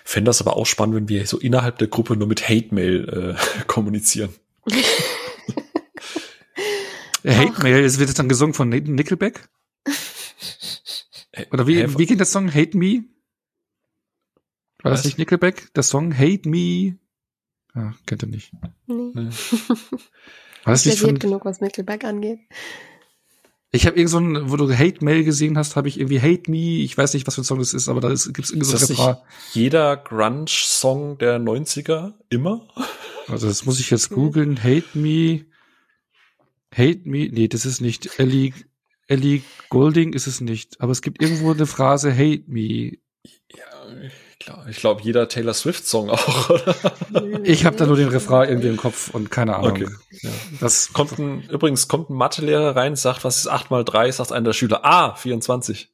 Fände das aber auch spannend, wenn wir so innerhalb der Gruppe nur mit Hate-Mail kommunizieren. Hate-Mail, wird das dann gesungen von Nickelback? Oder wie geht der Song? Hate Me? War das nicht Nickelback? Der Song Hate Me? Ah, kennt ihr nicht. Nee. War das nicht von genug, was Nickelback angeht. Ich habe irgend so ein, wo du Hate-Mail gesehen hast, habe ich irgendwie Hate Me, ich weiß nicht, was für ein Song das ist, aber da gibt's irgendwie so ein Refrain. Jeder Grunge-Song der 90er immer? Also das muss ich jetzt googeln. Hate Me, nee, das ist nicht Ellie Goulding ist es nicht, aber es gibt irgendwo eine Phrase Hate Me. Ja, ich glaube, jeder Taylor Swift-Song auch, oder? Ich habe da nur den Refrain irgendwie im Kopf und keine Ahnung. Okay. Ja. Übrigens kommt ein Mathelehrer rein, sagt, was ist 8 mal 3? Sagt einer der Schüler, 24.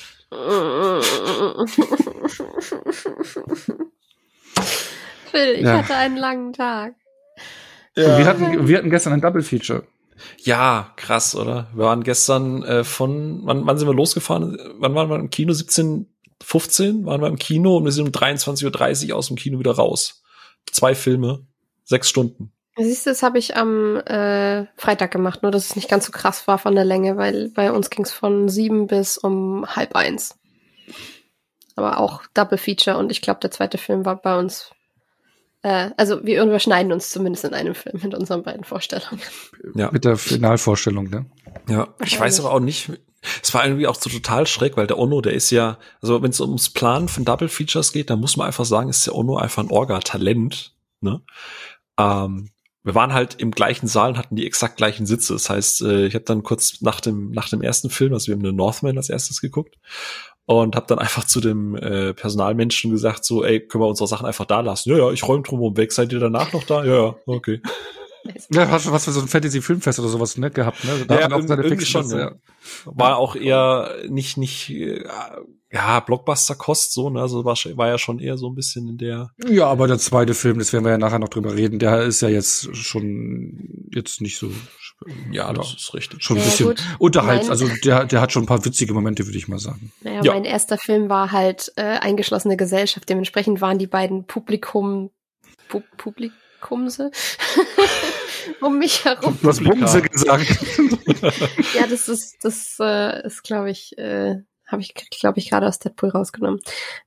Phil, ich hatte einen langen Tag. Ja. Wir hatten gestern ein Double Feature. Ja, krass, oder? Wir waren gestern wann sind wir losgefahren? Wann waren wir im Kino? 17:15 waren wir im Kino und wir sind um 23:30 Uhr aus dem Kino wieder raus. 2 Filme, 6 Stunden. Siehst du, das habe ich am Freitag gemacht, nur dass es nicht ganz so krass war von der Länge, weil bei uns ging es von 7 bis um 12:30. Aber auch Double Feature und ich glaube, der zweite Film war bei uns also wir überschneiden uns zumindest in einem Film mit unseren beiden Vorstellungen. Ja. Mit der Finalvorstellung, ne? Ja, ich weiß aber auch nicht, es war irgendwie auch so total schräg, weil der Onno, der ist ja, also wenn es ums Planen von Double Features geht, dann muss man einfach sagen, ist der Onno einfach ein Orga-Talent, ne? Wir waren halt im gleichen Saal und hatten die exakt gleichen Sitze. Das heißt, ich habe dann kurz nach dem ersten Film, also wir haben The Northman als erstes geguckt, und habe dann einfach zu dem Personalmenschen gesagt, so, ey, können wir unsere Sachen einfach da lassen? Ja, ich räume drum weg. Seid ihr danach noch da? Ja, okay. Ja, hast du was für so ein Fantasy-Filmfest oder sowas ne, gehabt, ne? Da ja, irgendwie schon, ja. War auch eher nicht Blockbuster-Kost, so, ne? Also war ja schon eher so ein bisschen in der. Ja, aber der zweite Film, das werden wir ja nachher noch drüber reden, der ist ja jetzt nicht so. Ja, das ist richtig. Schon ein bisschen unterhalts, also der hat schon ein paar witzige Momente, würde ich mal sagen. Naja, ja. Mein erster Film war halt eingeschlossene Gesellschaft, dementsprechend waren die beiden Publikumse um mich herum. Du hast Bumse gesagt. Ja, das ist glaube ich, habe ich, glaube ich, gerade aus Deadpool rausgenommen.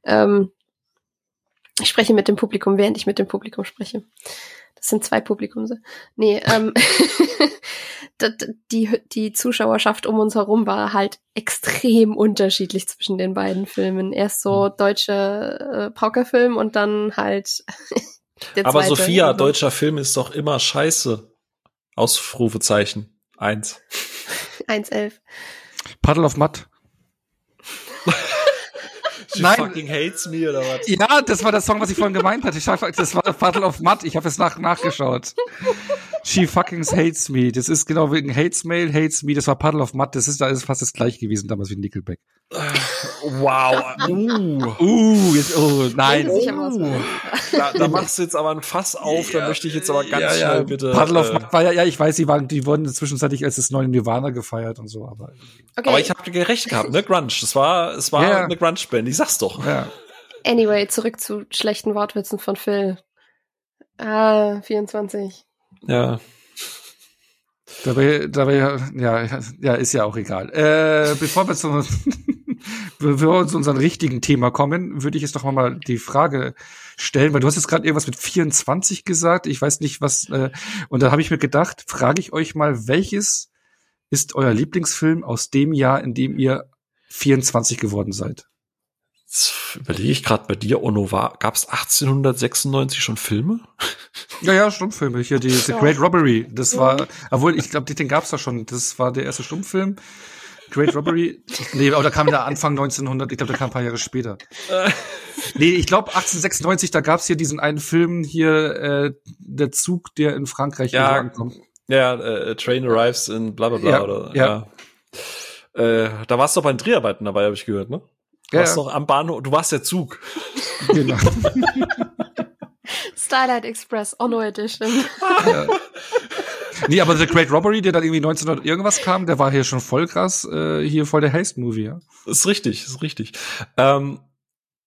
Ich spreche mit dem Publikum, während ich mit dem Publikum spreche. Das sind 2 Publikumse. Nee, die Zuschauerschaft um uns herum war halt extrem unterschiedlich zwischen den beiden Filmen. Erst so deutsche Paukerfilm und dann halt der Aber zweite. Sophia, deutscher Film ist doch immer scheiße. Ausrufezeichen. 1. 1,11. Puddle of Mud. She fucking hates me, oder was? Ja, das war der Song, was ich vorhin gemeint hatte. Das war Puddle of Mud. Ich habe es nachgeschaut. She fucking hates me. Das ist genau wegen hates me. Das war Puddle of Mud. Da ist fast das gleiche gewesen damals wie Nickelback. Wow. Nein. Da machst du jetzt aber ein Fass auf. Da möchte ich jetzt aber ganz schnell bitte. Puddle of Mud war ja, ich weiß, die wurden zwischenzeitlich als das neue Nirvana gefeiert und so, aber. Okay. Aber ich habe recht gehabt, ne? Grunge. Es war eine Grunge-Band. Ich sag's doch. Ja. Anyway, zurück zu schlechten Wortwitzen von Phil. 24. Ja. Dabei, ja, ist ja auch egal. Bevor wir zu unserem richtigen Thema kommen, würde ich jetzt noch mal die Frage stellen, weil du hast jetzt gerade irgendwas mit 24 gesagt. Ich weiß nicht, was, und da habe ich mir gedacht, frage ich euch mal, welches ist euer Lieblingsfilm aus dem Jahr, in dem ihr 24 geworden seid? Jetzt überlege ich gerade bei dir, Onno, gab es 1896 schon Filme? Ja, Stummfilme. Hier The Great Robbery. Das war, obwohl, ich glaube, den gab's da schon. Das war der erste Stummfilm. Great Robbery. Nee, aber da kam der Anfang 1900. Ich glaube, der kam ein paar Jahre später. Nee, ich glaube 1896, da gab's hier diesen einen Film hier, der Zug, der in Frankreich ankommt. Ja, Train Arrives in bla bla bla. Ja. Da warst du doch bei den Dreharbeiten dabei, habe ich gehört, ne? Du warst doch am Bahnhof, du warst der Zug. Genau. Starlight Express, Onno Edition. Ja. Nee, aber The Great Robbery, der dann irgendwie 1900 irgendwas kam, der war hier schon voll krass, hier voll der Heist-Movie, ja. Ist richtig.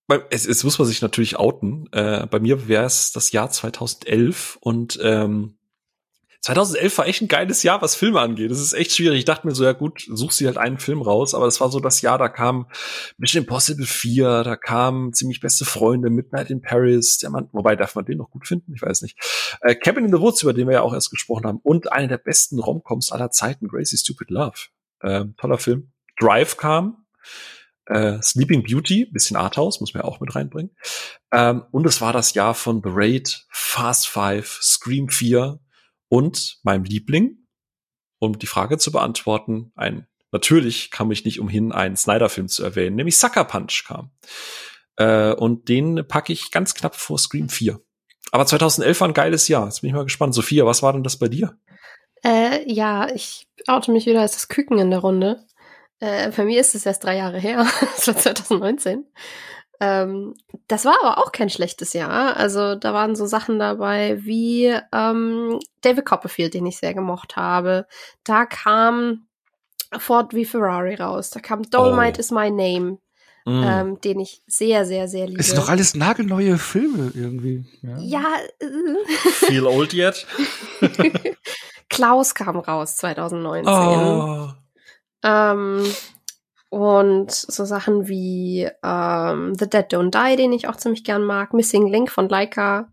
Es muss man sich natürlich outen. Bei mir wäre es das Jahr 2011 und 2011 war echt ein geiles Jahr, was Filme angeht. Das ist echt schwierig. Ich dachte mir so, ja gut, such sie halt einen Film raus, aber das war so das Jahr, da kam Mission Impossible 4, da kam Ziemlich beste Freunde, Midnight in Paris, wobei darf man den noch gut finden? Ich weiß nicht. Cabin in the Woods, über den wir ja auch erst gesprochen haben, und eine der besten Romcoms aller Zeiten, Crazy Stupid Love. Toller Film. Drive kam. Sleeping Beauty, bisschen Arthouse, muss man ja auch mit reinbringen. Und es war das Jahr von The Raid, Fast 5, Scream 4 und meinem Liebling, um die Frage zu beantworten, natürlich kam ich nicht umhin, einen Snyder-Film zu erwähnen, nämlich Sucker Punch kam. Und den packe ich ganz knapp vor Scream 4. Aber 2011 war ein geiles Jahr. Jetzt bin ich mal gespannt. Sophia, was war denn das bei dir? Ja, ich oute mich wieder als das Küken in der Runde. Bei mir ist es erst 3 Jahre her. Das war 2019. Das war aber auch kein schlechtes Jahr. Also da waren so Sachen dabei wie David Copperfield, den ich sehr gemocht habe. Da kam Ford v Ferrari raus. Da kam Dolomite is My Name, den ich sehr, sehr, sehr liebe. Es sind doch alles nagelneue Filme irgendwie. Ja. Feel old yet? Klaus kam raus 2019. Oh. Und so Sachen wie The Dead Don't Die, den ich auch ziemlich gern mag, Missing Link von Laika,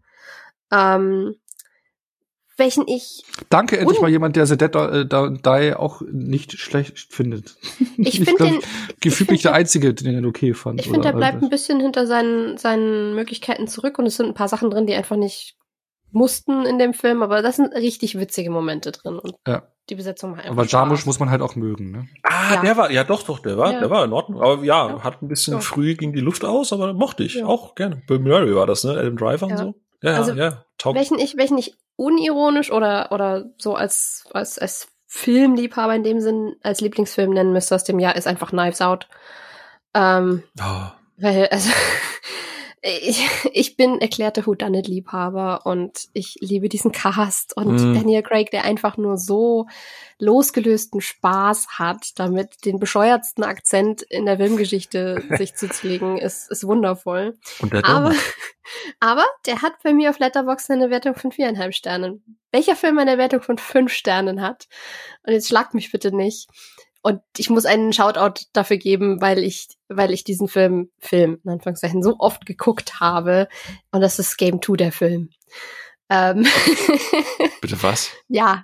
welchen ich... Danke, endlich mal jemand, der The Dead Don't Die auch nicht schlecht findet. Ich finde gefühlt der Einzige, den er okay fand. Ich finde, er bleibt ein bisschen hinter seinen Möglichkeiten zurück und es sind ein paar Sachen drin, die einfach nicht mussten in dem Film, aber das sind richtig witzige Momente drin und die Besetzung war einfach aber Jarmusch muss man halt auch mögen, ne? Der war, der war in Ordnung. Aber hat ein bisschen früh ging die Luft aus, aber mochte ich auch gerne. Bill Murray war das, ne? Adam Driver und so. Welchen ich unironisch oder so als Filmliebhaber in dem Sinn als Lieblingsfilm nennen müsste aus dem Jahr, ist einfach Knives Out. Weil, also ich bin erklärter Whodunit-Liebhaber und ich liebe diesen Cast und Daniel Craig, der einfach nur so losgelösten Spaß hat, damit den bescheuertsten Akzent in der Filmgeschichte sich zuzulegen, ist wundervoll. Und der aber der hat bei mir auf Letterboxd eine Wertung von 4,5 Sternen. Welcher Film eine Wertung von 5 Sternen hat? Und jetzt schlagt mich bitte nicht. Und ich muss einen Shoutout dafür geben, weil ich diesen Film, in Anführungszeichen, so oft geguckt habe. Und das ist Game 2, der Film. Bitte was? Ja.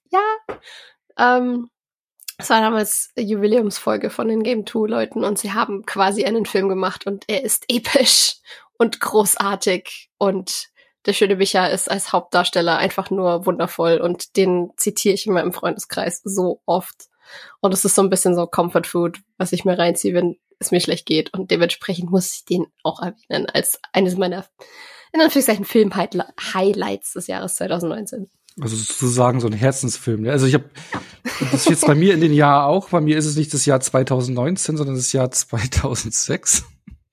Es war damals Jubiläumsfolge von den Game 2 Leuten und sie haben quasi einen Film gemacht und er ist episch und großartig und der schöne Micha ist als Hauptdarsteller einfach nur wundervoll und den zitiere ich in meinem Freundeskreis so oft. Und es ist so ein bisschen so Comfort Food, was ich mir reinziehe, wenn es mir schlecht geht. Und dementsprechend muss ich den auch erwähnen als eines meiner, in Anführungszeichen, Film-Highlights des Jahres 2019. Also sozusagen so ein Herzensfilm. Ne? Also ich habe das jetzt bei mir in den Jahr auch. Bei mir ist es nicht das Jahr 2019, sondern das Jahr 2006.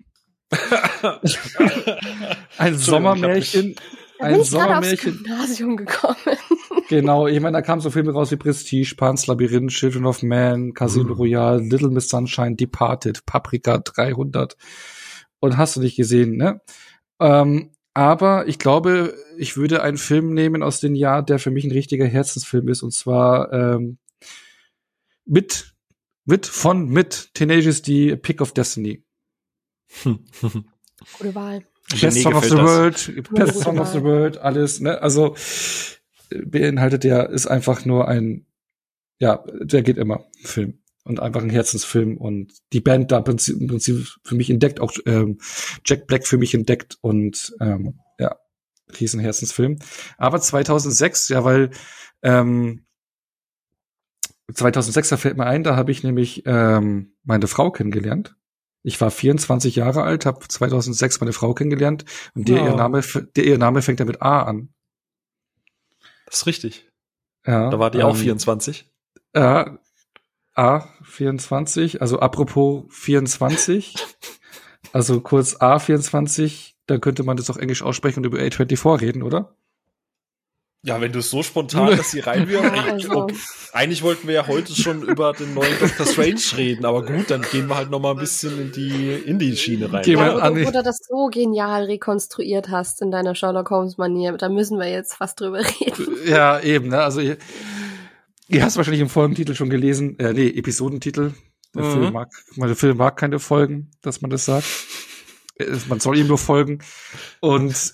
Ein Sommermärchen. Ein Sommermärchen. Aufs Gymnasium gekommen. Genau, ich meine, da kamen so Filme raus wie Prestige, Pan's Labyrinth, Children of Man, Casino Royale, Little Miss Sunshine, Departed, Paprika 300 und hast du nicht gesehen, ne? Aber ich glaube, ich würde einen Film nehmen aus dem Jahr, der für mich ein richtiger Herzensfilm ist, und zwar mit Tenacious D, Pick of Destiny. Gute Wahl. Best Song of the World, alles, ne? Also beinhaltet ist einfach nur der geht immer Film und einfach ein Herzensfilm und die Band da im Prinzip für mich entdeckt, auch Jack Black für mich entdeckt und riesen Herzensfilm. Aber 2006, weil 2006, da fällt mir ein, da habe ich nämlich meine Frau kennengelernt. Ich war 24 Jahre alt, habe 2006 meine Frau kennengelernt und ihr Name fängt ja mit A an. Das ist richtig. Ja, da war die auch 24. Ja, A24, also apropos 24, also kurz A24, da könnte man das auch Englisch aussprechen und über A24 reden, oder? Ja, wenn du es so spontan das hier reinwirfst. Also. Eigentlich wollten wir ja heute schon über den neuen Doctor Strange reden, aber gut, dann gehen wir halt noch mal ein bisschen in die Indie-Schiene rein. Ja, wo du das so genial rekonstruiert hast in deiner Sherlock Holmes-Manier, da müssen wir jetzt fast drüber reden. Ja, eben, ne? Also ihr hast wahrscheinlich im Folgentitel schon gelesen, Episodentitel. Der Film mag keine Folgen, dass man das sagt. Man soll ihm nur folgen. Und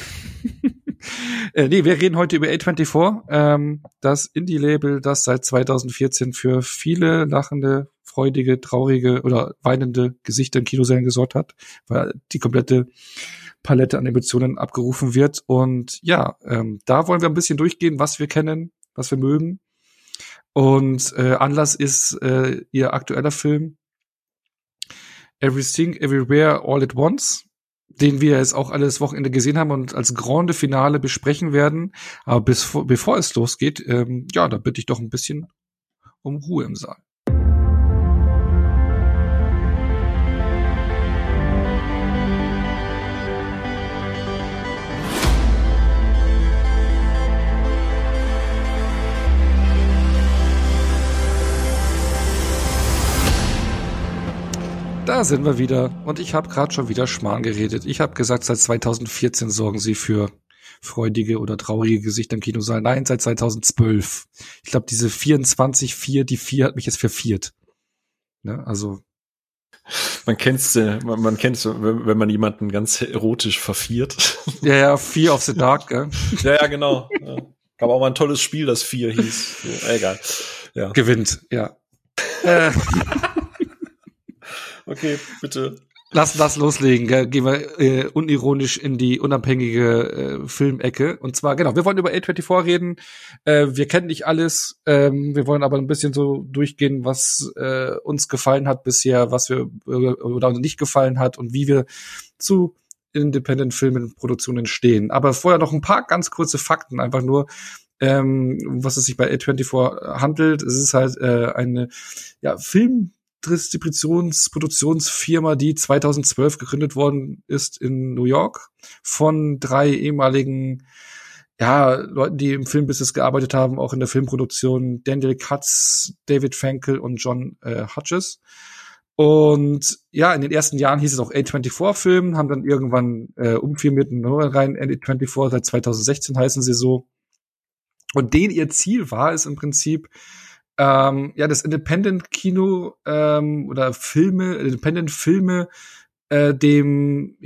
wir reden heute über A24, das Indie-Label, das seit 2014 für viele lachende, freudige, traurige oder weinende Gesichter in Kinosälen gesorgt hat, weil die komplette Palette an Emotionen abgerufen wird. Und ja, da wollen wir ein bisschen durchgehen, was wir kennen, was wir mögen. Und Anlass ist ihr aktueller Film Everything, Everywhere, All at Once, den wir jetzt auch alles Wochenende gesehen haben und als Grande Finale besprechen werden. Aber bevor es losgeht, da bitte ich doch ein bisschen um Ruhe im Saal. Da sind wir wieder und ich habe gerade schon wieder Schmarrn geredet. Ich habe gesagt, seit 2014 sorgen sie für freudige oder traurige Gesichter im Kinosaal. Nein, seit 2012. Ich glaube, diese 24-4, die 4 hat mich jetzt verviert. Ne, also man kennt's, wenn man jemanden ganz erotisch verviert. Ja, Fear of the Dark, gell? Ja, genau. Ja. Gab auch mal ein tolles Spiel, das 4 hieß. So, egal. Ja. Gewinnt, ja. Okay, bitte. Lass loslegen. Gehen wir unironisch in die unabhängige Filmecke. Und zwar, genau, wir wollen über A24 reden. Wir kennen nicht alles. Wir wollen aber ein bisschen so durchgehen, was uns gefallen hat bisher, was wir oder nicht gefallen hat und wie wir zu Independent-Filmproduktionen stehen. Aber vorher noch ein paar ganz kurze Fakten, einfach nur, was es sich bei A24 handelt. Es ist halt eine Produktionsfirma, die 2012 gegründet worden ist in New York von 3 ehemaligen Leuten, die im Filmbusiness gearbeitet haben, auch in der Filmproduktion, Daniel Katz, David Frankel und John Hodges. Und ja, in den ersten Jahren hieß es auch A24-Film, haben dann irgendwann umfirmiert in rein A24, seit 2016 heißen sie so. Und ihr Ziel war es im Prinzip, das Independent-Kino oder Independent-Filme dem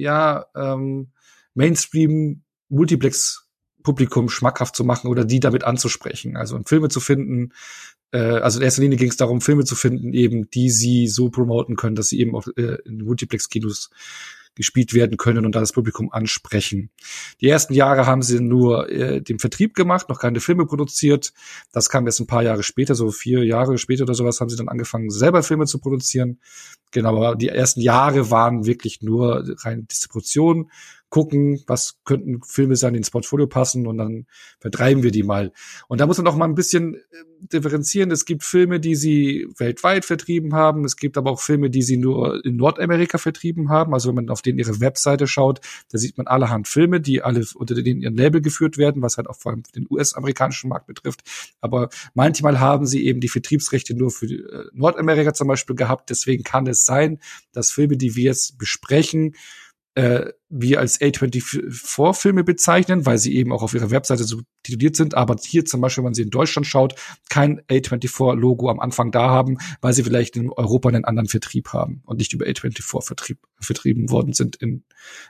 Mainstream-Multiplex-Publikum schmackhaft zu machen oder die damit anzusprechen. Also Filme zu finden, also in erster Linie ging es darum, Filme zu finden, eben die sie so promoten können, dass sie eben auch in Multiplex-Kinos gespielt werden können und da das Publikum ansprechen. Die ersten Jahre haben sie nur den Vertrieb gemacht, noch keine Filme produziert. Das kam erst ein paar Jahre später, so 4 Jahre später oder sowas, haben sie dann angefangen, selber Filme zu produzieren. Genau, aber die ersten Jahre waren wirklich nur rein Distribution, gucken, was könnten Filme sein, die ins Portfolio passen und dann vertreiben wir die mal. Und da muss man noch mal ein bisschen differenzieren. Es gibt Filme, die sie weltweit vertrieben haben. Es gibt aber auch Filme, die sie nur in Nordamerika vertrieben haben. Also wenn man auf denen ihre Webseite schaut, da sieht man allerhand Filme, die alle unter denen ihren Label geführt werden, was halt auch vor allem den US-amerikanischen Markt betrifft. Aber manchmal haben sie eben die Vertriebsrechte nur für Nordamerika zum Beispiel gehabt. Deswegen kann es sein, dass Filme, die wir jetzt besprechen, wir als A24-Filme bezeichnen, weil sie eben auch auf ihrer Webseite so tituliert sind, aber hier zum Beispiel, wenn man sie in Deutschland schaut, kein A24-Logo am Anfang da haben, weil sie vielleicht in Europa einen anderen Vertrieb haben und nicht über A24 vertrieben worden sind in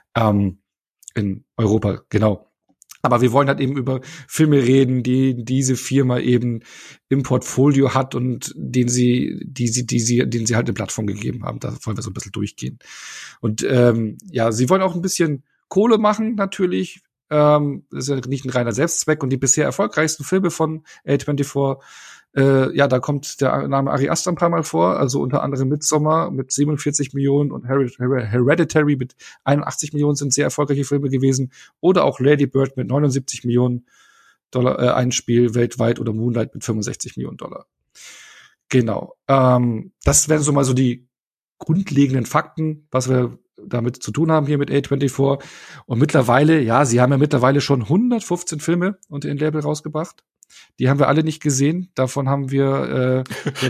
Europa, genau. Aber wir wollen halt eben über Filme reden, die diese Firma eben im Portfolio hat und denen sie halt eine Plattform gegeben haben. Da wollen wir so ein bisschen durchgehen. Und sie wollen auch ein bisschen Kohle machen, natürlich. Das ist ja nicht ein reiner Selbstzweck. Und die bisher erfolgreichsten Filme von A24, da kommt der Name Ari Aster ein paar Mal vor, also unter anderem Midsommar mit 47 Millionen und Hereditary mit 81 Millionen sind sehr erfolgreiche Filme gewesen. Oder auch Lady Bird mit 79 Millionen $, Einspiel weltweit, oder Moonlight mit 65 Millionen $. Genau. Das wären so mal so die grundlegenden Fakten, was wir damit zu tun haben hier mit A24. Und mittlerweile, ja, sie haben ja mittlerweile schon 115 Filme unter ihrem Label rausgebracht. Die haben wir alle nicht gesehen. Davon haben wir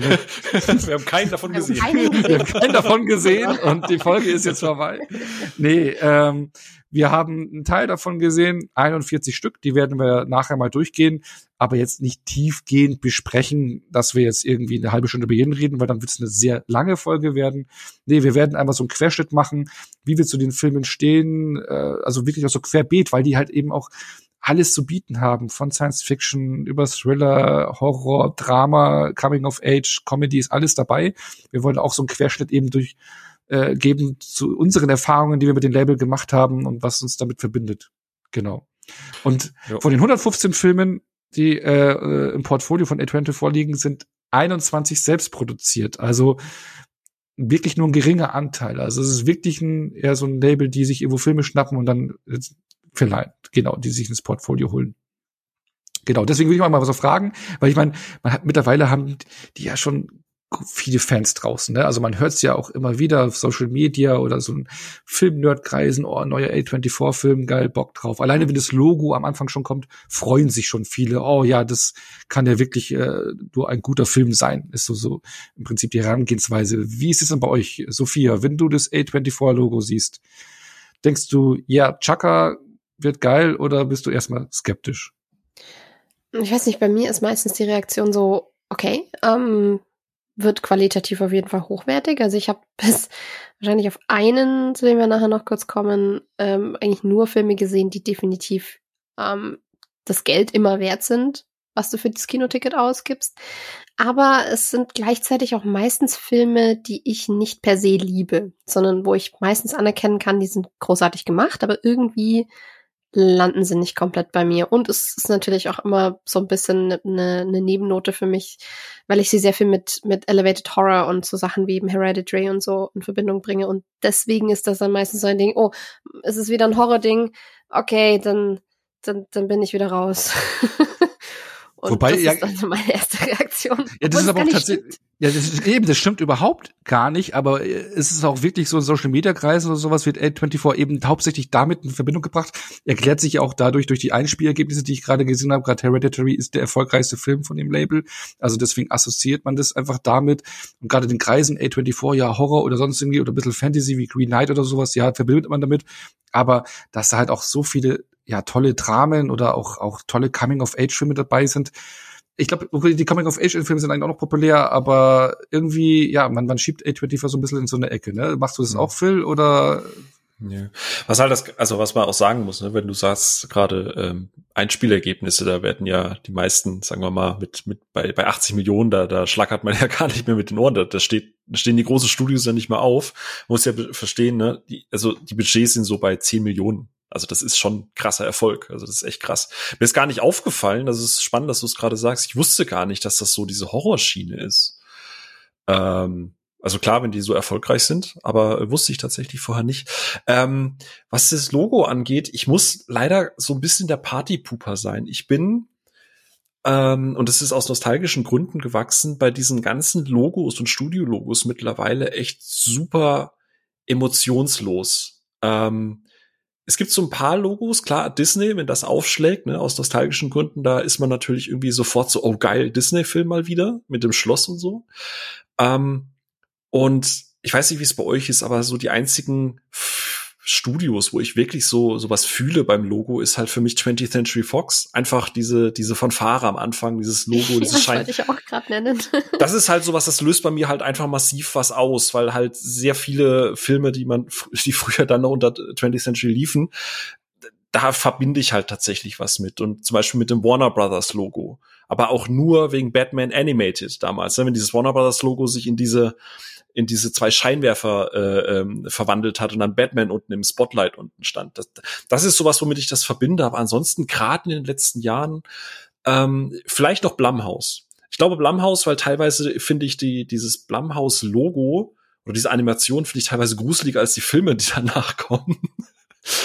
wir haben keinen davon gesehen. Wir haben keinen davon gesehen und die Folge ist jetzt vorbei. Nee, wir haben einen Teil davon gesehen, 41 Stück, die werden wir nachher mal durchgehen, aber jetzt nicht tiefgehend besprechen, dass wir jetzt irgendwie eine halbe Stunde über jeden reden, weil dann wird es eine sehr lange Folge werden. Nee, wir werden einmal so einen Querschnitt machen, wie wir zu den Filmen stehen, also wirklich auch so querbeet, weil die halt eben auch alles zu bieten haben, von Science Fiction über Thriller, Horror, Drama, Coming of Age, Comedy, ist alles dabei. Wir wollen auch so einen Querschnitt eben geben zu unseren Erfahrungen, die wir mit dem Label gemacht haben und was uns damit verbindet. Genau. Und von den 115 Filmen, die im Portfolio von A24 vorliegen, sind 21 selbst produziert. Also wirklich nur ein geringer Anteil. Also es ist wirklich eher so ein Label, die sich irgendwo Filme schnappen und dann verleihen. Genau, die sich ins Portfolio holen. Genau, deswegen will ich mal so fragen, weil ich meine, mittlerweile haben die ja schon viele Fans draußen, ne? Also man hört es ja auch immer wieder auf Social Media oder so ein Film-Nerd-Kreisen, oh, neuer A24-Film, geil, Bock drauf. Alleine wenn das Logo am Anfang schon kommt, freuen sich schon viele, oh ja, das kann ja wirklich nur ein guter Film sein, ist so im Prinzip die Herangehensweise. Wie ist es denn bei euch, Sophia, wenn du das A24-Logo siehst? Denkst du, ja, Chaka wird geil oder bist du erstmal skeptisch? Ich weiß nicht, bei mir ist meistens die Reaktion so, okay, wird qualitativ auf jeden Fall hochwertig. Also ich habe bis wahrscheinlich auf einen, zu dem wir nachher noch kurz kommen, eigentlich nur Filme gesehen, die definitiv das Geld immer wert sind, was du für das Kinoticket ausgibst. Aber es sind gleichzeitig auch meistens Filme, die ich nicht per se liebe, sondern wo ich meistens anerkennen kann, die sind großartig gemacht, aber irgendwie landen sie nicht komplett bei mir. Und es ist natürlich auch immer so ein bisschen eine Nebennote für mich, weil ich sie sehr viel mit Elevated Horror und so Sachen wie eben Hereditary und so in Verbindung bringe. Und deswegen ist das dann meistens so ein Ding, oh, es ist wieder ein Horror-Ding, okay, dann bin ich wieder raus. Und wobei, das ja, ist also meine erste Reaktion. Ja, das ist aber auch tatsächlich, ja, das stimmt überhaupt gar nicht, aber es ist auch wirklich so in Social Media Kreisen oder sowas wird A24 eben hauptsächlich damit in Verbindung gebracht. Erklärt sich ja auch dadurch durch die Einspielergebnisse, die ich gerade gesehen habe. Gerade Hereditary ist der erfolgreichste Film von dem Label. Also deswegen assoziiert man das einfach damit. Und gerade den Kreisen A24, ja, Horror oder sonst irgendwie oder ein bisschen Fantasy wie Green Knight oder sowas, ja, verbindet man damit. Aber dass da halt auch so viele ja tolle Dramen oder auch tolle Coming-of-Age-Filme dabei sind. Ich glaube, die Coming-of-Age-Filme sind eigentlich auch noch populär, aber irgendwie, ja, man schiebt A24 so ein bisschen in so eine Ecke, ne? Machst du das auch, Phil, oder? Ja. Was man auch sagen muss, ne, wenn du sagst, gerade Einspielergebnisse, da werden ja die meisten, sagen wir mal, mit bei 80 Millionen, da schlackert man ja gar nicht mehr mit den Ohren, da stehen die großen Studios ja nicht mehr auf. Man muss ja verstehen, ne, die Budgets sind so bei 10 Millionen. Also das ist schon krasser Erfolg. Also das ist echt krass. Mir ist gar nicht aufgefallen, das ist spannend, dass du es gerade sagst. Ich wusste gar nicht, dass das so diese Horrorschiene ist. Also klar, wenn die so erfolgreich sind, aber wusste ich tatsächlich vorher nicht. Was das Logo angeht, ich muss leider so ein bisschen der Partypooper sein. Ich bin, und es ist aus nostalgischen Gründen gewachsen, bei diesen ganzen Logos und Studio-Logos mittlerweile echt super emotionslos. Es gibt so ein paar Logos, klar, Disney, wenn das aufschlägt, ne, aus nostalgischen Gründen, da ist man natürlich irgendwie sofort so, oh geil, Disney-Film mal wieder, mit dem Schloss und so. Und ich weiß nicht, wie es bei euch ist, aber so die einzigen Studios, wo ich wirklich sowas fühle beim Logo, ist halt für mich 20th Century Fox. Einfach diese Fanfare am Anfang, dieses Logo, dieses Schein. Das wollte ich auch gerade nennen. Das ist halt sowas, das löst bei mir halt einfach massiv was aus, weil halt sehr viele Filme, die früher dann noch unter 20th Century liefen, da verbinde ich halt tatsächlich was mit. Und zum Beispiel mit dem Warner Brothers Logo. Aber auch nur wegen Batman Animated damals, wenn dieses Warner Brothers Logo sich in diese zwei Scheinwerfer verwandelt hat und dann Batman unten im Spotlight unten stand. Das ist sowas, womit ich das verbinde. Aber ansonsten gerade in den letzten Jahren vielleicht noch Blumhouse. Ich glaube Blumhouse, weil teilweise finde ich dieses Blumhouse-Logo oder diese Animation finde ich teilweise gruseliger als die Filme, die danach kommen.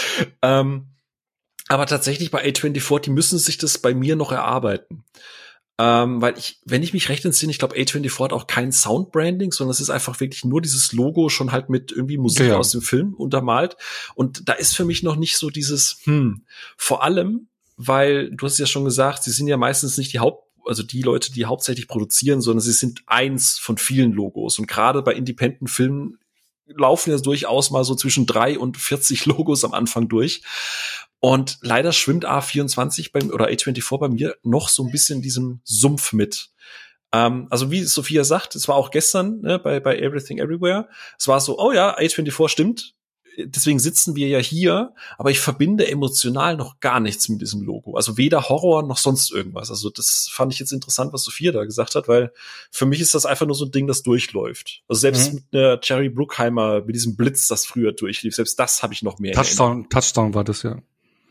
Aber tatsächlich bei A24, die müssen sich das bei mir noch erarbeiten. Weil wenn ich mich recht entsinne, ich glaube, A24 hat auch kein Soundbranding, sondern es ist einfach wirklich nur dieses Logo schon halt mit irgendwie Musik aus dem Film untermalt. Und da ist für mich noch nicht so dieses, vor allem, weil du hast ja schon gesagt, sie sind ja meistens nicht also die Leute, die hauptsächlich produzieren, sondern sie sind eins von vielen Logos. Und gerade bei Independent-Filmen laufen ja durchaus mal so zwischen 3 und 40 Logos am Anfang durch. Und leider schwimmt A24 oder A24 bei mir noch so ein bisschen in diesem Sumpf mit. Also wie Sophia sagt, es war auch gestern bei Everything Everywhere. Es war so, oh ja, A24 stimmt. Deswegen sitzen wir ja hier, aber ich verbinde emotional noch gar nichts mit diesem Logo. Also weder Horror noch sonst irgendwas. Also das fand ich jetzt interessant, was Sophia da gesagt hat, weil für mich ist das einfach nur so ein Ding, das durchläuft. Also selbst mit einer Jerry Bruckheimer, mit diesem Blitz, das früher durchlief, selbst das habe ich noch mehr. Touchdown war das, ja.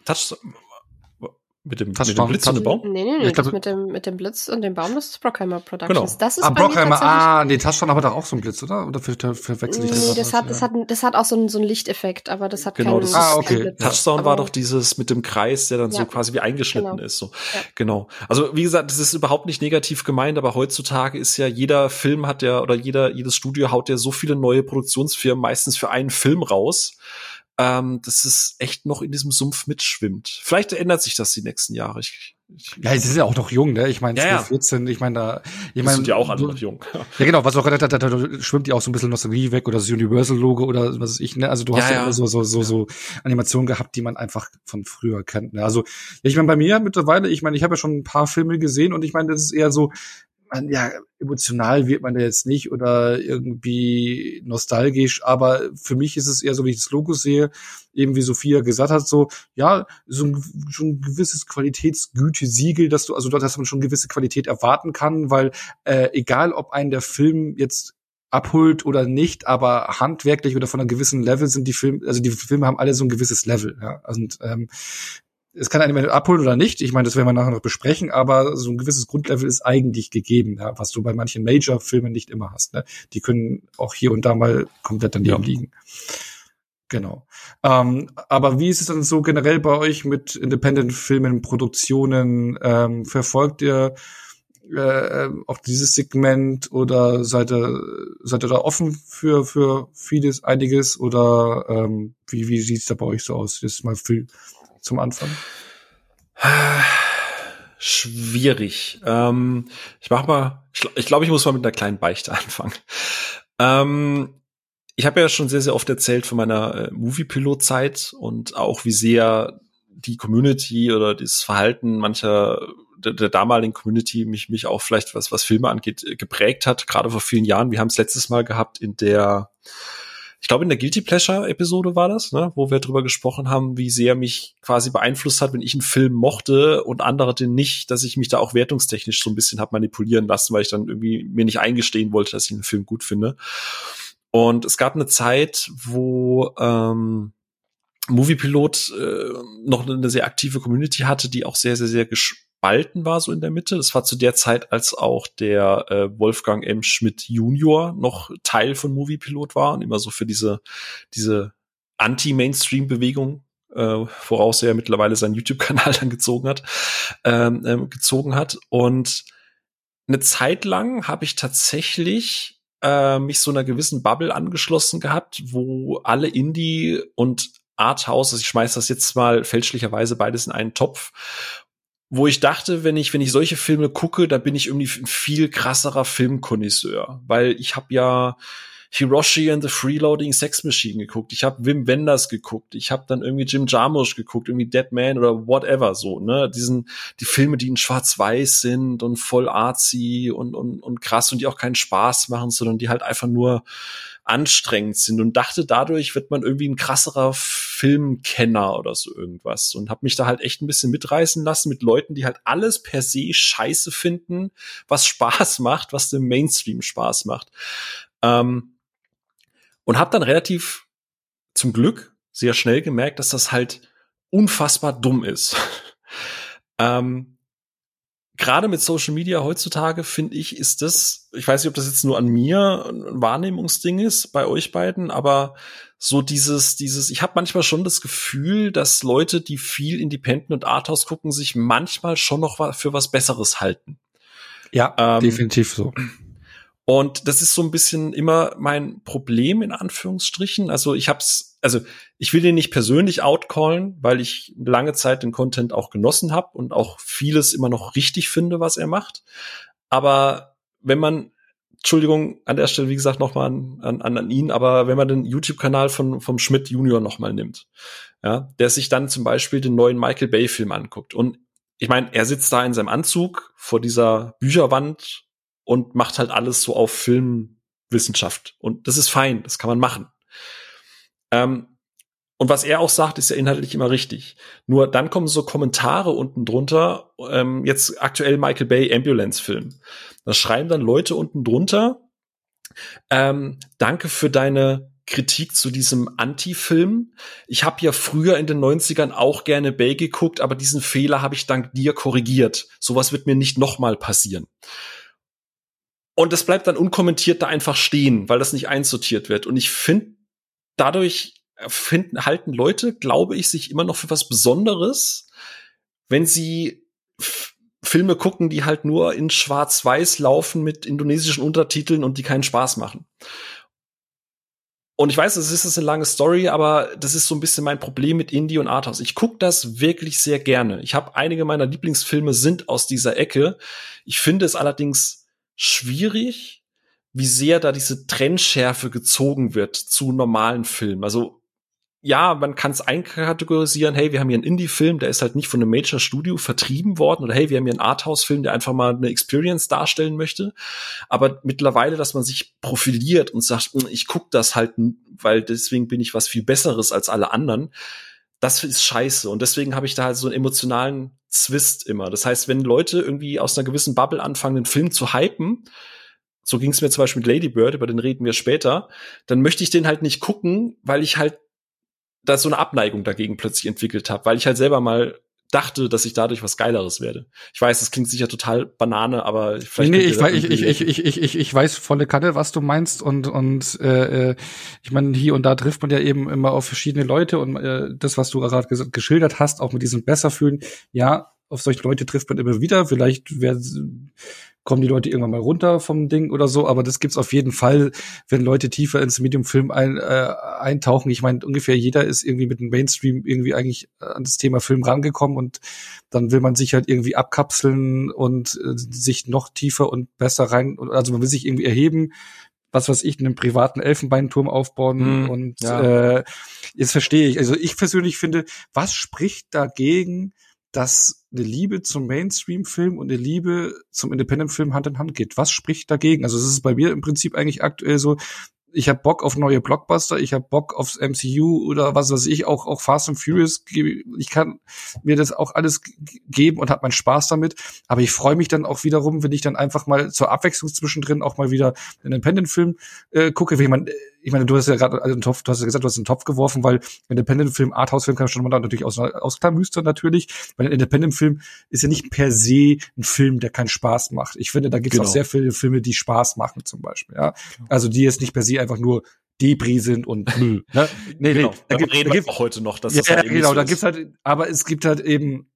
Mit dem Blitz und dem Baum? Nee, das mit dem Blitz und dem Baum, das ist Brockheimer Productions. Genau. Das ist Brockheimer, Touchdown aber doch auch so ein Blitz, oder? Oder verwechsel ich das? Nee, das hat auch so einen Lichteffekt, aber das hat keinen Blitz. Touchdown war doch dieses mit dem Kreis, der dann so quasi wie eingeschnitten ist. So. Ja. Genau. Also wie gesagt, das ist überhaupt nicht negativ gemeint, aber heutzutage ist ja jeder Film jedes Studio haut ja so viele neue Produktionsfirmen meistens für einen Film raus, dass es echt noch in diesem Sumpf mitschwimmt. Vielleicht ändert sich das die nächsten Jahre. Es ist ja auch noch jung, ne? Ich meine, 14, ich meine, sind ja auch alle noch jung. Ja, genau, was auch da schwimmt ja auch so ein bisschen Nostalgie weg oder das Universal-Logo oder was weiß ich, ne? Also du hast ja immer so Animationen gehabt, die man einfach von früher kennt, ne? Also, ich meine, bei mir mittlerweile, ich meine, ich habe ja schon ein paar Filme gesehen und ich meine, das ist eher so, emotional wird man da jetzt nicht oder irgendwie nostalgisch, aber für mich ist es eher so, wie ich das Logo sehe, eben wie Sophia gesagt hat, so ein gewisses Qualitätsgütesiegel, dass man schon gewisse Qualität erwarten kann, weil egal ob einen der Film jetzt abholt oder nicht, aber handwerklich oder von einem gewissen Level sind die Filme haben alle so ein gewisses Level, ja, und es kann einen abholen oder nicht. Ich meine, das werden wir nachher noch besprechen, aber so ein gewisses Grundlevel ist eigentlich gegeben, ja, was du bei manchen Major-Filmen nicht immer hast. Ne? Die können auch hier und da mal komplett daneben liegen. Genau. Aber wie ist es dann so generell bei euch mit Independent-Filmen, Produktionen? Verfolgt ihr auch dieses Segment oder seid ihr da offen für vieles, einiges? Oder wie sieht's da bei euch so aus? Jetzt mal viel zum Anfang? Schwierig. Ich glaube, ich muss mal mit einer kleinen Beichte anfangen. Ich habe ja schon sehr, sehr oft erzählt von meiner Movie-Pilot-Zeit und auch wie sehr die Community oder das Verhalten mancher der damaligen Community mich auch vielleicht, was Filme angeht, geprägt hat, gerade vor vielen Jahren. Wir haben es letztes Mal gehabt in der Guilty Pleasure Episode war das, ne, wo wir drüber gesprochen haben, wie sehr mich quasi beeinflusst hat, wenn ich einen Film mochte und andere den nicht, dass ich mich da auch wertungstechnisch so ein bisschen hab manipulieren lassen, weil ich dann irgendwie mir nicht eingestehen wollte, dass ich einen Film gut finde. Und es gab eine Zeit, wo Moviepilot noch eine sehr aktive Community hatte, die auch sehr, sehr, sehr gespalten war so in der Mitte. Das war zu der Zeit, als auch der Wolfgang M. Schmidt Junior noch Teil von Moviepilot war und immer so für diese Anti-Mainstream-Bewegung, woraus er mittlerweile seinen YouTube-Kanal dann gezogen hat. Und eine Zeit lang habe ich tatsächlich mich so einer gewissen Bubble angeschlossen gehabt, wo alle Indie und Arthouse, also ich schmeiß das jetzt mal fälschlicherweise beides in einen Topf, wo ich dachte, wenn ich solche Filme gucke, dann bin ich irgendwie ein viel krasserer Filmkonnoisseur, weil ich habe ja Hiroshi and the Freeloading Sex Machine geguckt, ich habe Wim Wenders geguckt, ich habe dann irgendwie Jim Jarmusch geguckt, irgendwie Dead Man oder whatever so, ne, die Filme, die in schwarz-weiß sind und voll artsy und krass und die auch keinen Spaß machen, sondern die halt einfach nur anstrengend sind und dachte, dadurch wird man irgendwie ein krasserer Filmkenner oder so irgendwas und habe mich da halt echt ein bisschen mitreißen lassen mit Leuten, die halt alles per se scheiße finden, was Spaß macht, was dem Mainstream Spaß macht. Und habe dann relativ zum Glück sehr schnell gemerkt, dass das halt unfassbar dumm ist. Gerade mit Social Media heutzutage, finde ich, ist das, ich weiß nicht, ob das jetzt nur an mir ein Wahrnehmungsding ist, bei euch beiden, aber so dieses, ich habe manchmal schon das Gefühl, dass Leute, die viel Independent und Arthouse gucken, sich manchmal schon noch für was Besseres halten. Ja, definitiv so. Und das ist so ein bisschen immer mein Problem, in Anführungsstrichen. Also ich will den nicht persönlich outcallen, weil ich lange Zeit den Content auch genossen habe und auch vieles immer noch richtig finde, was er macht. Aber wenn man, Entschuldigung, an der Stelle, wie gesagt, nochmal an ihn, aber wenn man den YouTube-Kanal vom Schmidt Junior nochmal nimmt, ja, der sich dann zum Beispiel den neuen Michael Bay-Film anguckt. Und ich meine, er sitzt da in seinem Anzug vor dieser Bücherwand und macht halt alles so auf Filmwissenschaft. Und das ist fein, das kann man machen. Und was er auch sagt, ist ja inhaltlich immer richtig. Nur dann kommen so Kommentare unten drunter, jetzt aktuell Michael Bay Ambulance-Film. Da schreiben dann Leute unten drunter, danke für deine Kritik zu diesem Anti-Film. Ich habe ja früher in den 90ern auch gerne Bay geguckt, aber diesen Fehler habe ich dank dir korrigiert. Sowas wird mir nicht nochmal passieren. Und das bleibt dann unkommentiert da einfach stehen, weil das nicht einsortiert wird. Und ich finde, dadurch halten Leute, glaube ich, sich immer noch für was Besonderes, wenn sie Filme gucken, die halt nur in Schwarz-Weiß laufen mit indonesischen Untertiteln und die keinen Spaß machen. Und ich weiß, das ist eine lange Story, aber das ist so ein bisschen mein Problem mit Indie und Arthouse. Ich gucke das wirklich sehr gerne. Ich habe einige meiner Lieblingsfilme sind aus dieser Ecke. Ich finde es allerdings schwierig, wie sehr da diese Trennschärfe gezogen wird zu normalen Filmen. Also ja, man kann es einkategorisieren, hey, wir haben hier einen Indie-Film, der ist halt nicht von einem Major-Studio vertrieben worden, oder hey, wir haben hier einen Arthouse-Film, der einfach mal eine Experience darstellen möchte. Aber mittlerweile, dass man sich profiliert und sagt, ich gucke das halt, weil deswegen bin ich was viel Besseres als alle anderen, das ist scheiße. Und deswegen habe ich da halt so einen emotionalen Zwist immer. Das heißt, wenn Leute irgendwie aus einer gewissen Bubble anfangen, einen Film zu hypen, so ging es mir zum Beispiel mit Lady Bird, über den reden wir später, dann möchte ich den halt nicht gucken, weil ich halt da so eine Abneigung dagegen plötzlich entwickelt habe, weil ich halt selber mal dachte, dass ich dadurch was Geileres werde. Ich weiß, das klingt sicher total Banane, aber vielleicht ich weiß volle Kanne, was du meinst und ich meine, hier und da trifft man ja eben immer auf verschiedene Leute und das, was du gerade geschildert hast, auch mit diesem Besserfühlen, ja, auf solche Leute trifft man immer wieder. Vielleicht kommen die Leute irgendwann mal runter vom Ding oder so, aber das gibt's auf jeden Fall, wenn Leute tiefer ins Medium-Film eintauchen. Ich meine, ungefähr jeder ist irgendwie mit dem Mainstream irgendwie eigentlich an das Thema Film rangekommen und dann will man sich halt irgendwie abkapseln und sich noch tiefer und besser rein, also man will sich irgendwie erheben, was weiß ich, einen privaten Elfenbeinturm aufbauen und jetzt verstehe ich. Also ich persönlich finde, was spricht dagegen, dass eine Liebe zum Mainstream-Film und eine Liebe zum Independent-Film Hand in Hand geht? Was spricht dagegen? Also es ist bei mir im Prinzip eigentlich aktuell so, ich habe Bock auf neue Blockbuster, ich habe Bock aufs MCU oder was weiß ich, auch Fast and Furious. Ich kann mir das auch alles geben und habe meinen Spaß damit. Aber ich freue mich dann auch wiederum, wenn ich dann einfach mal zur Abwechslung zwischendrin auch mal wieder einen Independent-Film gucke. Ich meine, du hast ja gerade du hast ja gesagt, du hast einen Topf geworfen, weil Independent-Film, Arthouse-Film kann man schon mal da natürlich ausklamüstern natürlich. Weil ein Independent-Film ist ja nicht per se ein Film, der keinen Spaß macht. Ich finde, da gibt es auch sehr viele Filme, die Spaß machen zum Beispiel. Ja, also die jetzt nicht per se einfach nur Depri sind und Müll. Ne? Nee, da reden wir auch heute noch, dass das halt genau, so da gibt's halt, aber es gibt halt eben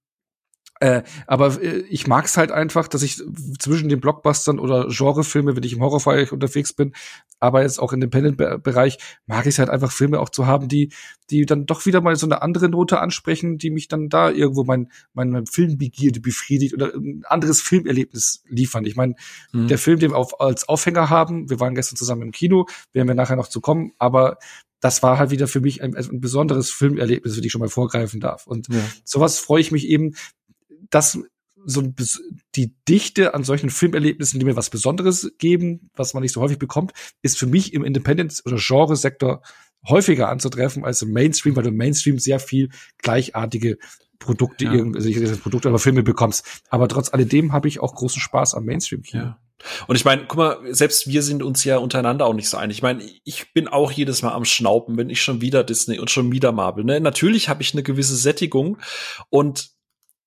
ich mag's halt einfach, dass ich zwischen den Blockbustern oder Genrefilme, wenn ich im Horrorbereich unterwegs bin, aber jetzt auch in dem Independent-Bereich, mag ich es halt einfach, Filme auch zu haben, die dann doch wieder mal so eine andere Note ansprechen, die mich dann da irgendwo mein Filmbegierde befriedigt oder ein anderes Filmerlebnis liefern. Ich meine, der Film, den wir als Aufhänger haben, wir waren gestern zusammen im Kino, werden wir nachher noch zu kommen, aber das war halt wieder für mich ein besonderes Filmerlebnis, wenn ich schon mal vorgreifen darf. Und sowas freue ich mich eben, dass so die Dichte an solchen Filmerlebnissen, die mir was Besonderes geben, was man nicht so häufig bekommt, ist für mich im Independent- oder Genresektor häufiger anzutreffen als im Mainstream, weil du im Mainstream sehr viel gleichartige Produkte, Produkte oder Filme bekommst. Aber trotz alledem habe ich auch großen Spaß am Mainstream-Kino. Ja. Und ich meine, guck mal, selbst wir sind uns ja untereinander auch nicht so einig. Ich meine, ich bin auch jedes Mal am Schnauben, wenn ich schon wieder Disney und schon wieder Marvel. Ne? Natürlich habe ich eine gewisse Sättigung und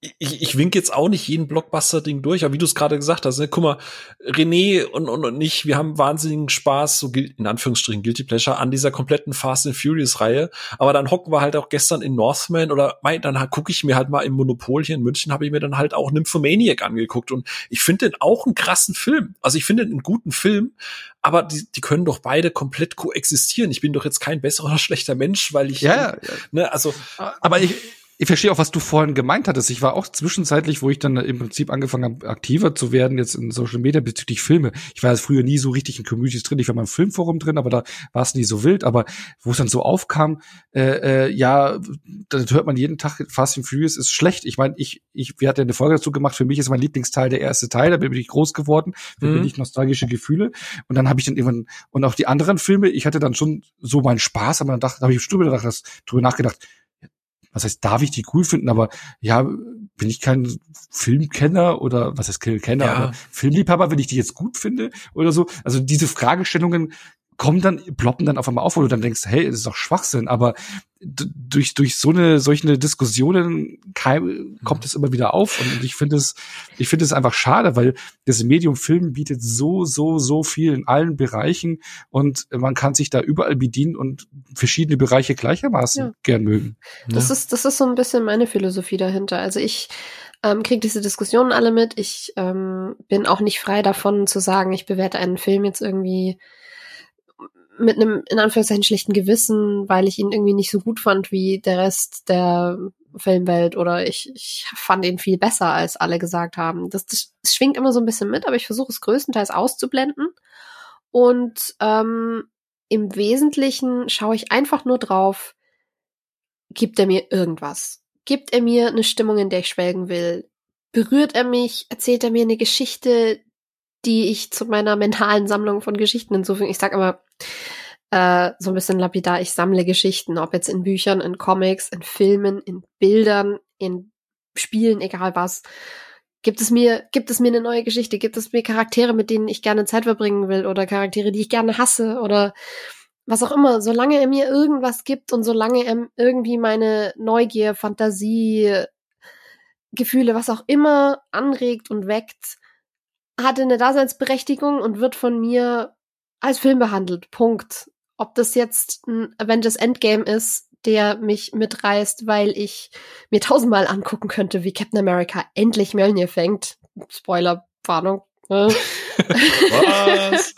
ich wink jetzt auch nicht jeden Blockbuster-Ding durch, aber wie du es gerade gesagt hast, ne, guck mal, René und ich, wir haben wahnsinnigen Spaß, so in Anführungsstrichen Guilty Pleasure, an dieser kompletten Fast and Furious-Reihe, aber dann hocken wir halt auch gestern in Northman oder dann gucke ich mir halt mal im Monopol hier in München, habe ich mir dann halt auch Nymphomaniac angeguckt und ich finde den auch einen krassen Film, also ich finde den einen guten Film, aber die können doch beide komplett koexistieren. Ich bin doch jetzt kein besserer oder schlechter Mensch, weil ich, ne, also. Aber ich verstehe auch, was du vorhin gemeint hattest. Ich war auch zwischenzeitlich, wo ich dann im Prinzip angefangen habe, aktiver zu werden, jetzt in Social Media bezüglich Filme. Ich war jetzt früher nie so richtig in Communities drin. Ich war mal im Filmforum drin, aber da war es nie so wild. Aber wo es dann so aufkam, ja, dann hört man jeden Tag, Fast and Furious ist schlecht. Ich meine, wir hatten ja eine Folge dazu gemacht. Für mich ist mein Lieblingsteil der erste Teil. Da bin ich groß geworden. Da bin ich nostalgische Gefühle. Und dann habe ich dann irgendwann, und auch die anderen Filme, ich hatte dann schon so meinen Spaß, aber dann habe ich drüber nachgedacht, was heißt, darf ich die cool finden, aber ja, bin ich kein Filmkenner oder was heißt Kenner, aber Filmliebhaber, wenn ich die jetzt gut finde oder so. Also diese Fragestellungen ploppen dann auf einmal auf, wo du dann denkst, hey, das ist doch Schwachsinn, aber durch solche Diskussionen kommt es immer wieder auf und ich finde es einfach schade, weil das Medium Film bietet so viel in allen Bereichen und man kann sich da überall bedienen und verschiedene Bereiche gleichermaßen gern mögen. Das ist so ein bisschen meine Philosophie dahinter. Also ich kriege diese Diskussionen alle mit. Ich bin auch nicht frei davon zu sagen, ich bewerte einen Film jetzt irgendwie mit einem, in Anführungszeichen, schlechten Gewissen, weil ich ihn irgendwie nicht so gut fand wie der Rest der Filmwelt oder ich fand ihn viel besser, als alle gesagt haben. Das schwingt immer so ein bisschen mit, aber ich versuche es größtenteils auszublenden. Und im Wesentlichen schaue ich einfach nur drauf, gibt er mir irgendwas? Gibt er mir eine Stimmung, in der ich schwelgen will? Berührt er mich? Erzählt er mir eine Geschichte, die ich zu meiner mentalen Sammlung von Geschichten hinzufüge? Ich sag immer so ein bisschen lapidar, ich sammle Geschichten, ob jetzt in Büchern, in Comics, in Filmen, in Bildern, in Spielen, egal was. Gibt es mir eine neue Geschichte? Gibt es mir Charaktere, mit denen ich gerne Zeit verbringen will oder Charaktere, die ich gerne hasse oder was auch immer? Solange er mir irgendwas gibt und solange er irgendwie meine Neugier, Fantasie, Gefühle, was auch immer anregt und weckt, hat eine Daseinsberechtigung und wird von mir als Film behandelt. Punkt. Ob das jetzt ein Avengers Endgame ist, der mich mitreißt, weil ich mir 1000-mal angucken könnte, wie Captain America endlich Mjölnir fängt. Spoiler-Warnung. Was?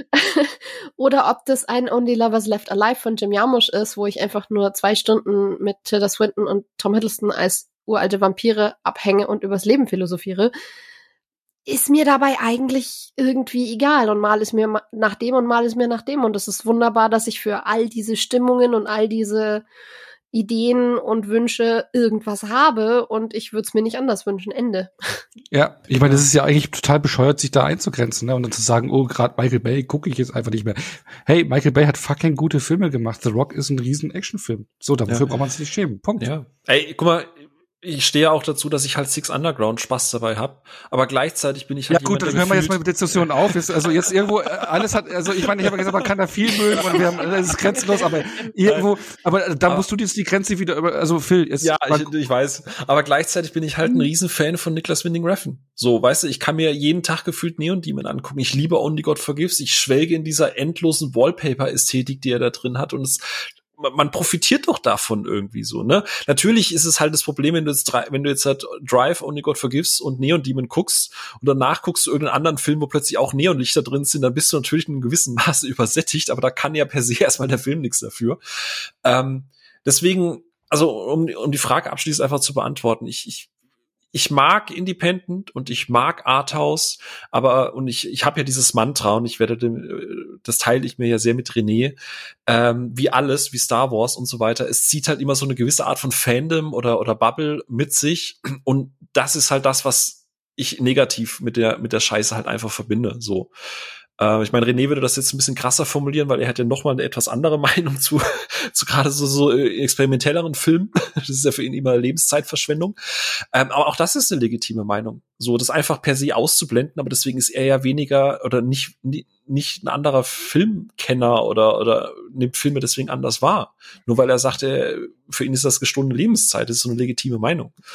Oder ob das ein Only Lovers Left Alive von Jim Jarmusch ist, wo ich einfach nur 2 Stunden mit Tilda Swinton und Tom Hiddleston als uralte Vampire abhänge und übers Leben philosophiere, ist mir dabei eigentlich irgendwie egal. Und mal ist mir nach dem und mal ist mir nach dem. Und es ist wunderbar, dass ich für all diese Stimmungen und all diese Ideen und Wünsche irgendwas habe. Und ich würde es mir nicht anders wünschen. Ende. Ja, ich meine, das ist ja eigentlich total bescheuert, sich da einzugrenzen, ne? Und dann zu sagen, oh, gerade Michael Bay gucke ich jetzt einfach nicht mehr. Hey, Michael Bay hat fucking gute Filme gemacht. The Rock ist ein riesen Actionfilm. So, dafür braucht man sich nicht schämen. Punkt. Ja. Ey, guck mal, ich stehe auch dazu, dass ich halt Six Underground Spaß dabei habe, aber gleichzeitig bin ich halt jemand, dann hören wir jetzt mal mit der Diskussion auf. Jetzt irgendwo alles hat, also ich meine, ich habe gesagt, man kann da viel mögen und das ist grenzenlos, aber irgendwo, aber da musst du jetzt die Grenze wieder also Phil, jetzt. Ja, ich weiß, aber gleichzeitig bin ich halt ein Riesenfan von Nicolas Winding Refn. So, weißt du, ich kann mir jeden Tag gefühlt Neon Demon angucken. Ich liebe Only God Forgives. Ich schwelge in dieser endlosen Wallpaper-Ästhetik, die er da drin hat und man profitiert doch davon irgendwie so, ne? Natürlich ist es halt das Problem, wenn du jetzt halt Drive, Only God Forgives und Neon Demon guckst und danach guckst du irgendeinen anderen Film, wo plötzlich auch Neonlichter drin sind, dann bist du natürlich in einem gewissen Maße übersättigt, aber da kann ja per se erstmal der Film nichts dafür. Deswegen, also um die Frage abschließend einfach zu beantworten, ich mag Independent und ich mag Arthouse, aber ich habe ja dieses Mantra und das teile ich mir ja sehr mit René, wie alles, wie Star Wars und so weiter. Es zieht halt immer so eine gewisse Art von Fandom oder Bubble mit sich und das ist halt das, was ich negativ mit der Scheiße halt einfach verbinde. So. Ich meine, René würde das jetzt ein bisschen krasser formulieren, weil er hat ja noch mal eine etwas andere Meinung zu gerade so experimentelleren Filmen. Das ist ja für ihn immer Lebenszeitverschwendung. Aber auch das ist eine legitime Meinung. So, das einfach per se auszublenden, aber deswegen ist er ja weniger oder nicht ein anderer Filmkenner oder nimmt Filme deswegen anders wahr. Nur weil er sagt, für ihn ist das gestundene Lebenszeit. Das ist so eine legitime Meinung.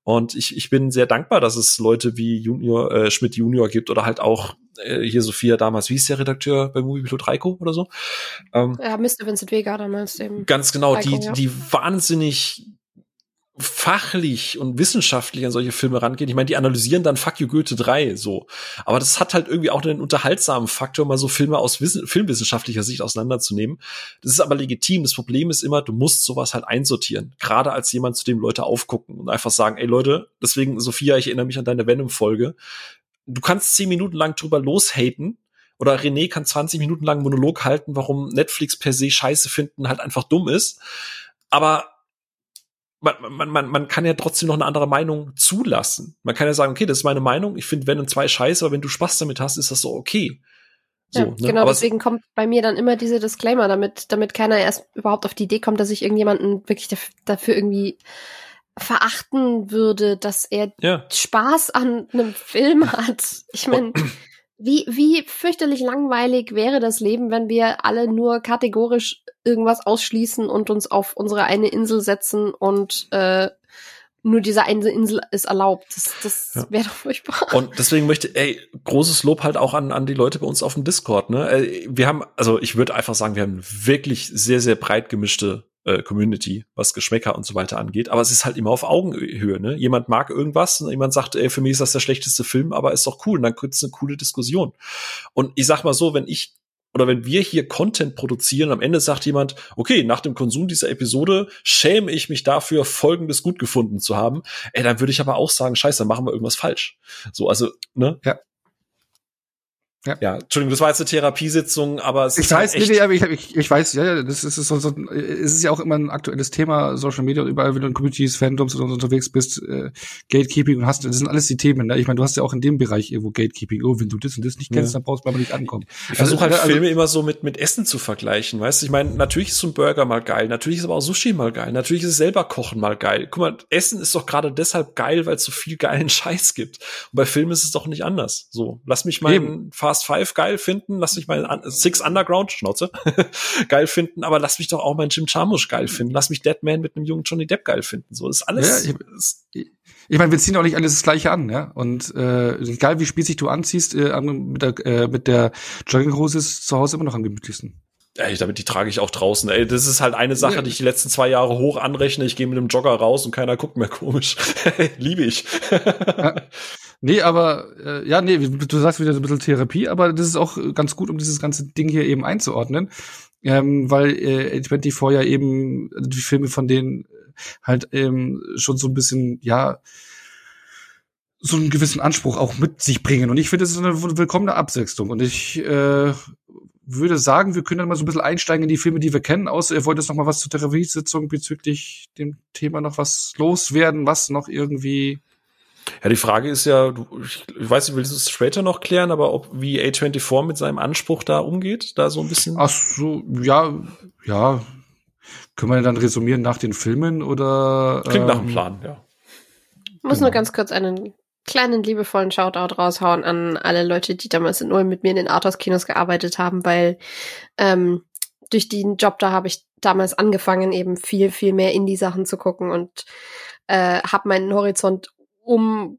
Und ich bin sehr dankbar, dass es Leute wie Schmidt Junior gibt oder halt auch hier Sophia damals, wie ist der Redakteur bei Moviepilot, Reiko oder so? Ja, Mr. Vincent Vega damals eben. Ganz genau, Reiko, die wahnsinnig fachlich und wissenschaftlich an solche Filme rangehen. Ich meine, die analysieren dann Fuck You Goethe 3 so. Aber das hat halt irgendwie auch einen unterhaltsamen Faktor, mal so Filme aus filmwissenschaftlicher Sicht auseinanderzunehmen. Das ist aber legitim. Das Problem ist immer, du musst sowas halt einsortieren. Gerade als jemand, zu dem Leute aufgucken und einfach sagen, ey Leute, deswegen, Sophia, ich erinnere mich an deine Venom-Folge. Du kannst 10 Minuten lang drüber loshaten. Oder René kann 20 Minuten lang einen Monolog halten, warum Netflix per se Scheiße finden halt einfach dumm ist. Aber man kann ja trotzdem noch eine andere Meinung zulassen. Man kann ja sagen, okay, das ist meine Meinung, ich finde Venom 2 scheiße, aber wenn du Spaß damit hast, ist das so okay. So, ja, ne? genau, aber deswegen kommt bei mir dann immer diese Disclaimer, damit keiner erst überhaupt auf die Idee kommt, dass ich irgendjemanden wirklich dafür irgendwie verachten würde, dass er Spaß an einem Film hat. Ich meine, wie fürchterlich langweilig wäre das Leben, wenn wir alle nur kategorisch irgendwas ausschließen und uns auf unsere eine Insel setzen und nur diese eine Insel ist erlaubt. Das wäre doch furchtbar. Und deswegen großes Lob halt auch an die Leute bei uns auf dem Discord, ne? Wir haben, also ich würde einfach sagen, wir haben wirklich sehr, sehr breit gemischte Community, was Geschmäcker und so weiter angeht. Aber es ist halt immer auf Augenhöhe, ne? Jemand mag irgendwas und jemand sagt, für mich ist das der schlechteste Film, aber ist doch cool. Und dann gibt's eine coole Diskussion. Und ich sag mal so, wenn wir hier Content produzieren, am Ende sagt jemand, okay, nach dem Konsum dieser Episode schäme ich mich dafür, Folgendes gut gefunden zu haben. Dann würde ich aber auch sagen, scheiße, dann machen wir irgendwas falsch. So, also, ne? Ja, Entschuldigung, das war jetzt eine Therapiesitzung, aber es ist weiß, echt. Ich weiß, ja, das ist so, es ist ja auch immer ein aktuelles Thema, Social Media, überall, wenn du in Communities, Fandoms oder so unterwegs bist, Gatekeeping und das sind alles die Themen, ne? Ich meine, du hast ja auch in dem Bereich irgendwo Gatekeeping. Oh, wenn du das und das nicht kennst, dann brauchst du aber nicht ankommen. Ich versuche halt Filme immer so mit Essen zu vergleichen, weißt du? Ich meine, natürlich ist so ein Burger mal geil, natürlich ist aber auch Sushi mal geil, natürlich ist selber Kochen mal geil. Guck mal, Essen ist doch gerade deshalb geil, weil es so viel geilen Scheiß gibt. Und bei Filmen ist es doch nicht anders. So, lass mich meinen Fast Five geil finden, lass mich mal Six Underground, Schnauze, geil finden, aber lass mich doch auch meinen Jim Jarmusch geil finden, lass mich Deadman mit einem jungen Johnny Depp geil finden, so, das ist alles. Ja, ich meine, wir ziehen auch nicht alles das Gleiche an, ja, und egal wie spießig du anziehst, mit der Jogginghose ist zu Hause immer noch am gemütlichsten. Die trage ich auch draußen. Das ist halt eine Sache, die ich die letzten 2 Jahre hoch anrechne. Ich gehe mit einem Jogger raus und keiner guckt mehr komisch. Liebe ich. Nee, aber du sagst wieder so ein bisschen Therapie, aber das ist auch ganz gut, um dieses ganze Ding hier eben einzuordnen, weil A24 ja eben die Filme von denen halt schon so ein bisschen, ja, so einen gewissen Anspruch auch mit sich bringen. Und ich finde, das ist eine willkommene Abwechslung. Und ich würde sagen, wir können dann mal so ein bisschen einsteigen in die Filme, die wir kennen, außer ihr wollt jetzt noch mal was zur Therapiesitzung bezüglich dem Thema noch was loswerden, was noch irgendwie. Ja, die Frage ist ja, ich weiß nicht, willst du es später noch klären, aber wie A24 mit seinem Anspruch da umgeht, da so ein bisschen? Ach so, ja. Können wir dann resümieren nach den Filmen oder? Klingt nach dem Plan, ja. Ich muss nur ganz kurz einen kleinen liebevollen Shoutout raushauen an alle Leute, die damals in Ulm mit mir in den Arthouse-Kinos gearbeitet haben, weil durch den Job da habe ich damals angefangen, eben viel, viel mehr Indie-Sachen zu gucken und habe meinen Horizont um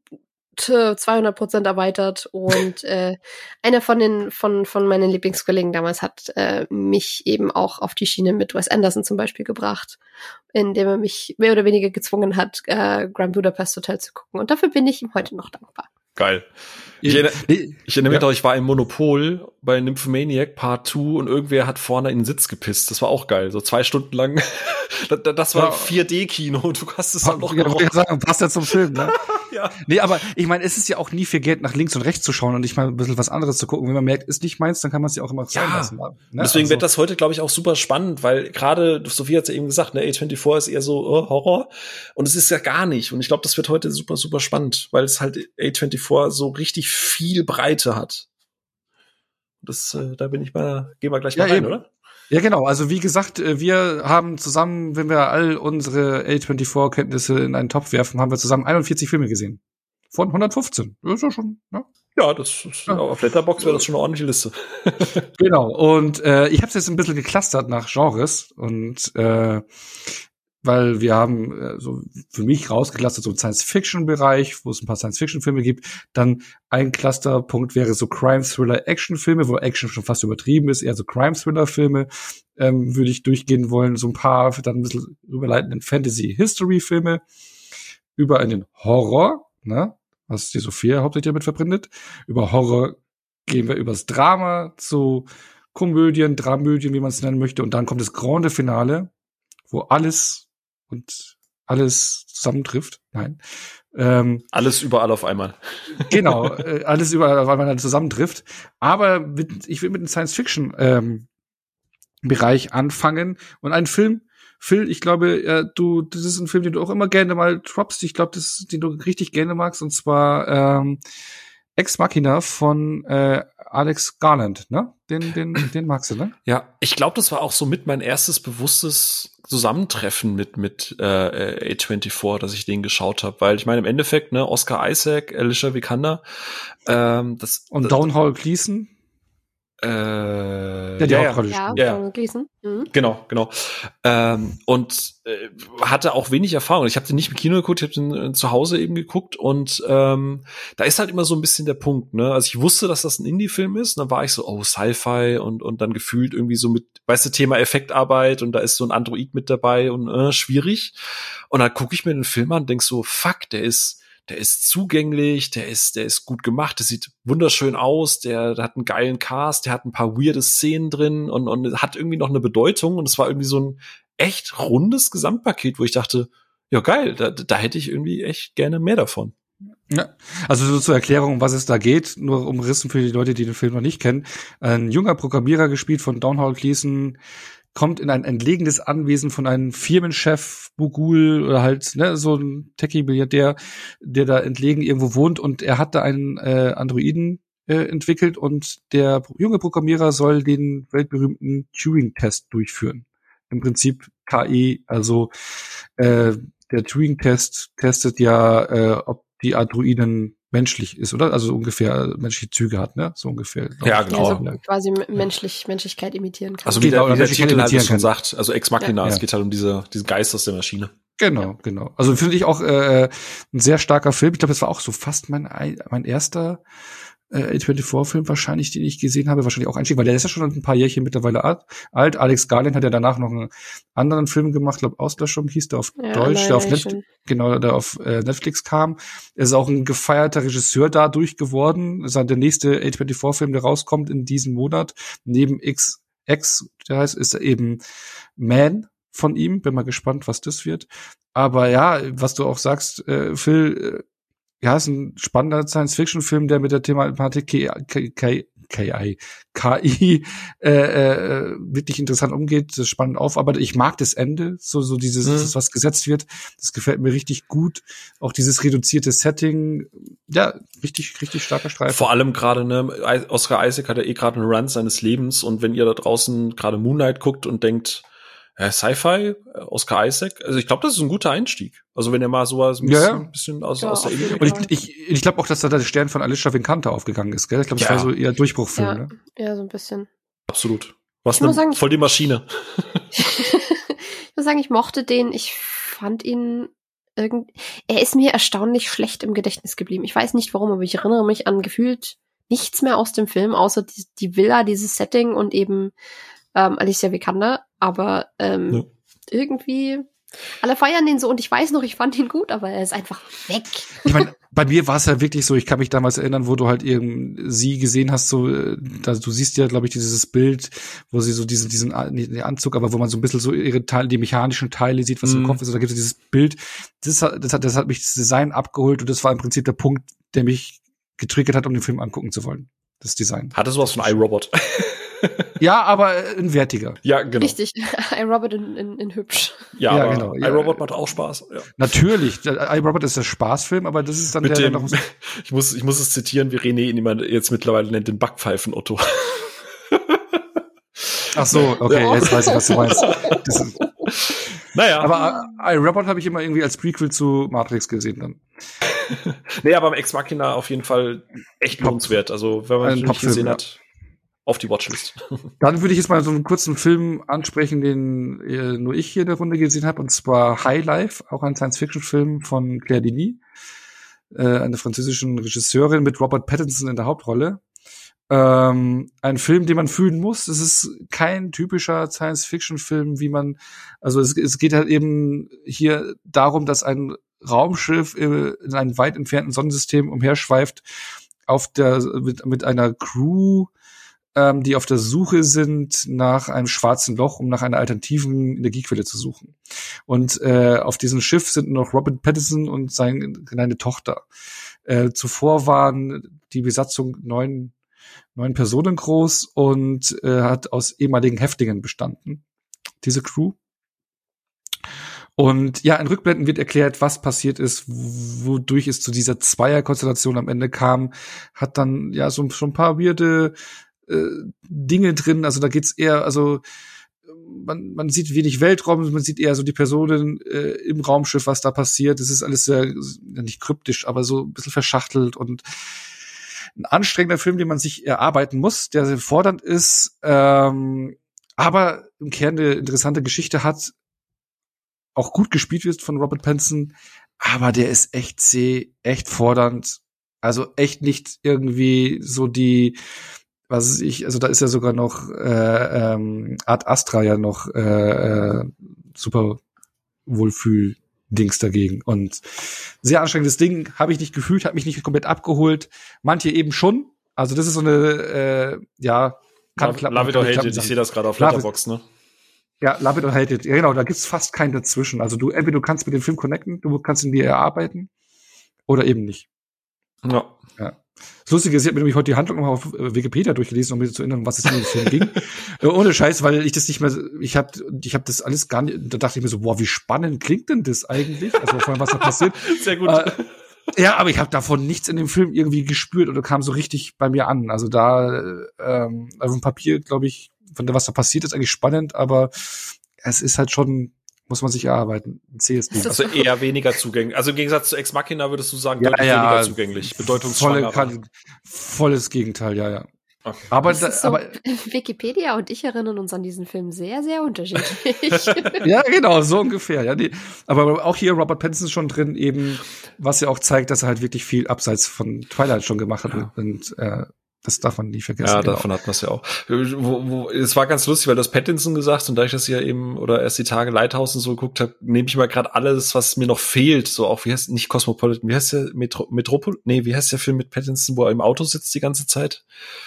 200% erweitert und einer von meinen Lieblingskollegen damals hat mich eben auch auf die Schiene mit Wes Anderson zum Beispiel gebracht, indem er mich mehr oder weniger gezwungen hat, Grand Budapest Hotel zu gucken. Und dafür bin ich ihm heute noch dankbar. Geil. Ich erinnere mich doch, ich war im Monopol bei Nymphomaniac Part 2 und irgendwer hat vorne in den Sitz gepisst. Das war auch geil. So 2 Stunden lang. Das war 4D-Kino. Du hast es dann noch gemacht. Ich sagen, passt ja zum Film, ne? Ja. Nee, aber ich meine, es ist ja auch nie viel Geld nach links und rechts zu schauen und ich mal ein bisschen was anderes zu gucken. Wenn man merkt, ist nicht meins, dann kann man es ja auch immer sein lassen. Ne? Deswegen wird das heute, glaube ich, auch super spannend, weil gerade, Sophie hat es ja eben gesagt, ne, A24 ist eher so Horror und es ist ja gar nicht. Und ich glaube, das wird heute super, super spannend, weil es halt A24 so richtig viel Breite hat. Das, da gehen wir gleich mal rein, eben. Oder? Ja, genau. Also wie gesagt, wir haben zusammen, wenn wir all unsere A24-Kenntnisse in einen Topf werfen, haben wir zusammen 41 Filme gesehen. Von 115. Das ist ja schon, ne? Ja, das ist, auf Letterboxd wäre das schon eine ordentliche Liste. Genau. Und ich habe es jetzt ein bisschen geclustert nach Genres und wir weil wir haben so für mich rausgeklustert so einen Science-Fiction-Bereich, wo es ein paar Science-Fiction-Filme gibt. Dann ein Clusterpunkt wäre so Crime-Thriller-Action-Filme, wo Action schon fast übertrieben ist, eher so Crime-Thriller-Filme würde ich durchgehen wollen. So ein paar dann ein bisschen überleitenden Fantasy-History-Filme über einen Horror, ne, was die Sophia hauptsächlich damit verbindet. Über Horror gehen wir übers Drama zu Komödien, Dramödien, wie man es nennen möchte. Und dann kommt das Grande Finale, wo alles zusammentrifft. Nein. Alles überall auf einmal. Genau, alles überall auf einmal zusammentrifft. Aber ich will mit dem Science-Fiction-Bereich anfangen. Und einen Film, Phil, ich glaube, das ist ein Film, den du auch immer gerne mal droppst. Ich glaube, den du richtig gerne magst. Und zwar Ex Machina von Alex Garland, ne? Den magst du, ne? Ja, ich glaube, das war auch so mit mein erstes bewusstes Zusammentreffen mit A24, dass ich den geschaut habe, weil ich meine im Endeffekt, ne, Oscar Isaac, Alicia Vikander, und Domhnall Gleeson. Die Hauptrolle spielt. Ja, Gleeson. Mhm. Genau. Und hatte auch wenig Erfahrung. Ich habe den nicht im Kino geguckt, ich habe den zu Hause eben geguckt und da ist halt immer so ein bisschen der Punkt, ne? Also ich wusste, dass das ein Indie-Film ist, und dann war ich so, Sci-Fi und dann gefühlt irgendwie so mit, weißt du, Thema Effektarbeit und da ist so ein Android mit dabei und schwierig. Und dann gucke ich mir den Film an und denk so, fuck, der ist zugänglich, der ist gut gemacht, der sieht wunderschön aus, der hat einen geilen Cast, der hat ein paar weirde Szenen drin und hat irgendwie noch eine Bedeutung, und es war irgendwie so ein echt rundes Gesamtpaket, wo ich dachte, ja geil, da hätte ich irgendwie echt gerne mehr davon. Ja, also so zur Erklärung, um was es da geht, nur umrissen für die Leute, die den Film noch nicht kennen. Ein junger Programmierer, gespielt von Domhnall Gleeson, kommt in ein entlegenes Anwesen von einem Firmenchef, Bugul oder halt so ein Techie-Milliardär, der da entlegen irgendwo wohnt, und er hat da einen Androiden entwickelt, und der junge Programmierer soll den weltberühmten Turing-Test durchführen. Im Prinzip KI, also der Turing-Test testet ja, ob die Androiden menschlich ist, oder? Also ungefähr menschliche Züge hat, ne? So ungefähr. Ja, genau. Also quasi Menschlichkeit imitieren kann. Also wie der Titel halt schon kann. sagt, also Ex Machina, es geht halt um diesen Geist aus der Maschine. Genau. Also finde ich auch ein sehr starker Film. Ich glaube, das war auch so fast mein erster A24-Film wahrscheinlich, den ich gesehen habe, wahrscheinlich auch Einstieg, weil der ist ja schon ein paar Jährchen mittlerweile alt. Alex Garland hat ja danach noch einen anderen Film gemacht, glaube Auslöschung hieß der auf Deutsch, der auf Netflix kam. Er ist auch ein gefeierter Regisseur dadurch geworden. Das ist der nächste A24-Film, der rauskommt in diesem Monat. Neben X, der heißt, ist eben Man von ihm. Bin mal gespannt, was das wird. Aber ja, was du auch sagst, Phil, ja, ist ein spannender Science-Fiction-Film, der mit der Thematik KI wirklich interessant umgeht, das spannend aufarbeitet. Ich mag das Ende, so dieses, was gesetzt wird. Das gefällt mir richtig gut. Auch dieses reduzierte Setting, ja, richtig starker Streifen. Vor allem gerade, ne, Oscar Isaac hat ja gerade einen Run seines Lebens, und wenn ihr da draußen gerade Moonlight guckt und denkt, Sci-Fi, Oscar Isaac, also ich glaube, das ist ein guter Einstieg. Also wenn er mal sowas ein bisschen aus der Indie. Und ich glaube auch, dass da der Stern von Alicia Vikander aufgegangen ist, gell? Ich glaube, das war so eher Durchbruchfilm, ne? Ja, so ein bisschen. Absolut. Voll die Maschine. Ich muss sagen, ich mochte den. Ich fand ihn er ist mir erstaunlich schlecht im Gedächtnis geblieben. Ich weiß nicht warum, aber ich erinnere mich an gefühlt nichts mehr aus dem Film, außer die Villa, dieses Setting und eben Alicia Vikander, aber irgendwie alle feiern den so, und ich weiß noch, ich fand ihn gut, aber er ist einfach weg. Ich meine, bei mir war es ja wirklich so, ich kann mich damals erinnern, wo du halt eben sie gesehen hast, so, du siehst ja, glaube ich, dieses Bild, wo sie so diesen Anzug, aber wo man so ein bisschen so ihre Teile, die mechanischen Teile sieht, was im Kopf ist, und da gibt es dieses Bild, das hat mich das Design abgeholt, und das war im Prinzip der Punkt, der mich getriggert hat, um den Film angucken zu wollen. Das Design. Hatte sowas von iRobot. Ja, aber in wertiger. Ja, genau. Richtig. iRobot in hübsch. Ja, aber genau. iRobot macht auch Spaß. Ja. Natürlich. iRobot ist der Spaßfilm, aber das ist dann mit dem, ich muss es zitieren, wie René ihn immer jetzt mittlerweile nennt, den Backpfeifen-Otto. Ach so, okay, ja. Jetzt weiß ich, was du meinst. Naja. Aber iRobot habe ich immer irgendwie als Prequel zu Matrix gesehen dann. Nee, aber Ex Machina auf jeden Fall echt lohnenswert. Also, wenn man ihn nicht gesehen hat. auf die Watchlist. Dann würde ich jetzt mal so einen kurzen Film ansprechen, den nur ich hier in der Runde gesehen habe, und zwar High Life, auch ein Science-Fiction-Film von Claire Denis, einer französischen Regisseurin mit Robert Pattinson in der Hauptrolle. Ein Film, den man fühlen muss. Es ist kein typischer Science-Fiction-Film, also es geht halt eben hier darum, dass ein Raumschiff in einem weit entfernten Sonnensystem umherschweift mit einer Crew, die auf der Suche sind nach einem schwarzen Loch, um nach einer alternativen Energiequelle zu suchen. Und auf diesem Schiff sind noch Robert Pattinson und seine kleine Tochter. Zuvor waren die Besatzung neun Personen groß und hat aus ehemaligen Häftlingen bestanden, diese Crew. Und ja, in Rückblenden wird erklärt, was passiert ist, wodurch es zu dieser Zweierkonstellation am Ende kam. Hat dann ja so ein paar weirde Dinge drin. Also da geht's eher, also man sieht wenig Weltraum, man sieht eher so die Personen im Raumschiff, was da passiert. Es ist alles sehr, nicht kryptisch, aber so ein bisschen verschachtelt und ein anstrengender Film, den man sich erarbeiten muss, der sehr fordernd ist, aber im Kern eine interessante Geschichte hat, auch gut gespielt wird von Robert Pattinson, aber der ist echt fordernd. Also echt nicht irgendwie so die, was weiß ich, also da ist ja sogar noch Ad Astra ja noch super Wohlfühl-Dings dagegen. Und sehr anstrengendes Ding, habe ich nicht gefühlt, hat mich nicht komplett abgeholt. Manche eben schon. Also das ist so eine, kann klappen. Love it or hate it, ich sehe das gerade auf Letterboxd, ne? Ja, Love it or hate it. Ja, genau, da gibt's fast keinen dazwischen. Also entweder du kannst mit dem Film connecten, du kannst ihn dir erarbeiten oder eben nicht. Ja. Das Lustige ist, ich habe mir nämlich heute die Handlung nochmal auf Wikipedia durchgelesen, um mir zu erinnern, was es in dem Film ging. Ohne Scheiß, weil ich das nicht mehr, ich hab das alles gar nicht, da dachte ich mir so, boah, wie spannend klingt denn das eigentlich? Also vor allem, was da passiert. Sehr gut. Ja, aber ich habe davon nichts in dem Film irgendwie gespürt oder kam so richtig bei mir an. Also da, auf dem Papier, glaube ich, von was da passiert, ist eigentlich spannend, aber es ist halt schon, muss man sich erarbeiten. CSD. Also eher weniger zugänglich. Also im Gegensatz zu Ex Machina würdest du sagen, deutlich weniger zugänglich. Bedeutungsschwanger. Volles Gegenteil, ja. Okay. Aber Wikipedia und ich erinnern uns an diesen Film sehr, sehr unterschiedlich. Ja, genau, so ungefähr. Ja, aber auch hier Robert Pattinson schon drin, eben, was ja auch zeigt, dass er halt wirklich viel abseits von Twilight schon gemacht hat. Ja. Und das darf man nie vergessen. Ja, davon hat man es ja auch. Es war ganz lustig, weil du hast Pattinson gesagt und da ich das ja eben oder erst die Tage Lighthouse und so geguckt habe, nehme ich mal gerade alles, was mir noch fehlt, so auch, wie heißt nicht Cosmopolitan, wie heißt der Metropol? Nee, wie heißt der Film mit Pattinson, wo er im Auto sitzt die ganze Zeit?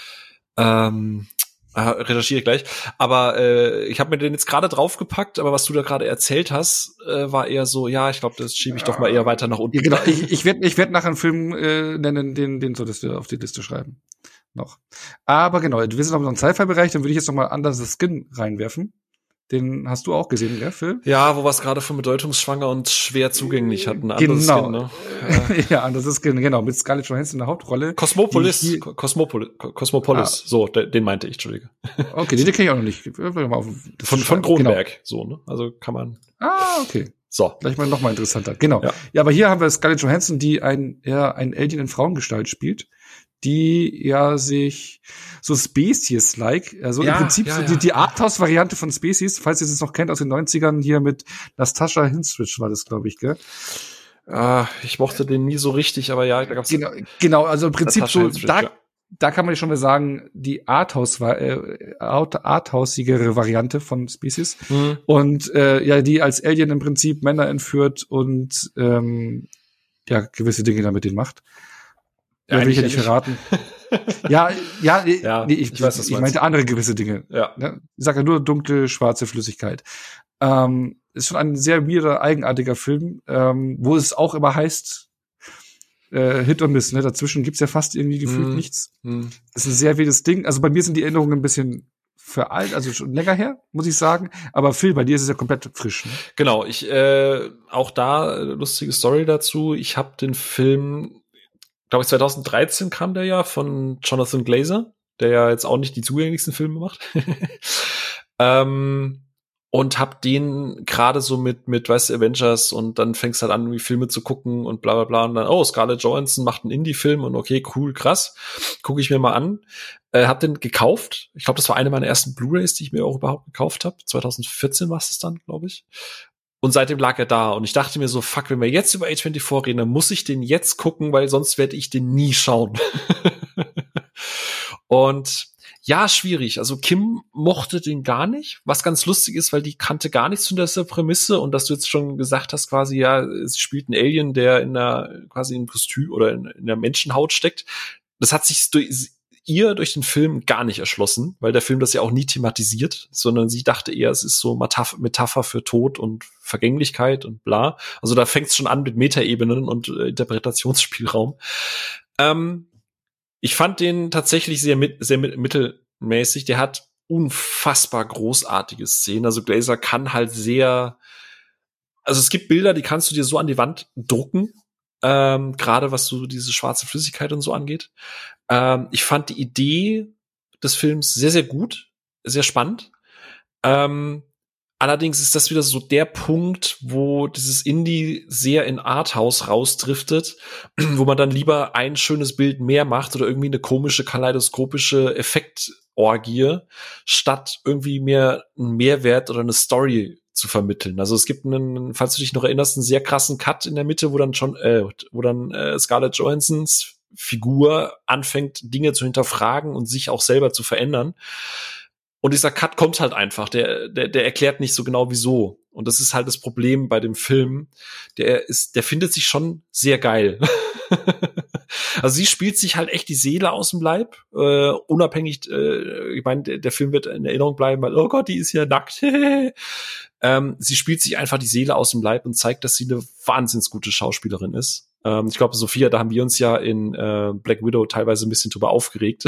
Recherchiere gleich. Aber ich habe mir den jetzt gerade draufgepackt, aber was du da gerade erzählt hast, war eher so, ja, ich glaube, das schiebe ich doch mal eher weiter nach unten. Ja, genau, ich werd nachher einen Film nennen, den solltest du auf die Liste schreiben. Noch. Aber genau, wir sind noch im Sci-Fi-Bereich, dann würde ich jetzt noch mal Under the Skin reinwerfen. Den hast du auch gesehen, ja, Phil? Ja, wo wir es gerade von bedeutungsschwanger und schwer zugänglich hatten. Genau. Skin, ne? Ja, Under the Skin, genau, mit Scarlett Johansson in der Hauptrolle. Cosmopolis, so, den meinte ich, Entschuldige. Okay, den kenne ich auch noch nicht. Von Cronenberg, genau. So, ne? Also kann man. Okay. So. Gleich mal noch mal interessanter. Genau. Ja, aber hier haben wir Scarlett Johansson, die ein Alien in Frauengestalt spielt, die ja sich so Species-like, also im Prinzip so die Arthouse-Variante von Species, falls ihr es noch kennt aus den 90ern, hier mit Natasha Henstridge war das, glaube ich, gell? Ich mochte den nie so richtig, aber ja, da gab's genau, also im Prinzip so, da kann man ja schon mal sagen, die arthausigere Variante von Species. Mhm. Und die als Alien im Prinzip Männer entführt und gewisse Dinge damit denen macht. Ja, will ich ja nicht verraten. Ich weiß, was ich meinte andere gewisse Dinge. Ja. Ich sage ja nur dunkle, schwarze Flüssigkeit. Ist schon ein sehr weirder, eigenartiger Film, wo es auch immer heißt, Hit or Miss, ne? Dazwischen gibt's ja fast irgendwie gefühlt nichts. Das ist ein sehr weirdes Ding. Also bei mir sind die Erinnerungen ein bisschen veraltet, also schon länger her, muss ich sagen. Aber Phil, bei dir ist es ja komplett frisch. Ne? Genau, auch da lustige Story dazu. Ich habe den Film, glaube ich, 2013 kam der ja von Jonathan Glazer, der ja jetzt auch nicht die zugänglichsten Filme macht. und hab den gerade so mit, weißt du, Avengers und dann fängst halt an, irgendwie Filme zu gucken und bla bla bla und dann, oh, Scarlett Johansson macht einen Indie-Film und okay, cool, krass, gucke ich mir mal an. Hab den gekauft. Ich glaube, das war eine meiner ersten Blu-rays, die ich mir auch überhaupt gekauft habe. 2014 war es dann, glaube ich. Und seitdem lag er da und ich dachte mir so, fuck, wenn wir jetzt über A24 reden, dann muss ich den jetzt gucken, weil sonst werde ich den nie schauen. Und ja, schwierig. Also Kim mochte den gar nicht, was ganz lustig ist, weil die kannte gar nichts von dieser Prämisse und dass du jetzt schon gesagt hast, quasi, ja, sie spielt einen Alien, der in einer, quasi in Kostüm oder in der Menschenhaut steckt. Das hat sich ihr durch den Film gar nicht erschlossen, weil der Film das ja auch nie thematisiert, sondern sie dachte eher, es ist so Metapher für Tod und Vergänglichkeit und bla. Also da fängt es schon an mit Metaebenen und Interpretationsspielraum. Ich fand den tatsächlich sehr mittelmäßig. Der hat unfassbar großartige Szenen. Also Glazer kann halt also es gibt Bilder, die kannst du dir so an die Wand drucken, gerade was so diese schwarze Flüssigkeit und so angeht. Ich fand die Idee des Films sehr, sehr gut, sehr spannend. Allerdings ist das wieder so der Punkt, wo dieses Indie sehr in Arthouse rausdriftet, wo man dann lieber ein schönes Bild mehr macht oder irgendwie eine komische, kaleidoskopische Effektorgie, statt irgendwie mehr einen Mehrwert oder eine Story zu vermitteln. Also es gibt falls du dich noch erinnerst, einen sehr krassen Cut in der Mitte, wo dann Scarlett Johansons Figur anfängt, Dinge zu hinterfragen und sich auch selber zu verändern. Und dieser Cut kommt halt einfach, der erklärt nicht so genau wieso. Und das ist halt das Problem bei dem Film. Der findet sich schon sehr geil. Also sie spielt sich halt echt die Seele aus dem Leib, unabhängig, ich meine, der Film wird in Erinnerung bleiben, weil, oh Gott, die ist ja nackt. Sie spielt sich einfach die Seele aus dem Leib und zeigt, dass sie eine wahnsinnig gute Schauspielerin ist. Ich glaube, Sophia, da haben wir uns ja in Black Widow teilweise ein bisschen drüber aufgeregt,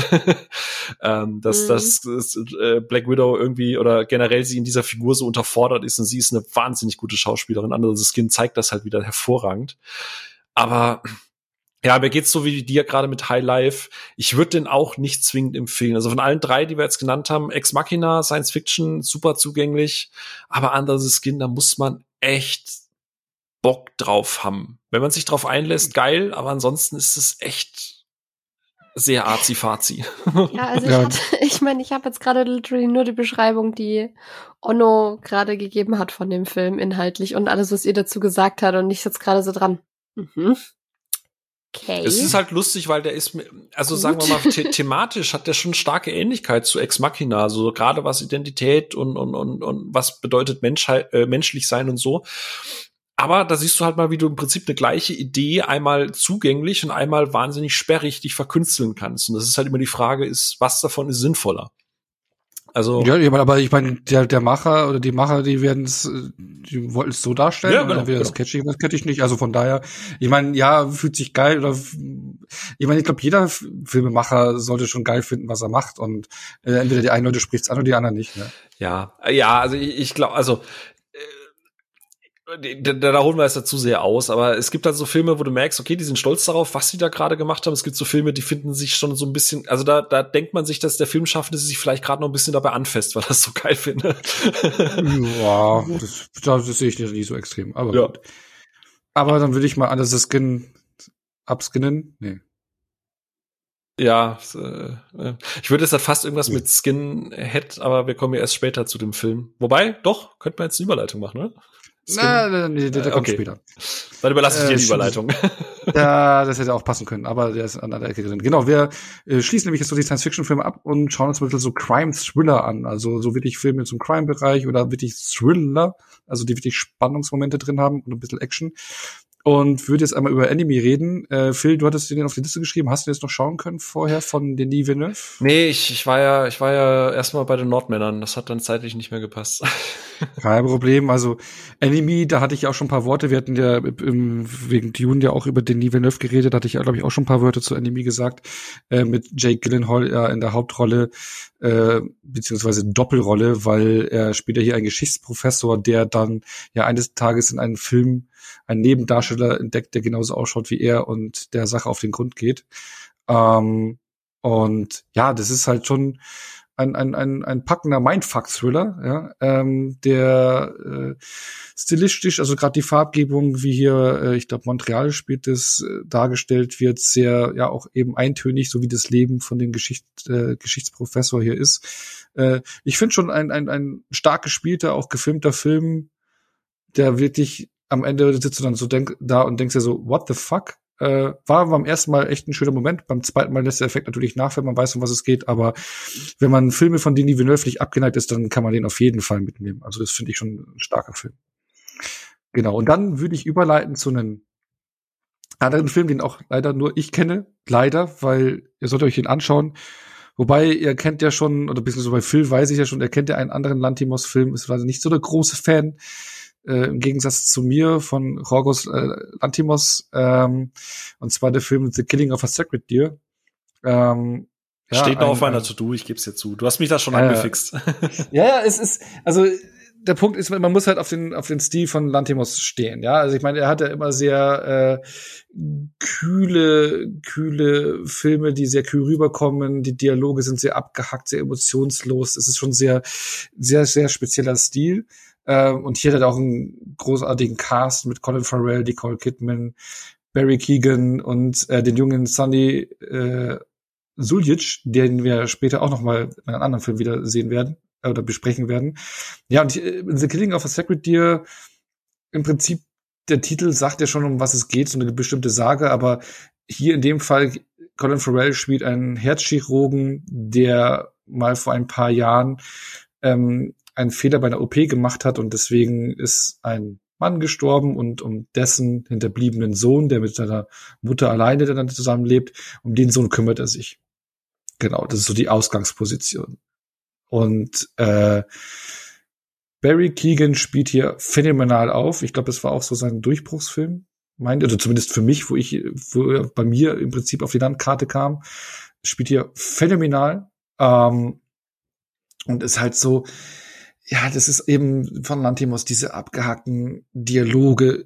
dass Black Widow irgendwie oder generell sie in dieser Figur so unterfordert ist und sie ist eine wahnsinnig gute Schauspielerin. Under the Skin zeigt das halt wieder hervorragend. Aber ja, mir geht's so wie dir gerade mit High Life. Ich würde den auch nicht zwingend empfehlen. Also von allen drei, die wir jetzt genannt haben, Ex Machina, Science Fiction, super zugänglich. Aber Under the Skin, da muss man echt Bock drauf haben. Wenn man sich drauf einlässt, geil, aber ansonsten ist es echt sehr arzi-fazi. Ja, also ich habe jetzt gerade literally nur die Beschreibung, die Onno gerade gegeben hat von dem Film inhaltlich und alles, was ihr dazu gesagt hat und ich sitze gerade so dran. Mhm. Okay. Es ist halt lustig, weil der ist, also sagen wir mal, thematisch hat der schon starke Ähnlichkeit zu Ex Machina, also gerade was Identität und was bedeutet menschlich sein und so. Aber da siehst du halt mal, wie du im Prinzip eine gleiche Idee einmal zugänglich und einmal wahnsinnig sperrig dich verkünsteln kannst. Und das ist halt immer die Frage, was davon ist sinnvoller? Also ja, aber ich meine, der Macher oder die Macher, die wollten es so darstellen, ja, genau, entweder das catchy, das catchy nicht. Also von daher, ich meine, ja, fühlt sich geil oder ich meine, ich glaube, jeder Filmemacher sollte schon geil finden, was er macht und entweder die einen Leute spricht's an oder die anderen nicht. Ne? Ja, also ich glaube, also da holen wir es dazu sehr aus, aber es gibt halt so Filme, wo du merkst, okay, die sind stolz darauf, was sie da gerade gemacht haben. Es gibt so Filme, die finden sich schon so ein bisschen, also da denkt man sich, dass der Filmschaffende sich vielleicht gerade noch ein bisschen dabei anfasst, weil er es so geil findet. Ja, das sehe ich nicht so extrem, aber ja. Gut. Aber dann würde ich mal Under the Skin abskinnen. Nee. Ja, ich würde jetzt halt fast irgendwas mit Skinhead, aber wir kommen ja erst später zu dem Film. Wobei, doch, könnten wir jetzt eine Überleitung machen, oder? Nee, der kommt später. Dann überlasse ich dir die Überleitung. Ja, das hätte auch passen können, aber der ist an der Ecke drin. Genau, wir schließen nämlich jetzt so die Science-Fiction-Filme ab und schauen uns ein bisschen so Crime-Thriller an. Also so wirklich Filme zum Crime-Bereich oder wirklich Thriller, also die wirklich Spannungsmomente drin haben und ein bisschen Action. Und würde jetzt einmal über Enemy reden. Phil, du hattest den auf die Liste geschrieben. Hast du jetzt noch schauen können vorher von Denis Villeneuve? Nee, ich war ja erstmal bei den Nordmännern. Das hat dann zeitlich nicht mehr gepasst. Kein Problem. Also Enemy, da hatte ich auch schon ein paar Worte. Wir hatten ja wegen Dune ja auch über Denis Villeneuve geredet. Da hatte ich ja, glaube ich, auch schon ein paar Wörter zu Enemy gesagt. Mit Jake Gyllenhaal in der Hauptrolle, beziehungsweise Doppelrolle, weil er spielt ja hier einen Geschichtsprofessor, der dann ja eines Tages in einem Film einen Nebendarsteller entdeckt, der genauso ausschaut wie er und der Sache auf den Grund geht. Und ja, das ist halt schon ein packender Mindfuck-Thriller, ja, der stilistisch, also gerade die Farbgebung, wie hier, ich glaube, Montreal spielt es, dargestellt wird, sehr, ja, auch eben eintönig, so wie das Leben von dem Geschichtsprofessor hier ist. Ich finde schon ein stark gespielter, auch gefilmter Film, der wirklich am Ende sitzt du dann so da und denkst dir so, what the fuck? War beim ersten Mal echt ein schöner Moment. Beim zweiten Mal lässt der Effekt natürlich nach, wenn man weiß, um was es geht. Aber wenn man Filme von Denis Villeneuve nicht abgeneigt ist, dann kann man den auf jeden Fall mitnehmen. Also das finde ich schon ein starker Film. Genau. Und dann würde ich überleiten zu einem anderen Film, den auch leider nur ich kenne. Leider, weil ihr sollt euch den anschauen. Wobei, ihr kennt ja schon, oder beziehungsweise bei Phil weiß ich ja schon, er kennt ja einen anderen Lanthimos-Film, ist also nicht so der große Fan. Im Gegensatz zu mir von Jorgos Lanthimos, und zwar der Film The Killing of a Sacred Deer. Steht noch auf meiner To-Do, ich geb's dir zu. Du hast mich da schon angefixt. Ja, es ist, also der Punkt ist, man muss halt auf den Stil von Lanthimos stehen, ja. Also ich meine, er hat ja immer sehr kühle Filme, die sehr kühl rüberkommen. Die Dialoge sind sehr abgehackt, sehr emotionslos. Es ist schon sehr, sehr, sehr spezieller Stil. Und hier hat er auch einen großartigen Cast mit Colin Farrell, Nicole Kidman, Barry Keoghan und den jungen Sonny Suljic, den wir später auch noch mal in einem anderen Film wieder sehen werden oder besprechen werden. Ja, und The Killing of a Sacred Deer, im Prinzip, der Titel sagt ja schon, um was es geht, so eine bestimmte Sage, aber hier in dem Fall, Colin Farrell spielt einen Herzchirurgen, der mal vor ein paar Jahren einen Fehler bei einer OP gemacht hat und deswegen ist ein Mann gestorben und um dessen hinterbliebenen Sohn, der mit seiner Mutter alleine dann zusammenlebt, um den Sohn kümmert er sich. Genau, das ist so die Ausgangsposition. Und Barry Keoghan spielt hier phänomenal auf. Ich glaube, das war auch so sein Durchbruchsfilm, oder zumindest für mich, wo er bei mir im Prinzip auf die Landkarte kam, spielt hier phänomenal. Und ist halt so, ja, das ist eben von Lanthimos diese abgehackten Dialoge,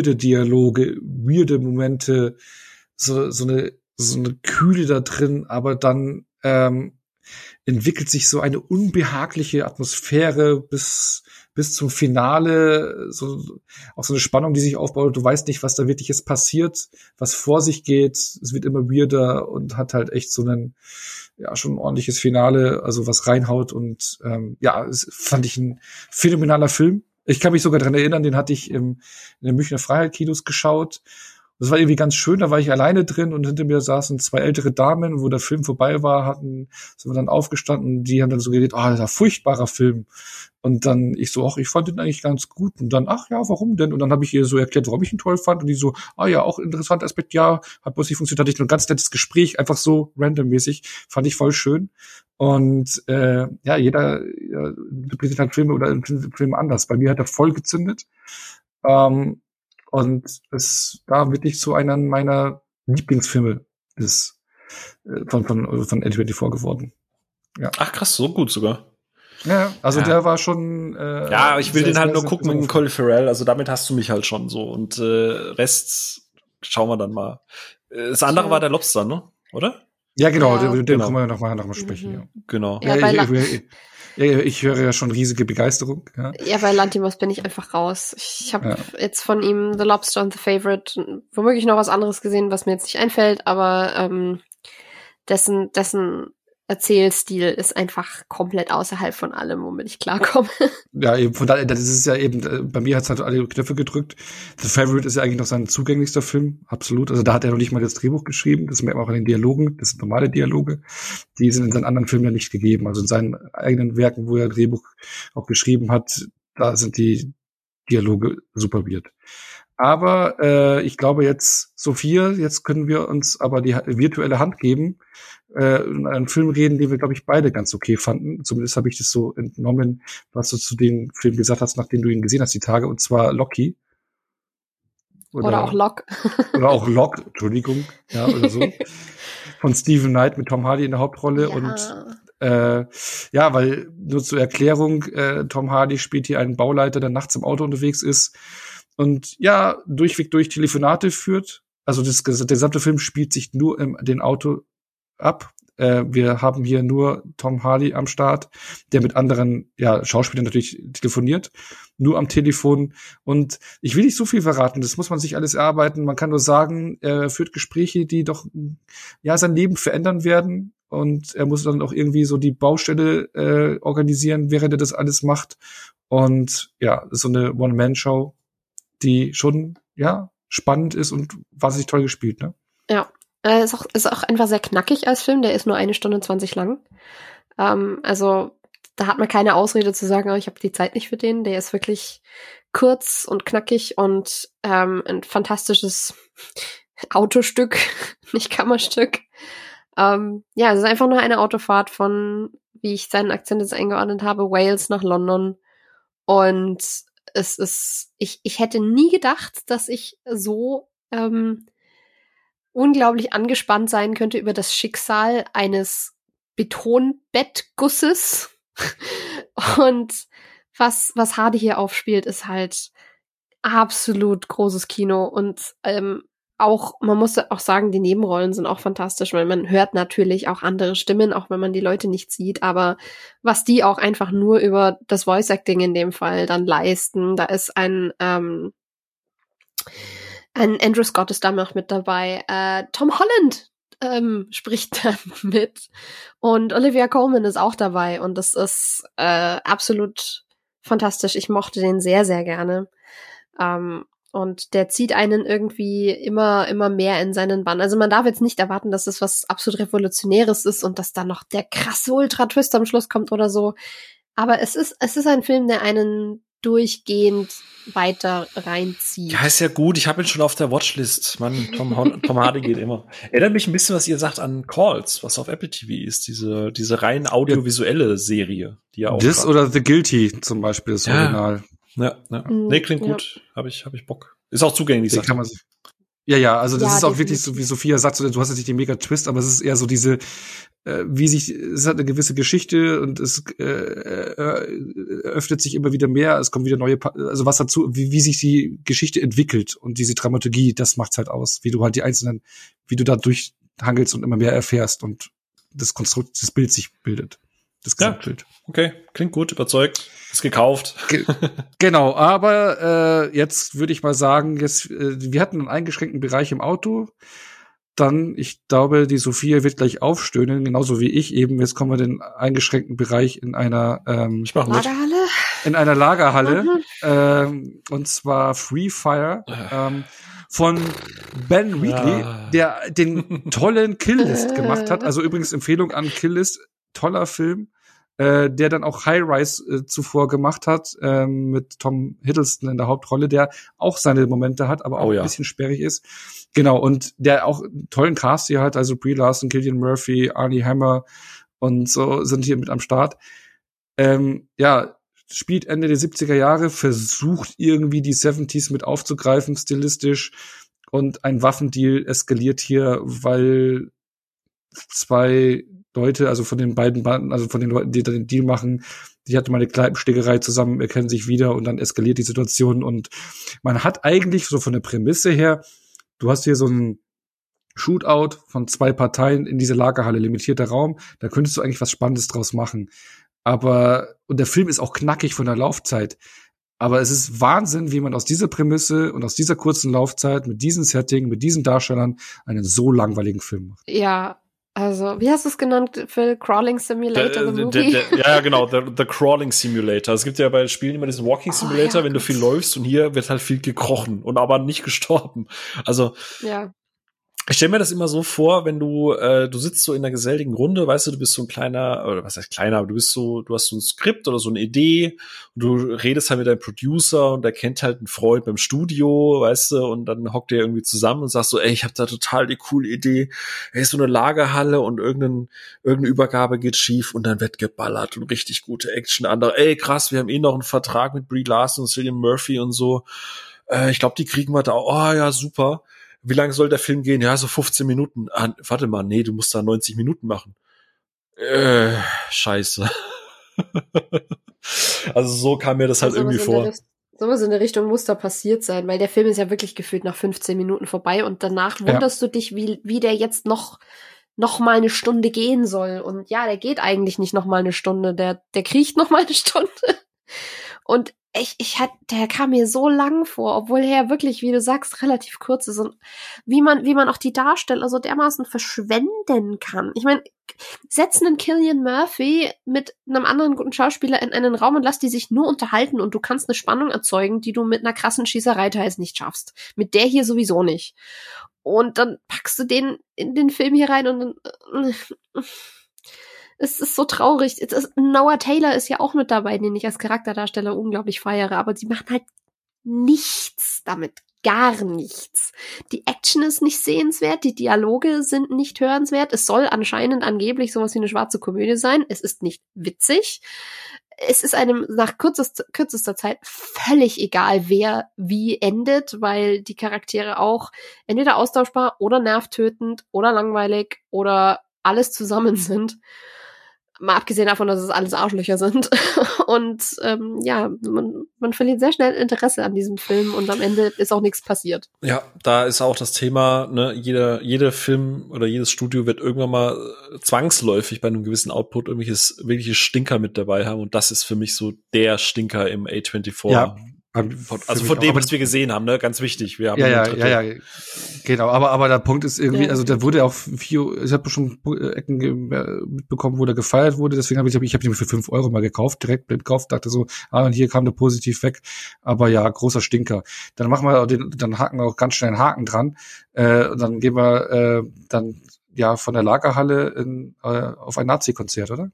weirde Momente, so eine Kühle da drin, aber dann entwickelt sich so eine unbehagliche Atmosphäre bis zum Finale, auch so eine Spannung, die sich aufbaut. Du weißt nicht, was da wirklich jetzt passiert, was vor sich geht. Es wird immer weirder und hat halt echt so schon ein ordentliches Finale, also was reinhaut und es fand ich ein phänomenaler Film. Ich kann mich sogar dran erinnern, den hatte ich in den Münchner Freiheit-Kinos geschaut. Das war irgendwie ganz schön, da war ich alleine drin und hinter mir saßen zwei ältere Damen, wo der Film vorbei war, sind wir dann aufgestanden, die haben dann so geredet, das ist ein furchtbarer Film. Und dann ich so, ich fand den eigentlich ganz gut. Und dann, warum denn? Und dann habe ich ihr so erklärt, warum ich ihn toll fand. Und die so, auch interessanter Aspekt, ja, hat bloß nicht funktioniert. Hatte ich ein ganz nettes Gespräch, einfach so randommäßig. Fand ich voll schön. Und jeder interpretiert halt Filme oder Filme anders. Bei mir hat er voll gezündet. Und es war wirklich zu einer meiner Lieblingsfilme ist von A24 geworden. Ja. Ach krass, so gut sogar. Ja, also der war schon ich will den halt nur gucken mit Colin Farrell, also damit hast du mich halt schon so und Rest schauen wir dann mal. Das andere war der Lobster, ne? Oder? Ja, genau, den können wir noch mal sprechen. Ja. Genau. Ich höre ja schon riesige Begeisterung. Ja, bei Lanthimos bin ich einfach raus. Ich habe jetzt von ihm The Lobster und The Favorite womöglich noch was anderes gesehen, was mir jetzt nicht einfällt, aber dessen Erzählstil ist einfach komplett außerhalb von allem, womit ich klarkomme. Ja, eben von daher, das ist ja eben, bei mir hat's halt alle Knöpfe gedrückt. The Favorite ist ja eigentlich noch sein zugänglichster Film, absolut. Also da hat er noch nicht mal das Drehbuch geschrieben, das merkt man auch in den Dialogen, das sind normale Dialoge. Die sind in seinen anderen Filmen ja nicht gegeben. Also in seinen eigenen Werken, wo er Drehbuch auch geschrieben hat, da sind die Dialoge super weird. Aber ich glaube jetzt, Sophia, jetzt können wir uns aber die virtuelle Hand geben, in einem Film reden, den wir, glaube ich, beide ganz okay fanden. Zumindest habe ich das so entnommen, was du zu dem Film gesagt hast, nachdem du ihn gesehen hast, die Tage, und zwar Loki. Oder auch Lock. Oder auch Lock, Entschuldigung, ja, oder so. Von Stephen Knight mit Tom Hardy in der Hauptrolle. Ja. Und weil, nur zur Erklärung, Tom Hardy spielt hier einen Bauleiter, der nachts im Auto unterwegs ist und durchweg durch Telefonate führt. Also der gesamte Film spielt sich nur in dem Auto ab. wir haben hier nur Tom Hardy am Start, der mit anderen Schauspielern natürlich telefoniert, nur am Telefon. Und ich will nicht so viel verraten, das muss man sich alles erarbeiten. Man kann nur sagen, er führt Gespräche, die doch sein Leben verändern werden. Und er muss dann auch irgendwie so die Baustelle organisieren, während er das alles macht. Und ja, ist so eine One-Man-Show, die schon spannend ist und wahnsinnig toll gespielt, ne? Ja, ist auch einfach sehr knackig als Film. Der ist nur 1 Stunde 20 lang. Also da hat man keine Ausrede zu sagen, ich habe die Zeit nicht für den. Der ist wirklich kurz und knackig und ein fantastisches Autostück, nicht Kammerstück. Es ist einfach nur eine Autofahrt von, wie ich seinen Akzent jetzt eingeordnet habe, Wales nach London. Und es ist, ich hätte nie gedacht, dass ich so unglaublich angespannt sein könnte über das Schicksal eines Betonbettgusses. Und was Hardy hier aufspielt, ist halt absolut großes Kino. Und auch, man muss auch sagen, die Nebenrollen sind auch fantastisch, weil man hört natürlich auch andere Stimmen, auch wenn man die Leute nicht sieht, aber was die auch einfach nur über das Voice-Acting in dem Fall dann leisten, da ist ein Andrew Scott ist da noch mit dabei, Tom Holland spricht da mit und Olivia Colman ist auch dabei und das ist absolut fantastisch. Ich mochte den sehr, sehr gerne. Und der zieht einen irgendwie immer mehr in seinen Bann. Also man darf jetzt nicht erwarten, dass es was absolut Revolutionäres ist und dass da noch der krasse Ultra-Twist am Schluss kommt oder so. Aber es ist ein Film, der einen durchgehend weiter reinzieht. Ja, ist ja gut. Ich habe ihn schon auf der Watchlist. Mann, Tom Hardy geht immer. Erinnert mich ein bisschen, was ihr sagt, an Calls, was auf Apple TV ist. Diese rein audiovisuelle Serie, die ja auch. Das oder The Guilty zum Beispiel, das Original. Ja. Nee, klingt gut. Hab ich Bock. Ist auch zugänglich, kann man sich. Ja, also das ist auch wirklich so, wie Sophia sagt, du hast jetzt nicht den Mega-Twist, aber es ist eher so diese, es hat eine gewisse Geschichte und es öffnet sich immer wieder mehr, es kommen wieder neue, also was dazu, wie sich die Geschichte entwickelt und diese Dramaturgie, das macht's halt aus, wie du halt wie du da durchhangelst und immer mehr erfährst und das Konstrukt, das Bild sich bildet. Das Gesamtbild. Okay, klingt gut, überzeugt. Ist gekauft. Genau, aber jetzt würde ich mal sagen, wir hatten einen eingeschränkten Bereich im Auto. Dann, ich glaube, die Sophia wird gleich aufstöhnen, genauso wie ich eben. Jetzt kommen wir in den eingeschränkten Bereich in einer Lagerhalle. In einer Lagerhalle. Und zwar Free Fire. Von Ben Wheatley, der den tollen Kill-List gemacht hat. Also übrigens Empfehlung an Kill-List. Toller Film, der dann auch High Rise zuvor gemacht hat, mit Tom Hiddleston in der Hauptrolle, der auch seine Momente hat, aber auch ein bisschen sperrig ist. Genau, und der auch einen tollen Cast hier hat, also Brie Larson, Cillian Murphy, Armie Hammer und so sind hier mit am Start. Spielt Ende der 70er Jahre, versucht irgendwie die 70s mit aufzugreifen, stilistisch, und ein Waffendeal eskaliert hier, weil zwei Leute, also von den beiden Banden, also von den Leuten, die da den Deal machen, die hatten mal eine Kneipenschlägerei zusammen, erkennen sich wieder und dann eskaliert die Situation und man hat eigentlich so von der Prämisse her, du hast hier so ein Shootout von zwei Parteien in dieser Lagerhalle, limitierter Raum, da könntest du eigentlich was Spannendes draus machen. Und der Film ist auch knackig von der Laufzeit. Aber es ist Wahnsinn, wie man aus dieser Prämisse und aus dieser kurzen Laufzeit mit diesem Setting, mit diesen Darstellern einen so langweiligen Film macht. Ja, also, wie hast du es genannt, Phil? Crawling Simulator, the movie? Ja, genau, the Crawling Simulator. Es gibt ja bei Spielen immer diesen Walking Simulator, wenn du viel läufst, und hier wird halt viel gekrochen und aber nicht gestorben. Also, ich stelle mir das immer so vor, wenn du sitzt so in einer geselligen Runde, weißt du bist so ein kleiner, oder was heißt kleiner, aber du hast so ein Skript oder so eine Idee und du redest halt mit deinem Producer und der kennt halt einen Freund beim Studio, weißt du, und dann hockt ihr irgendwie zusammen und sagst so, ey, ich habe da total die coole Idee, ey, ist so eine Lagerhalle und irgendeine Übergabe geht schief und dann wird geballert und richtig gute Action. Andere, ey, krass, wir haben noch einen Vertrag mit Brie Larson und Cillian Murphy und so. Ich glaube, die kriegen wir da. Oh ja, super. Wie lange soll der Film gehen? Ja, so 15 Minuten. Warte mal, nee, du musst da 90 Minuten machen. Scheiße. Also so kam mir das halt irgendwie vor. Sowas in der Richtung muss da passiert sein, weil der Film ist ja wirklich gefühlt nach 15 Minuten vorbei und danach wunderst du dich, wie der jetzt noch noch mal eine Stunde gehen soll. Und ja, der geht eigentlich nicht noch mal eine Stunde, der kriecht noch mal eine Stunde. Und der kam mir so lang vor, obwohl er ja wirklich, wie du sagst, relativ kurz ist und wie man auch die Darsteller so dermaßen verschwenden kann. Ich meine, setz einen Cillian Murphy mit einem anderen guten Schauspieler in einen Raum und lass die sich nur unterhalten und du kannst eine Spannung erzeugen, die du mit einer krassen Schießerei teils nicht schaffst. Mit der hier sowieso nicht. Und dann packst du den in den Film hier rein und dann es ist so traurig. Noah Taylor ist ja auch mit dabei, den ich als Charakterdarsteller unglaublich feiere, aber sie machen halt nichts damit. Gar nichts. Die Action ist nicht sehenswert, die Dialoge sind nicht hörenswert. Es soll angeblich sowas wie eine schwarze Komödie sein. Es ist nicht witzig. Es ist einem nach kürzester Zeit völlig egal, wer wie endet, weil die Charaktere auch entweder austauschbar oder nervtötend oder langweilig oder alles zusammen sind. Mal abgesehen davon, dass es alles Arschlöcher sind. Und man verliert sehr schnell Interesse an diesem Film und am Ende ist auch nichts passiert. Ja, da ist auch das Thema, ne, jeder Film oder jedes Studio wird irgendwann mal zwangsläufig bei einem gewissen Output wirkliche Stinker mit dabei haben. Und das ist für mich so der Stinker im A24. Ja. Also von dem, was wir gesehen haben, ne, ganz wichtig. Wir haben ja, genau. Aber der Punkt ist irgendwie, also der wurde auch ich habe schon Ecken mitbekommen, wo der gefeiert wurde. Deswegen habe ich den für 5 Euro mal gekauft, direkt gekauft, dachte so, und hier kam der positiv weg. Aber ja, großer Stinker. Dann machen wir dann haken wir auch ganz schnell einen Haken dran. Und dann gehen wir dann ja von der Lagerhalle auf ein Nazi-Konzert, oder?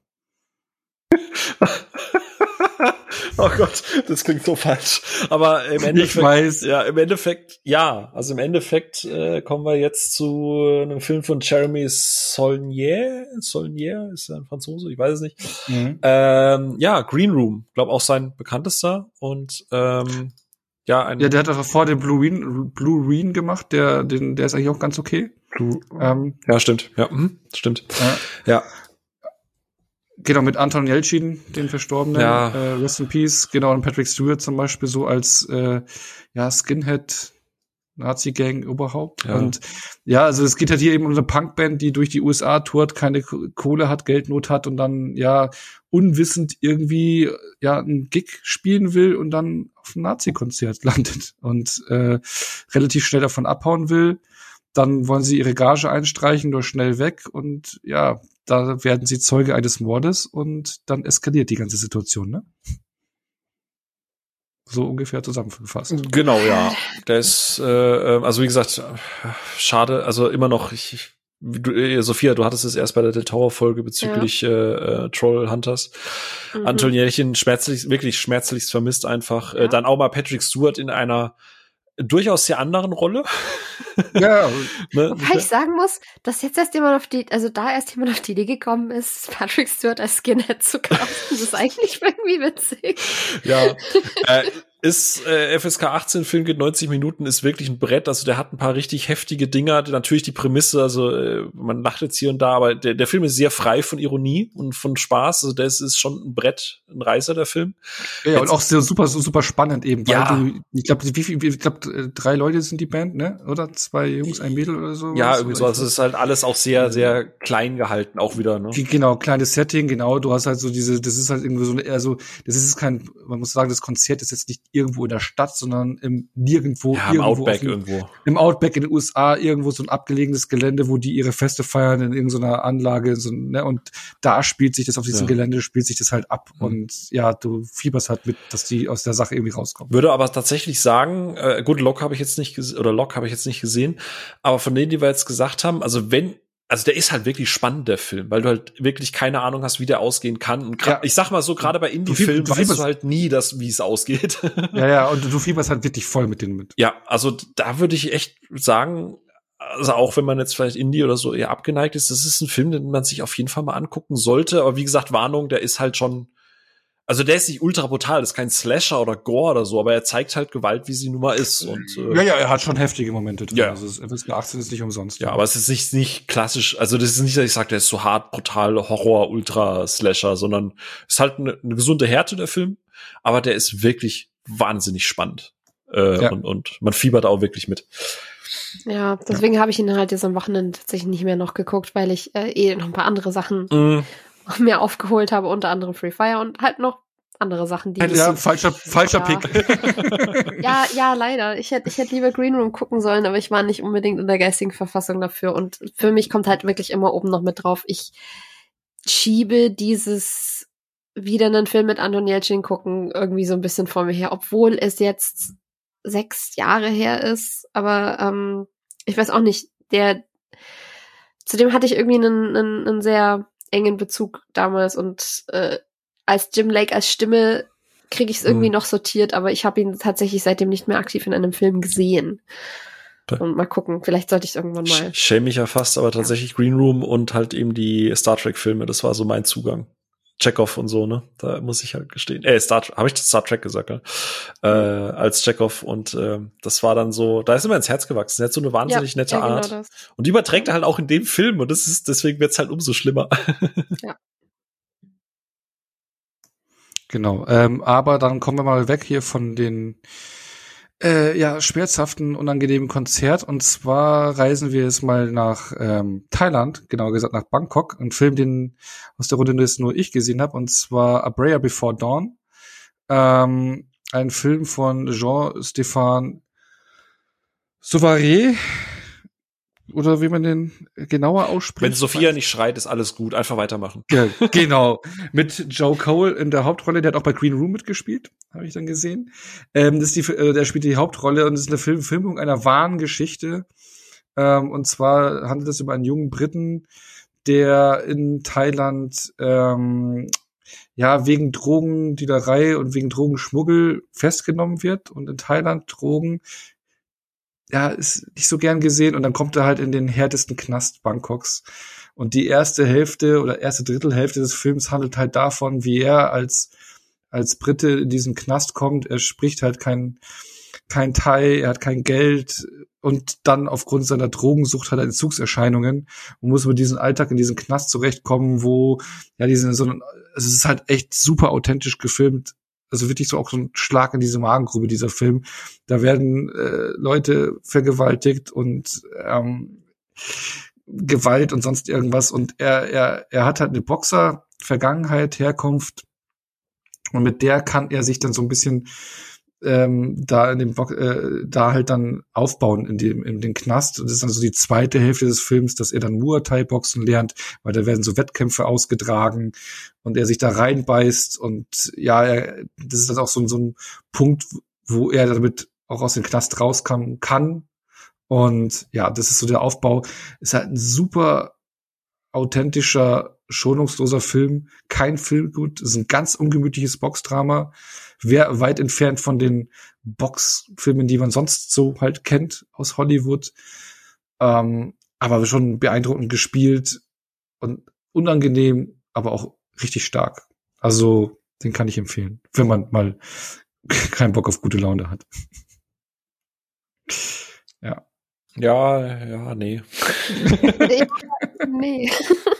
Oh Gott, das klingt so falsch. Aber im Endeffekt, ich weiß. Ja, im Endeffekt, ja. Also im Endeffekt kommen wir jetzt zu einem Film von Jeremy Saulnier. Saulnier ist er ein Franzose, ich weiß es nicht. Mhm. Green Room, glaube auch sein bekanntester. Und der hat doch vor dem Blue Ruin gemacht. Der ist eigentlich auch ganz okay. Ja, stimmt. Ja, stimmt. Ja. Genau, mit Anton Yelchin, den Verstorbenen, Rest in Peace, genau, und Patrick Stewart zum Beispiel so als Skinhead Nazi-Gang überhaupt. Ja. Und ja, also es geht halt hier eben um eine Punkband, die durch die USA tourt, keine Kohle hat, Geldnot hat und dann unwissend irgendwie einen Gig spielen will und dann auf ein Nazi-Konzert landet und relativ schnell davon abhauen will. Dann wollen sie ihre Gage einstreichen, nur schnell weg und da werden sie Zeuge eines Mordes und dann eskaliert die ganze Situation, ne? So ungefähr zusammengefasst. Genau, ja. Der ist, also wie gesagt, schade, also immer noch, Sophia, du hattest es erst bei der Del Tower-Folge bezüglich Troll Hunters. Anton Yelchin wirklich schmerzlichst vermisst einfach. Ja. Dann auch mal Patrick Stewart in einer durchaus sehr anderen Rolle. Ja. Ne? Wobei ich sagen muss, dass jetzt erst jemand auf die Idee gekommen ist, Patrick Stewart als Skinhead zu kaufen. Das ist eigentlich irgendwie witzig. Ja. Ist FSK 18 Film geht 90 Minuten, ist wirklich ein Brett, also der hat ein paar richtig heftige Dinger, natürlich die Prämisse, also man lacht jetzt hier und da, aber der Film ist sehr frei von Ironie und von Spaß, also das ist schon ein Brett, ein Reißer, der Film. Ja, jetzt, und auch super spannend eben, weil ich glaube 3 Leute sind die Band, ne? Oder 2 Jungs, ein Mädel oder so. Ja, irgendwie so, also es ist halt alles auch sehr, sehr klein gehalten, auch wieder, ne? Genau, kleines Setting, genau, du hast halt so das ist halt irgendwie so eher so, das ist kein, man muss sagen, das Konzert ist jetzt nicht irgendwo in der Stadt, sondern im Outback irgendwo. Im Outback in den USA, irgendwo so ein abgelegenes Gelände, wo die ihre Feste feiern in irgendeiner Anlage, und da spielt sich das auf diesem Gelände, spielt sich das halt ab und du fieberst halt mit, dass die aus der Sache irgendwie rauskommen. Würde aber tatsächlich sagen, gut, Locke habe ich jetzt nicht gesehen, aber von denen, die wir jetzt gesagt haben, also der ist halt wirklich spannend, der Film, weil du halt wirklich keine Ahnung hast, wie der ausgehen kann. Und ich sag mal so, gerade bei Indie-Filmen weißt du halt nie, wie es ausgeht. Ja, und du fieberst halt wirklich voll mit denen mit. Ja, also da würde ich echt sagen, also auch wenn man jetzt vielleicht Indie oder so eher abgeneigt ist, das ist ein Film, den man sich auf jeden Fall mal angucken sollte. Aber wie gesagt, Warnung, der ist halt schon, also der ist nicht ultra brutal, das ist kein Slasher oder Gore oder so, aber er zeigt halt Gewalt, wie sie nun mal ist. Und, er hat schon heftige Momente drin. Ja. Also FSK 18 ist nicht umsonst. Ja, aber es ist nicht klassisch, also das ist nicht, dass ich sage, der ist so hart, brutal, Horror, Ultra-Slasher, sondern es ist halt eine gesunde Härte, der Film, aber der ist wirklich wahnsinnig spannend. Und man fiebert auch wirklich mit. Ja, deswegen habe ich ihn halt jetzt am Wochenende tatsächlich nicht mehr noch geguckt, weil ich noch ein paar andere Sachen mehr aufgeholt habe, unter anderem Free Fire und halt noch andere Sachen, die... Ja, falscher Pick. Ja, leider. Ich hätte lieber Green Room gucken sollen, aber ich war nicht unbedingt in der geistigen Verfassung dafür. Und für mich kommt halt wirklich immer oben noch mit drauf. Ich schiebe dieses wieder einen Film mit Anton Yelchin gucken irgendwie so ein bisschen vor mir her, obwohl es jetzt 6 Jahre her ist. Aber ich weiß auch nicht, zudem hatte ich irgendwie einen sehr engen Bezug damals und als Jim Lake als Stimme kriege ich es irgendwie noch sortiert, aber ich habe ihn tatsächlich seitdem nicht mehr aktiv in einem Film gesehen. Und mal gucken, vielleicht sollte ich es irgendwann mal. Ich schäme mich ja fast, aber tatsächlich Green Room und halt eben die Star Trek-Filme, das war so mein Zugang. Chekhov und so, ne? Da muss ich halt gestehen. Habe ich das Star Trek gesagt, ne? Als Chekhov und das war dann so, da ist immer ins Herz gewachsen. Er hat so eine wahnsinnig nette Art. Genau das. Und die überträgt er halt auch in dem Film und deswegen wird's halt umso schlimmer. Ja. Genau, aber dann kommen wir mal weg hier von den schmerzhaften, unangenehmen Konzert. Und zwar reisen wir jetzt mal nach Thailand, genauer gesagt nach Bangkok. Ein Film, den aus der Runde jetzt nur ich gesehen habe, und zwar A Prayer Before Dawn. Ein Film von Jean-Stéphane Sauvarez, oder wie man den genauer ausspricht. Wenn Sophia nicht schreit, ist alles gut. Einfach weitermachen. Ja, genau. Mit Joe Cole in der Hauptrolle. Der hat auch bei Green Room mitgespielt, habe ich dann gesehen. Der spielt die Hauptrolle und das ist eine Filmung einer wahren Geschichte. Und zwar handelt es über einen jungen Briten, der in Thailand wegen Drogendealerei und wegen Drogenschmuggel festgenommen wird. Und in Thailand Drogen ist nicht so gern gesehen, und dann kommt er halt in den härtesten Knast Bangkoks. Und die erste Drittelhälfte des Films handelt halt davon, wie er als Brite in diesen Knast kommt. Er spricht halt kein Thai, er hat kein Geld und dann aufgrund seiner Drogensucht hat er Entzugserscheinungen und muss mit diesem Alltag in diesem Knast zurechtkommen, wo es ist halt echt super authentisch gefilmt. Also wirklich so auch so ein Schlag in diese Magengrube, dieser Film. Da werden Leute vergewaltigt und Gewalt und sonst irgendwas. Und er hat halt eine Boxer-Vergangenheit, Herkunft. Und mit der kann er sich dann so ein bisschen da halt dann aufbauen in den Knast. Und das ist dann so die zweite Hälfte des Films, dass er dann Muay Thai Boxen lernt, weil da werden so Wettkämpfe ausgetragen und er sich da reinbeißt und das ist dann auch so ein Punkt, wo er damit auch aus dem Knast rauskommen kann. Und ja, das ist so der Aufbau. Ist halt ein super authentischer, schonungsloser Film. Kein Feelgood. Es ist ein ganz ungemütliches Boxdrama. Wäre weit entfernt von den Boxfilmen, die man sonst so halt kennt aus Hollywood. Aber schon beeindruckend gespielt und unangenehm, aber auch richtig stark. Also, den kann ich empfehlen, wenn man mal keinen Bock auf gute Laune hat. Ja. Ja, nee. Nee.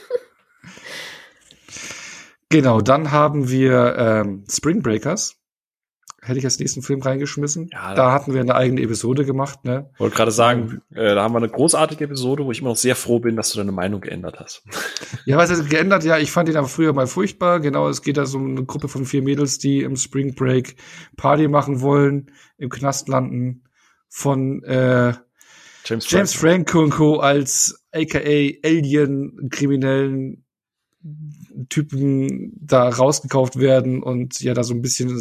Genau, dann haben wir Spring Breakers. Hätte ich als nächsten Film reingeschmissen. Ja, da hatten wir eine eigene Episode gemacht, ne? Wollte gerade sagen, da haben wir eine großartige Episode, wo ich immer noch sehr froh bin, dass du deine Meinung geändert hast. Ja, was ist geändert? Ja, ich fand ihn aber früher mal furchtbar. Genau, es geht da so um eine Gruppe von 4 Mädels, die im Spring Break Party machen wollen, im Knast landen, von James Franco und Co. als aka Alien-Kriminellen Typen da rausgekauft werden und ja da so ein bisschen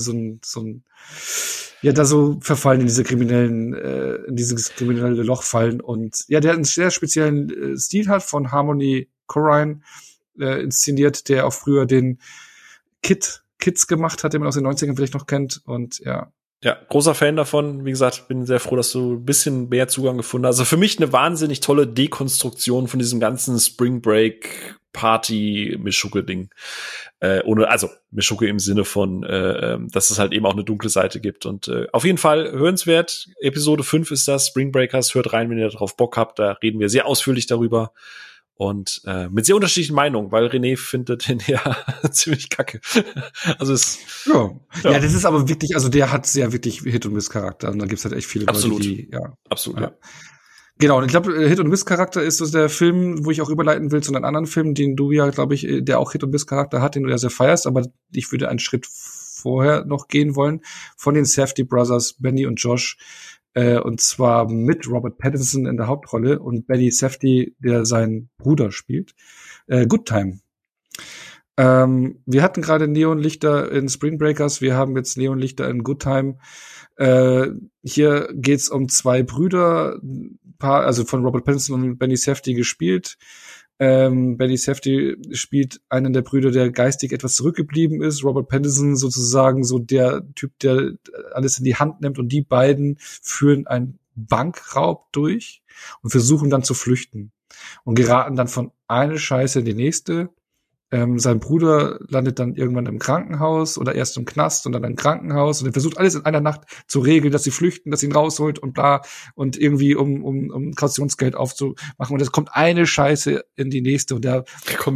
da so verfallen in dieses kriminelle Loch fallen. Und ja, der hat einen sehr speziellen Stil hat von Harmony Korine inszeniert, der auch früher den Kids gemacht hat, den man aus den 90ern vielleicht noch kennt. Und ja. Ja, großer Fan davon. Wie gesagt, bin sehr froh, dass du ein bisschen mehr Zugang gefunden hast. Also für mich eine wahnsinnig tolle Dekonstruktion von diesem ganzen Spring Break Party Meshuggah-Ding. Meshuggah im Sinne von, dass es halt eben auch eine dunkle Seite gibt. Und auf jeden Fall hörenswert. Episode 5 ist das, Spring Breakers. Hört rein, wenn ihr darauf Bock habt. Da reden wir sehr ausführlich darüber. Und mit sehr unterschiedlichen Meinungen, weil René findet den ja ziemlich kacke. Also ja, das ist aber wirklich, also der hat sehr wirklich Hit- und Miss-Charakter. Und da gibt's halt echt viele Absolut. Leute, die, ja. Absolut, ja. Genau, und ich glaube, Hit- und Miss-Charakter ist so der Film, wo ich auch überleiten will zu einem anderen Film, den du ja, glaube ich, der auch Hit- und Miss-Charakter hat, den du ja sehr feierst, aber ich würde einen Schritt vorher noch gehen wollen, von den Safdie Brothers, Benny und Josh, und zwar mit Robert Pattinson in der Hauptrolle und Benny Safdie, der seinen Bruder spielt. Good Time. Wir hatten gerade Neonlichter in Spring Breakers, wir haben jetzt Neonlichter in Good Time. Hier geht's um zwei Brüder, also von Robert Pattinson und Benny Safdie gespielt. Benny Safdie spielt einen der Brüder, der geistig etwas zurückgeblieben ist. Robert Pattinson sozusagen so der Typ, der alles in die Hand nimmt, und die beiden führen einen Bankraub durch und versuchen dann zu flüchten und geraten dann von einer Scheiße in die nächste. Sein Bruder landet dann irgendwann im Krankenhaus oder erst im Knast und dann im Krankenhaus, und er versucht alles in einer Nacht zu regeln, dass sie flüchten, dass sie ihn rausholt und bla, und irgendwie um Kautionsgeld aufzumachen, und es kommt eine Scheiße in die nächste, und der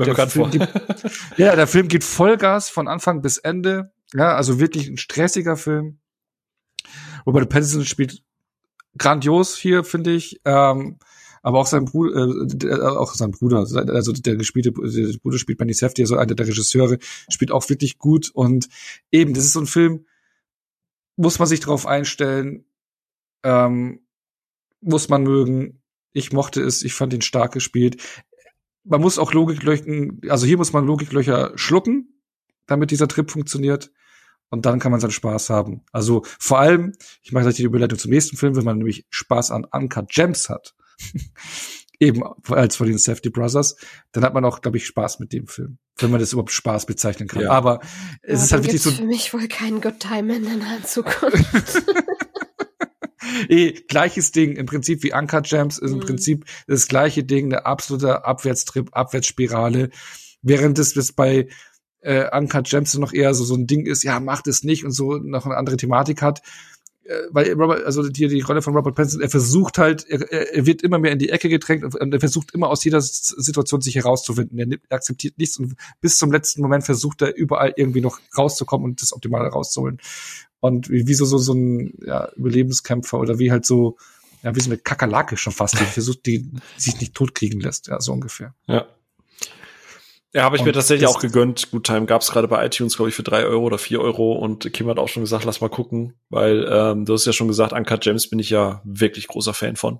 Film geht Vollgas von Anfang bis Ende, ja, also wirklich ein stressiger Film. Robert Pattinson spielt grandios hier, finde ich. Aber auch sein Bruder, also der Bruder spielt Benny Safdie, also einer der Regisseure, spielt auch wirklich gut. Und eben, das ist so ein Film, muss man sich drauf einstellen, muss man mögen. Ich mochte es, ich fand ihn stark gespielt. Man muss auch hier muss man Logiklöcher schlucken, damit dieser Trip funktioniert. Und dann kann man seinen Spaß haben. Also vor allem, ich mache gleich die Überleitung zum nächsten Film, wenn man nämlich Spaß an Uncut Gems hat, eben als von den Safdie Brothers, dann hat man auch, glaube ich, Spaß mit dem Film, wenn man das überhaupt Spaß bezeichnen kann. Ja. Aber es ist halt wirklich so. Für mich wohl kein Good Time in der nahen Zukunft. Gleiches Ding, im Prinzip wie Uncut Gems, ist im Prinzip das gleiche Ding, eine absolute Abwärtstrip, Abwärtsspirale, während es bei Uncut Gems noch eher so ein Ding ist, ja, macht es nicht, und so noch eine andere Thematik hat, weil die Rolle von Robert Pattinson, er versucht halt, er wird immer mehr in die Ecke gedrängt, und er versucht immer aus jeder Situation sich herauszufinden. Er akzeptiert nichts, und bis zum letzten Moment versucht er überall irgendwie noch rauszukommen und das Optimale rauszuholen. Und wie so ein Überlebenskämpfer, oder wie halt so, ja, wie so eine Kakerlake schon fast, die versucht, die sich nicht totkriegen lässt, ja, so ungefähr. Ja. Ja, habe ich mir tatsächlich auch gegönnt. Good Time gab's gerade bei iTunes, glaube ich, für 3 Euro oder 4 Euro. Und Kim hat auch schon gesagt, lass mal gucken. Weil du hast ja schon gesagt, Uncut Gems bin ich ja wirklich großer Fan von.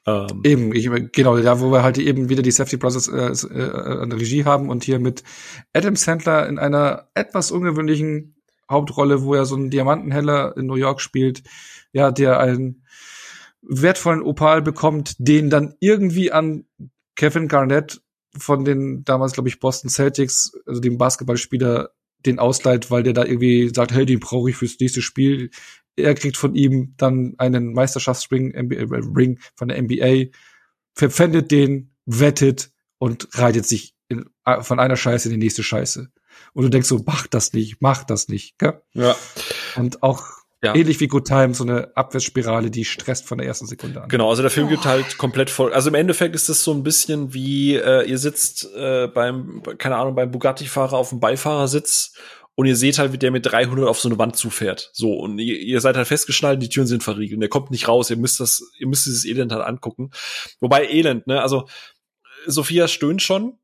Genau, da wo wir halt eben wieder die Safdie Brothers an der Regie haben, und hier mit Adam Sandler in einer etwas ungewöhnlichen Hauptrolle, wo er so einen Diamantenhändler in New York spielt, ja, der einen wertvollen Opal bekommt, den dann irgendwie an Kevin Garnett von den damals, glaube ich, Boston Celtics, also dem Basketballspieler, den ausleiht, weil der da irgendwie sagt, hey, den brauche ich fürs nächste Spiel. Er kriegt von ihm dann einen Meisterschaftsring, Ring von der NBA, verpfändet den, wettet und reitet sich von einer Scheiße in die nächste Scheiße. Und du denkst so, mach das nicht, gell? Ja. Und auch ähnlich wie Good Time, so eine Abwärtsspirale, die stresst von der ersten Sekunde an. Genau, also der Film gibt halt komplett voll. Also im Endeffekt ist das so ein bisschen wie, ihr sitzt beim Bugatti-Fahrer auf dem Beifahrersitz, und ihr seht halt, wie der mit 300 auf so eine Wand zufährt. So, und ihr seid halt festgeschnallt, die Türen sind verriegelt, und der kommt nicht raus. Ihr müsst dieses Elend halt angucken. Wobei Elend, ne? Also Sophia stöhnt schon.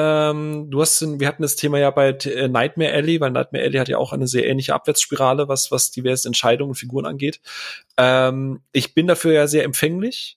Wir hatten das Thema ja bei Nightmare Alley, weil Nightmare Alley hat ja auch eine sehr ähnliche Abwärtsspirale, was diverse Entscheidungen und Figuren angeht. Ich bin dafür ja sehr empfänglich.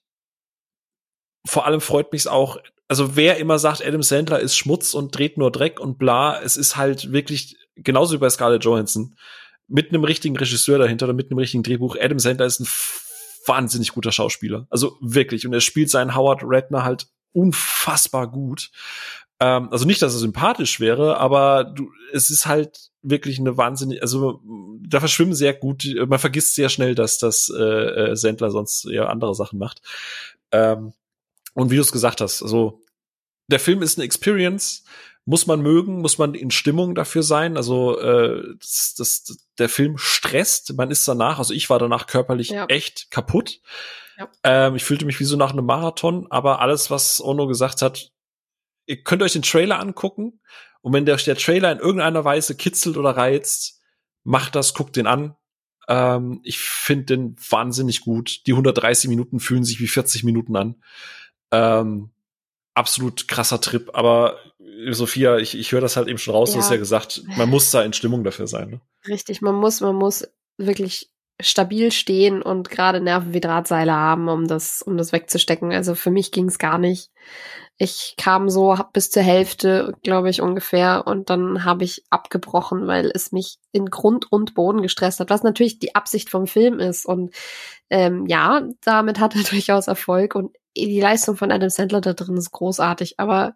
Vor allem freut mich's auch, also wer immer sagt, Adam Sandler ist Schmutz und dreht nur Dreck und bla, es ist halt wirklich genauso wie bei Scarlett Johansson, mit einem richtigen Regisseur dahinter oder mit einem richtigen Drehbuch. Adam Sandler ist ein wahnsinnig guter Schauspieler. Also wirklich. Und er spielt seinen Howard Ratner halt unfassbar gut. Also nicht, dass er sympathisch wäre, aber es ist halt wirklich eine wahnsinnig, also da verschwimmen sehr gut, man vergisst sehr schnell, dass das Sandler sonst eher andere Sachen macht. Und wie du es gesagt hast, also der Film ist eine Experience, muss man mögen, muss man in Stimmung dafür sein. Also der Film stresst, man ist danach, also ich war danach körperlich echt kaputt. Ja. Ich fühlte mich wie so nach einem Marathon, aber alles, was Ono gesagt hat, ihr könnt euch den Trailer angucken, und wenn der Trailer in irgendeiner Weise kitzelt oder reizt, macht das, guckt den an. Ich finde den wahnsinnig gut. Die 130 Minuten fühlen sich wie 40 Minuten an. Absolut krasser Trip, aber Sophia, ich höre das halt eben schon raus, du hast ja gesagt, man muss da in Stimmung dafür sein. Ne? Richtig, man muss wirklich stabil stehen und gerade Nerven wie Drahtseile haben, um das wegzustecken. Also für mich ging es gar nicht. Ich kam so bis zur Hälfte, glaube ich, ungefähr, und dann habe ich abgebrochen, weil es mich in Grund und Boden gestresst hat, was natürlich die Absicht vom Film ist. Und ja, damit hat er durchaus Erfolg und die Leistung von Adam Sandler da drin ist großartig, aber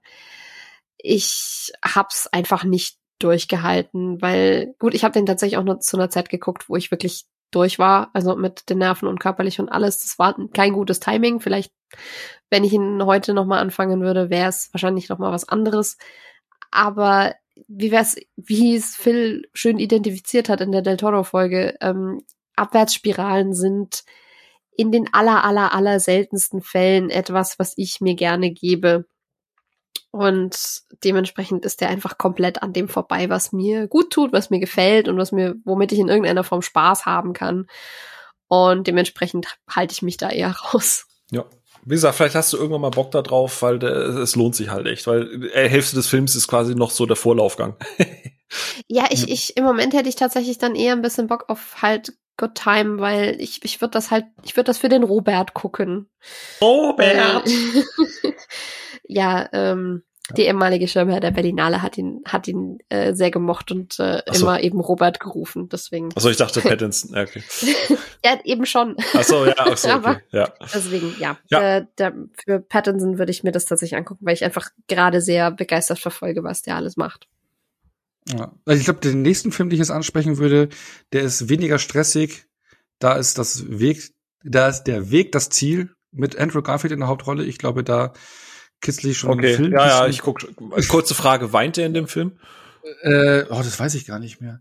ich hab's einfach nicht durchgehalten, weil, gut, ich habe den tatsächlich auch nur zu einer Zeit geguckt, wo ich wirklich durch war, also mit den Nerven und körperlich und alles. Das war kein gutes Timing. Vielleicht, wenn ich ihn heute nochmal anfangen würde, wäre es wahrscheinlich nochmal was anderes. Aber wie es Phil schön identifiziert hat in der Del Toro-Folge, Abwärtsspiralen sind in den aller seltensten Fällen etwas, was ich mir gerne gebe. Und dementsprechend ist der einfach komplett an dem vorbei, was mir gut tut, was mir gefällt und womit ich in irgendeiner Form Spaß haben kann. Und dementsprechend halte ich mich da eher raus. Ja. Wie gesagt, vielleicht hast du irgendwann mal Bock da drauf, weil es lohnt sich halt echt, weil Hälfte des Films ist quasi noch so der Vorlaufgang. Ja, ich im Moment hätte ich tatsächlich dann eher ein bisschen Bock auf halt Good Time, weil ich würde das für den Robert gucken. Robert! Ja, die ehemalige Schirmherr der Berlinale hat ihn sehr gemocht und immer eben Robert gerufen, deswegen. Achso, ich dachte Pattinson, okay. Ja, eben schon. Achso, okay, aber ja. Deswegen, ja. Für Pattinson würde ich mir das tatsächlich angucken, weil ich einfach gerade sehr begeistert verfolge, was der alles macht. Ja. Also ich glaube, den nächsten Film, den ich jetzt ansprechen würde, der ist weniger stressig. Da ist der Weg das Ziel mit Andrew Garfield in der Hauptrolle. Ich glaube, da kitzle ich schon okay. im Film. Ja, ich guck. Kurze Frage, weint er in dem Film? Das weiß ich gar nicht mehr.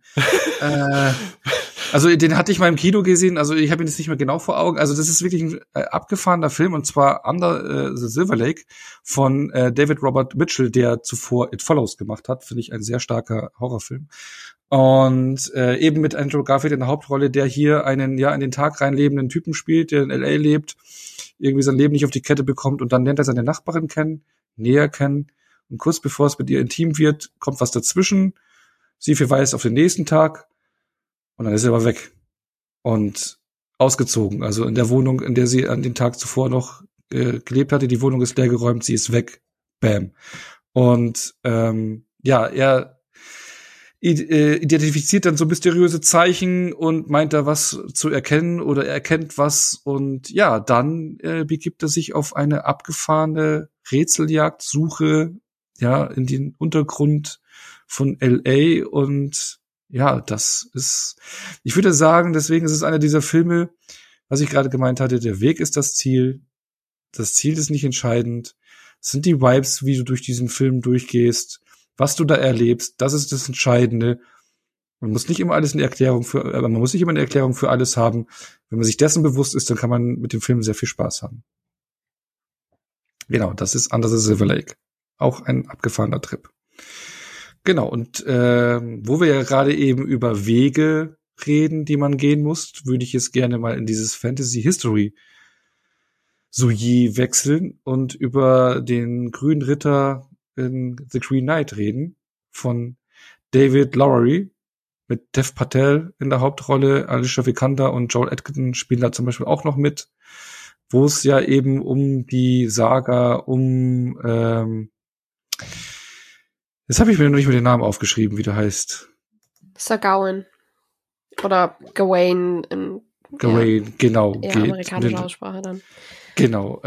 Also den hatte ich mal im Kino gesehen, also ich habe ihn jetzt nicht mehr genau vor Augen. Also das ist wirklich ein abgefahrener Film, und zwar Under the Silver Lake von David Robert Mitchell, der zuvor It Follows gemacht hat. Finde ich ein sehr starker Horrorfilm. Und eben mit Andrew Garfield in der Hauptrolle, der hier einen in den Tag rein lebenden Typen spielt, der in L.A. lebt, irgendwie sein Leben nicht auf die Kette bekommt, und dann lernt er seine Nachbarin näher kennen. Und kurz bevor es mit ihr intim wird, kommt was dazwischen. Sie verweist auf den nächsten Tag. Und dann ist er aber weg. Und ausgezogen. Also in der Wohnung, in der sie an den Tag zuvor noch gelebt hatte. Die Wohnung ist leergeräumt, sie ist weg. Bam. Und er identifiziert dann so mysteriöse Zeichen und meint da was zu erkennen oder er erkennt was. Und ja, dann begibt er sich auf eine abgefahrene Rätseljagdsuche, ja, in den Untergrund von L.A. Und ja, das ist, ich würde sagen, deswegen ist es einer dieser Filme, was ich gerade gemeint hatte, der Weg ist das Ziel ist nicht entscheidend, es sind die Vibes, wie du durch diesen Film durchgehst, was du da erlebst, das ist das Entscheidende. Man muss nicht immer eine Erklärung für alles haben. Wenn man sich dessen bewusst ist, dann kann man mit dem Film sehr viel Spaß haben. Genau, das ist Under the Silver Lake. Auch ein abgefahrener Trip. Genau, und wo wir ja gerade eben über Wege reden, die man gehen muss, würde ich jetzt gerne mal in dieses Fantasy History Sujet wechseln und über den grünen Ritter in The Green Knight reden von David Lowery mit Dev Patel in der Hauptrolle, Alicia Vikander und Joel Edgerton spielen da zum Beispiel auch noch mit, wo es ja eben um die Saga jetzt habe ich mir noch nicht mehr den Namen aufgeschrieben, wie der heißt. Sir Gawain. Oder Gawain Gawain, genau. Eher amerikanische Aussprache dann. Genau.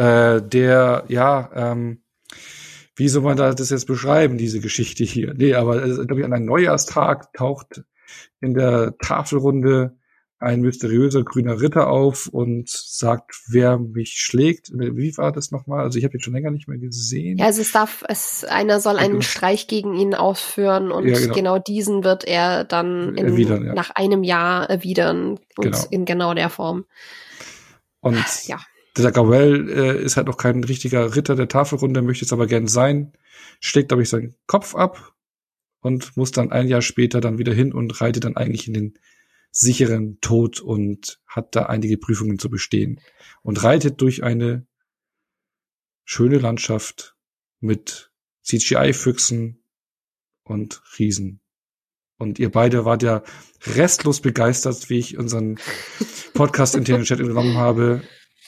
Wie soll man das jetzt beschreiben, diese Geschichte hier? Nee, aber glaube ich, an einem Neujahrstag taucht in der Tafelrunde ein mysteriöser grüner Ritter auf und sagt, wer mich schlägt. Wie war das nochmal? Also ich habe ihn schon länger nicht mehr gesehen. Ja, also einer soll einen Streich gegen ihn ausführen und genau diesen wird er dann nach einem Jahr erwidern und in genau der Form. Und dieser Gawain ist halt noch kein richtiger Ritter der Tafelrunde, möchte es aber gern sein, schlägt, glaube ich, seinen Kopf ab und muss dann ein Jahr später dann wieder hin und reitet dann eigentlich in den sicheren Tod und hat da einige Prüfungen zu bestehen und reitet durch eine schöne Landschaft mit CGI-Füchsen und Riesen. Und ihr beide wart ja restlos begeistert, wie ich unseren Podcast internen Chat entnommen habe.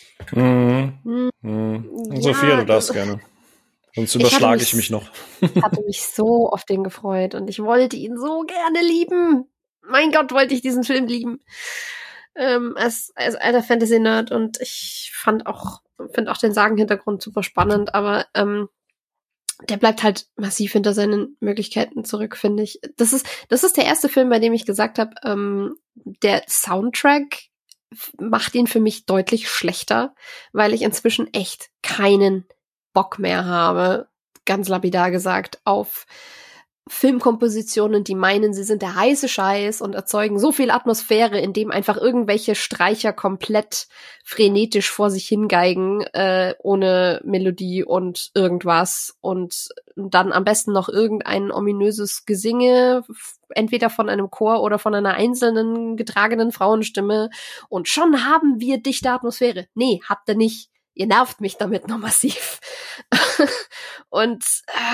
Und Sophia, du darfst gerne. Sonst überschlage ich mich noch. Ich hatte mich so auf den gefreut und ich wollte ihn so gerne lieben. Mein Gott, wollte ich diesen Film lieben. Als alter Fantasy-Nerd, und ich finde auch den Sagenhintergrund super spannend, aber der bleibt halt massiv hinter seinen Möglichkeiten zurück, finde ich. Das ist der erste Film, bei dem ich gesagt habe, der Soundtrack macht ihn für mich deutlich schlechter, weil ich inzwischen echt keinen Bock mehr habe, ganz lapidar gesagt, auf Filmkompositionen, die meinen, sie sind der heiße Scheiß und erzeugen so viel Atmosphäre, indem einfach irgendwelche Streicher komplett frenetisch vor sich hingeigen, ohne Melodie und irgendwas, und dann am besten noch irgendein ominöses Gesinge, entweder von einem Chor oder von einer einzelnen getragenen Frauenstimme, und schon haben wir dichte Atmosphäre. Nee, habt ihr nicht. Ihr nervt mich damit noch massiv. Und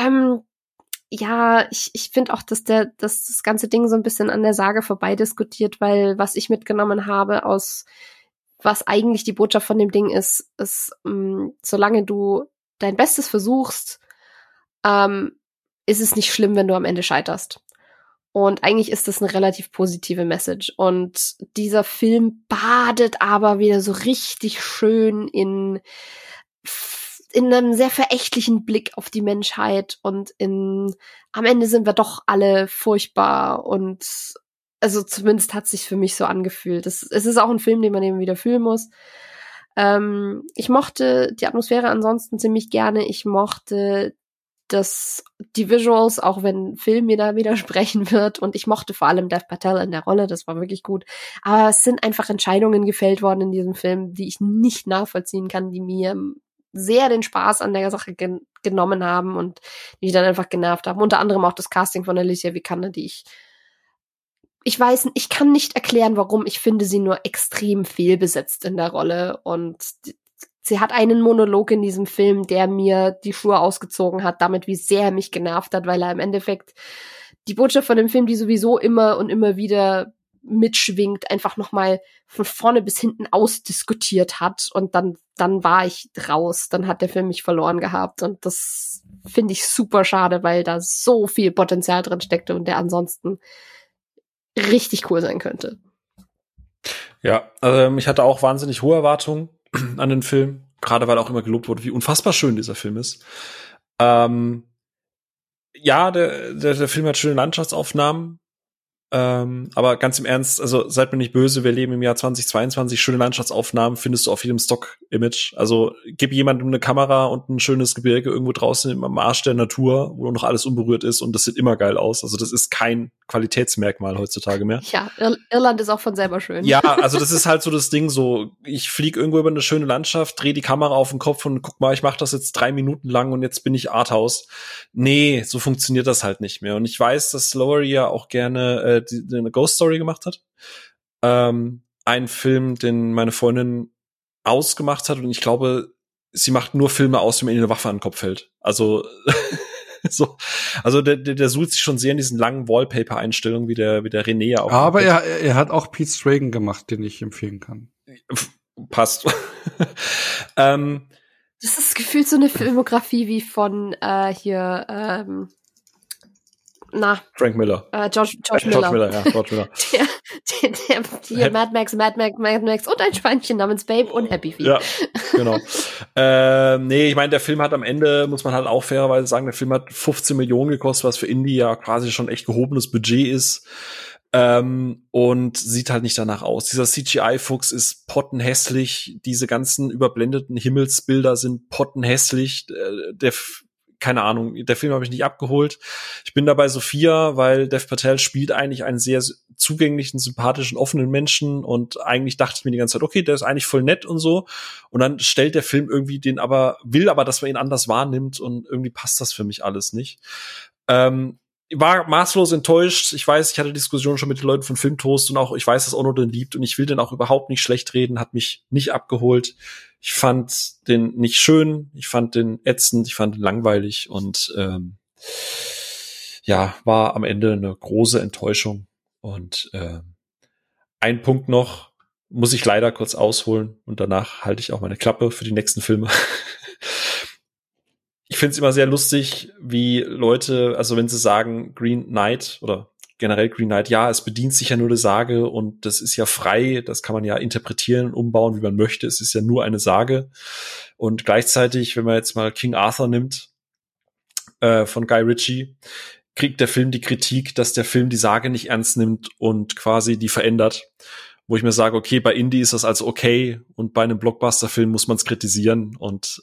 ja, ich finde auch, dass das ganze Ding so ein bisschen an der Sage vorbei diskutiert, weil was ich mitgenommen habe aus, was eigentlich die Botschaft von dem Ding ist, solange du dein Bestes versuchst, ist es nicht schlimm, wenn du am Ende scheiterst. Und eigentlich ist das eine relativ positive Message. Und dieser Film badet aber wieder so richtig schön in einem sehr verächtlichen Blick auf die Menschheit, und am Ende sind wir doch alle furchtbar, und also zumindest hat es sich für mich so angefühlt. Es ist auch ein Film, den man eben wieder fühlen muss. Ich mochte die Atmosphäre ansonsten ziemlich gerne. Ich mochte die Visuals, auch wenn Film mir da widersprechen wird, und ich mochte vor allem Dev Patel in der Rolle, das war wirklich gut. Aber es sind einfach Entscheidungen gefällt worden in diesem Film, die ich nicht nachvollziehen kann, die mir sehr den Spaß an der Sache genommen haben und mich dann einfach genervt haben. Unter anderem auch das Casting von Alicia Vikander, die ich weiß, ich kann nicht erklären, warum. Ich finde sie nur extrem fehlbesetzt in der Rolle, und sie hat einen Monolog in diesem Film, der mir die Schuhe ausgezogen hat, damit wie sehr er mich genervt hat, weil er im Endeffekt die Botschaft von dem Film, die sowieso immer und immer wieder mitschwingt, einfach nochmal von vorne bis hinten ausdiskutiert hat, und dann war ich raus, dann hat der Film mich verloren gehabt, und das finde ich super schade, weil da so viel Potenzial drin steckte und der ansonsten richtig cool sein könnte. Ja, ich hatte auch wahnsinnig hohe Erwartungen an den Film, gerade weil auch immer gelobt wurde, wie unfassbar schön dieser Film ist. Ja, der Film hat schöne Landschaftsaufnahmen, aber ganz im Ernst, also seid mir nicht böse, wir leben im Jahr 2022, schöne Landschaftsaufnahmen findest du auf jedem Stock-Image. Also gib jemandem eine Kamera und ein schönes Gebirge irgendwo draußen am Arsch der Natur, wo noch alles unberührt ist, und das sieht immer geil aus. Also das ist kein Qualitätsmerkmal heutzutage mehr. Ja, Irland ist auch von selber schön. Ja, also das ist halt so das Ding, so ich fliege irgendwo über eine schöne Landschaft, drehe die Kamera auf den Kopf und guck mal, ich mache das jetzt 3 Minuten lang und jetzt bin ich Arthouse. Nee, so funktioniert das halt nicht mehr. Und ich weiß, dass Lowery ja auch gerne eine Ghost Story gemacht hat. Ein Film, den meine Freundin ausgemacht hat, und ich glaube, sie macht nur Filme aus, wenn mir eine Waffe an den Kopf fällt. Also so, also der sucht sich schon sehr in diesen langen Wallpaper-Einstellungen, wie der René ja auch. Aber er hat auch Pete Stragan gemacht, den ich empfehlen kann. Passt. Das ist gefühlt so eine Filmografie wie von Frank Miller. George Miller. George Miller. Der Mad Max und ein Schweinchen namens Babe und Happy Feet. Ja, genau. Nee, ich meine, der Film hat am Ende, muss man halt auch fairerweise sagen, der Film hat 15 Millionen gekostet, was für Indie ja quasi schon echt gehobenes Budget ist. Und sieht halt nicht danach aus. Dieser CGI-Fuchs ist pottenhässlich. Diese ganzen überblendeten Himmelsbilder sind pottenhässlich. Keine Ahnung, der Film habe ich nicht abgeholt. Ich bin dabei Sophia, weil Dev Patel spielt eigentlich einen sehr zugänglichen, sympathischen, offenen Menschen, und eigentlich dachte ich mir die ganze Zeit, okay, der ist eigentlich voll nett und so, und dann stellt der Film irgendwie will aber, dass man ihn anders wahrnimmt, und irgendwie passt das für mich alles nicht. war maßlos enttäuscht. Ich weiß, ich hatte Diskussionen schon mit den Leuten von Filmtoast und auch, ich weiß, dass Ono den liebt und ich will den auch überhaupt nicht schlecht reden, hat mich nicht abgeholt. Ich fand den nicht schön, ich fand den ätzend, ich fand den langweilig und war am Ende eine große Enttäuschung. Und ein Punkt noch, muss ich leider kurz ausholen und danach halte ich auch meine Klappe für die nächsten Filme. Ich finde es immer sehr lustig, wie Leute, also wenn sie sagen Green Knight oder generell Green Knight, ja, es bedient sich ja nur der Sage und das ist ja frei, das kann man ja interpretieren und umbauen, wie man möchte. Es ist ja nur eine Sage. Und gleichzeitig, wenn man jetzt mal King Arthur nimmt, von Guy Ritchie, kriegt der Film die Kritik, dass der Film die Sage nicht ernst nimmt und quasi die verändert. Wo ich mir sage, okay, bei Indie ist das also okay und bei einem Blockbuster-Film muss man es kritisieren und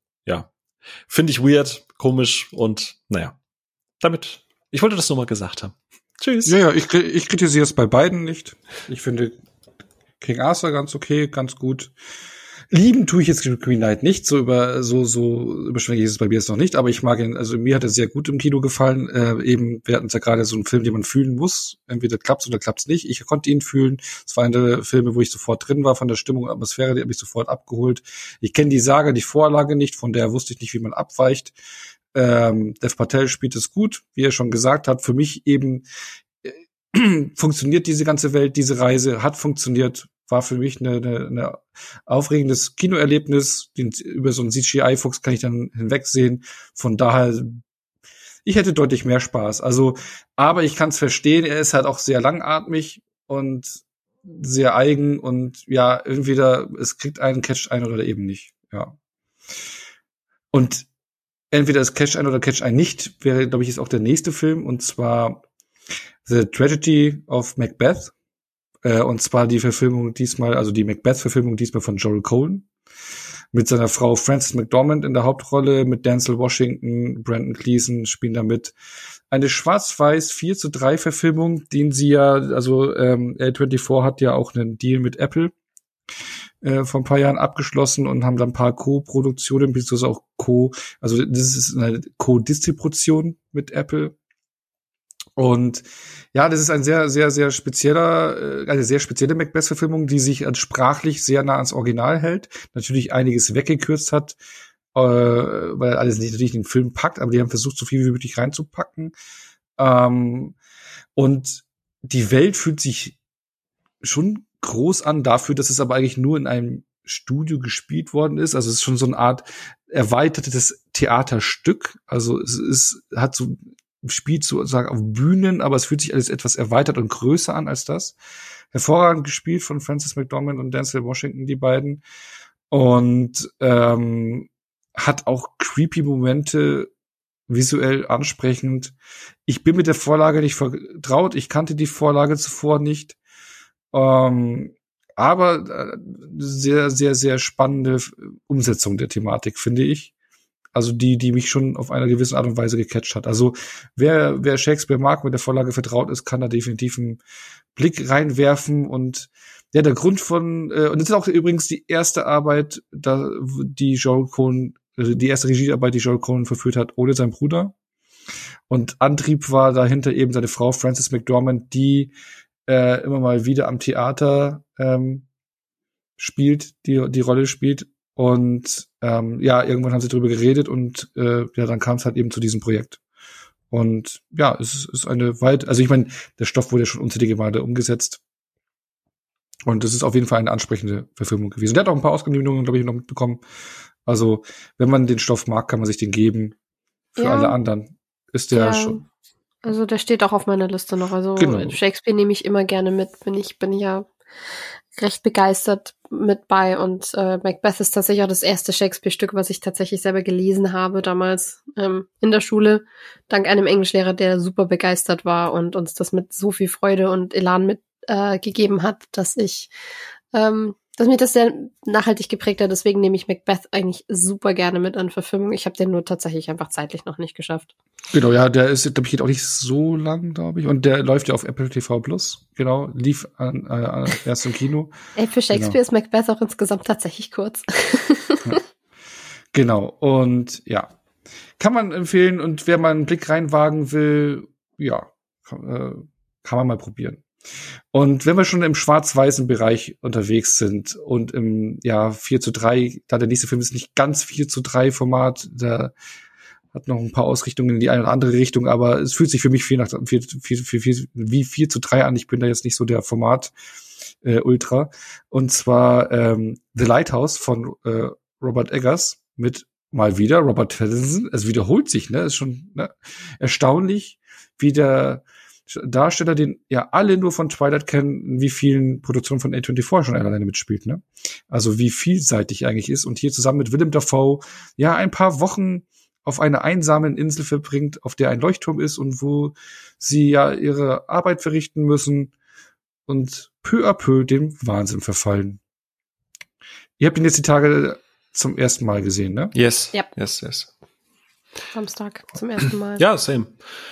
finde ich weird, komisch und damit, ich wollte das nur mal gesagt haben. Tschüss. Ja, ich kritisiere es bei beiden nicht. Ich finde King Arthur ganz okay, ganz gut. Lieben tue ich jetzt Green Knight nicht, so überschwänglich ist es bei mir jetzt noch nicht, aber ich mag ihn, also mir hat er sehr gut im Kino gefallen. Wir hatten ja gerade so einen Film, den man fühlen muss. Entweder klappt's oder klappt's nicht. Ich konnte ihn fühlen. Es war einer der Filme, wo ich sofort drin war, von der Stimmung und Atmosphäre, die hat mich sofort abgeholt. Ich kenne die Sage, die Vorlage nicht, von der wusste ich nicht, wie man abweicht. Dev Patel spielt es gut, wie er schon gesagt hat. Für mich eben funktioniert diese ganze Welt, diese Reise hat funktioniert. War für mich eine aufregendes Kinoerlebnis. Über so einen CGI-Fuchs kann ich dann hinwegsehen. Von daher, ich hätte deutlich mehr Spaß. Also, aber ich kann es verstehen, er ist halt auch sehr langatmig und sehr eigen und ja, entweder es kriegt einen, catcht einen oder eben nicht. Ja. Und entweder es catcht einen oder catcht einen nicht, wäre, glaube ich, ist auch der nächste Film, und zwar The Tragedy of Macbeth. Und zwar die Verfilmung diesmal, also die Macbeth-Verfilmung diesmal von Joel Cohen. Mit seiner Frau Frances McDormand in der Hauptrolle, mit Denzel Washington, Brendan Gleeson spielen da mit. Eine schwarz-weiß 4:3 Verfilmung, den sie ja, also A24 hat ja auch einen Deal mit Apple vor ein paar Jahren abgeschlossen und haben dann ein paar Co-Produktionen, beziehungsweise auch also das ist eine Co-Distribution mit Apple. Und ja, das ist ein sehr, sehr, sehr eine sehr spezielle Macbeth-Verfilmung, die sich sprachlich sehr nah ans Original hält. Natürlich einiges weggekürzt hat, weil alles nicht natürlich in den Film packt, aber die haben versucht, so viel wie möglich reinzupacken. Und die Welt fühlt sich schon groß an dafür, dass es aber eigentlich nur in einem Studio gespielt worden ist. Also es ist schon so eine Art erweitertes Theaterstück. Also spielt sozusagen auf Bühnen, aber es fühlt sich alles etwas erweitert und größer an als das. Hervorragend gespielt von Frances McDormand und Denzel Washington, die beiden. Und hat auch creepy Momente, visuell ansprechend. Ich bin mit der Vorlage nicht vertraut. Ich kannte die Vorlage zuvor nicht. Aber sehr, sehr, sehr spannende Umsetzung der Thematik, finde ich. Also die mich schon auf einer gewissen Art und Weise gecatcht hat. Also wer Shakespeare mag, mit der Vorlage vertraut ist, kann da definitiv einen Blick reinwerfen. Und ja, der Grund und das ist auch übrigens die erste Arbeit, die Joel Cohen, die erste Regiearbeit, die Joel Cohen verführt hat, ohne seinen Bruder. Und Antrieb war dahinter eben seine Frau Frances McDormand, die immer mal wieder am Theater spielt, die Rolle spielt. Und irgendwann haben sie drüber geredet und dann kam es halt eben zu diesem Projekt. Und ja, es ist also ich meine, der Stoff wurde ja schon unzählige Male umgesetzt. Und es ist auf jeden Fall eine ansprechende Verfilmung gewesen. Der hat auch ein paar Oscar-Nominierungen, glaube ich, noch mitbekommen. Also, wenn man den Stoff mag, kann man sich den geben. Für alle anderen ist der schon. Also der steht auch auf meiner Liste noch. Also genau. Shakespeare nehme ich immer gerne mit. Bin ich ja recht begeistert mit bei. Und Macbeth ist tatsächlich auch das erste Shakespeare-Stück, was ich tatsächlich selber gelesen habe damals in der Schule. Dank einem Englischlehrer, der super begeistert war und uns das mit so viel Freude und Elan mitgegeben hat, dass mich das sehr nachhaltig geprägt hat. Deswegen nehme ich Macbeth eigentlich super gerne mit an Verfilmung. Ich habe den nur tatsächlich einfach zeitlich noch nicht geschafft. Genau, ja, der ist, glaube ich, auch nicht so lang, glaube ich. Und der läuft ja auf Apple TV Plus. Genau, lief erst im Kino. Ey, für Shakespeare ist Macbeth auch insgesamt tatsächlich kurz. Ja. Genau, und ja, kann man empfehlen. Und wer mal einen Blick reinwagen will, ja, kann man mal probieren. Und wenn wir schon im schwarz-weißen Bereich unterwegs sind und im 4:3, da der nächste Film ist nicht ganz 4:3 Format, da hat noch ein paar Ausrichtungen in die eine oder andere Richtung, aber es fühlt sich für mich viel nach 4:3 an. Ich bin da jetzt nicht so der Format Ultra. Und zwar The Lighthouse von Robert Eggers mit mal wieder Robert Pattinson. Es wiederholt sich, ne? Ist schon erstaunlich, wie der Darsteller, den ja alle nur von Twilight kennen, wie vielen Produktionen von A24 schon alleine mitspielt, ne? Also wie vielseitig eigentlich ist und hier zusammen mit Willem Dafoe ein paar Wochen auf einer einsamen Insel verbringt, auf der ein Leuchtturm ist und wo sie ja ihre Arbeit verrichten müssen und peu à peu dem Wahnsinn verfallen. Ihr habt ihn jetzt die Tage zum ersten Mal gesehen, ne? Yes. Ja. Yes. Samstag zum ersten Mal. Ja, same.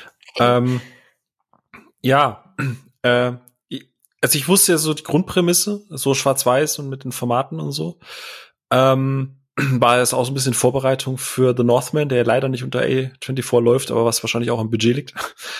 Also ich wusste ja so die Grundprämisse, so schwarz-weiß und mit den Formaten und so. War es auch so ein bisschen Vorbereitung für The Northman, der leider nicht unter A24 läuft, aber was wahrscheinlich auch am Budget liegt.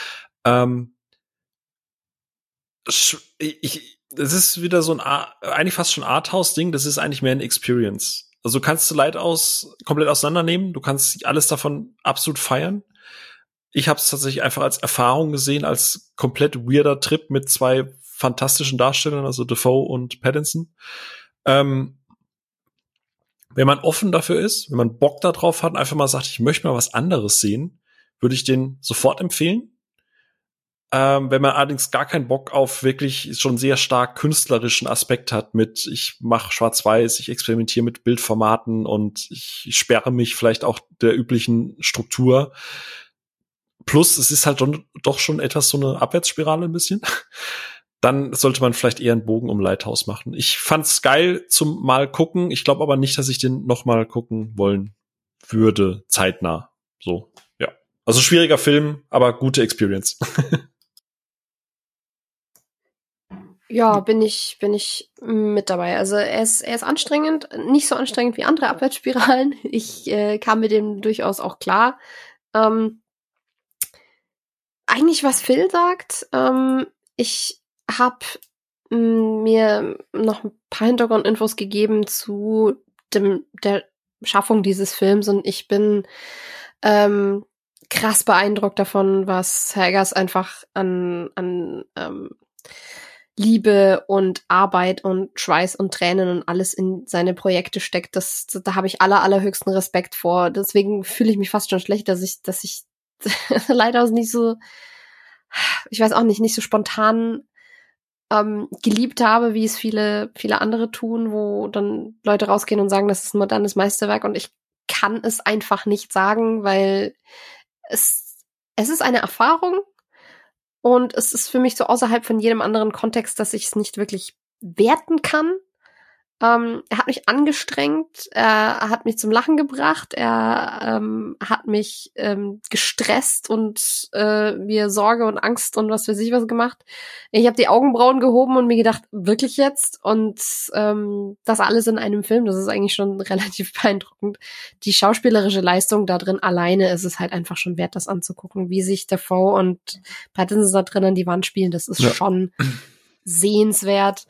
Das ist wieder so eigentlich fast schon Arthouse-Ding, das ist eigentlich mehr ein Experience. Also du kannst Lighthouse komplett auseinandernehmen, du kannst alles davon absolut feiern. Ich habe es tatsächlich einfach als Erfahrung gesehen, als komplett weirder Trip mit zwei fantastischen Darstellern, also Dafoe und Pattinson. Wenn man offen dafür ist, wenn man Bock darauf hat, einfach mal sagt, ich möchte mal was anderes sehen, würde ich den sofort empfehlen. Wenn man allerdings gar keinen Bock auf wirklich schon sehr stark künstlerischen Aspekt hat mit, ich mache Schwarz-Weiß, ich experimentiere mit Bildformaten und ich sperre mich vielleicht auch der üblichen Struktur. Plus, es ist halt doch schon etwas so eine Abwärtsspirale ein bisschen. Dann sollte man vielleicht eher einen Bogen um Lighthouse machen. Ich fand's geil zum Mal gucken. Ich glaube aber nicht, dass ich den noch mal gucken wollen würde, zeitnah. So, ja. Also schwieriger Film, aber gute Experience. Ja, bin ich mit dabei. Also er ist anstrengend, nicht so anstrengend wie andere Abwärtsspiralen. Ich kam mit dem durchaus auch klar. Eigentlich, was Phil sagt, ich habe mir noch ein paar Hintergrundinfos gegeben zu der Schaffung dieses Films und ich bin krass beeindruckt davon, was Herr Eggers einfach an Liebe und Arbeit und Schweiß und Tränen und alles in seine Projekte steckt. Da habe ich allerhöchsten Respekt vor. Deswegen fühle ich mich fast schon schlecht, dass ich leider nicht so, ich weiß auch nicht so spontan geliebt habe, wie es viele andere tun, wo dann Leute rausgehen und sagen, das ist ein modernes Meisterwerk und ich kann es einfach nicht sagen, weil es ist eine Erfahrung und es ist für mich so außerhalb von jedem anderen Kontext, dass ich es nicht wirklich werten kann. Er hat mich angestrengt, er hat mich zum Lachen gebracht, er hat mich gestresst und mir Sorge und Angst und was weiß ich was gemacht. Ich habe die Augenbrauen gehoben und mir gedacht, wirklich jetzt? Und das alles in einem Film, das ist eigentlich schon relativ beeindruckend. Die schauspielerische Leistung da drin alleine ist es halt einfach schon wert, das anzugucken, wie sich Dafoe und Pattinson da drin an die Wand spielen, das ist schon sehenswert.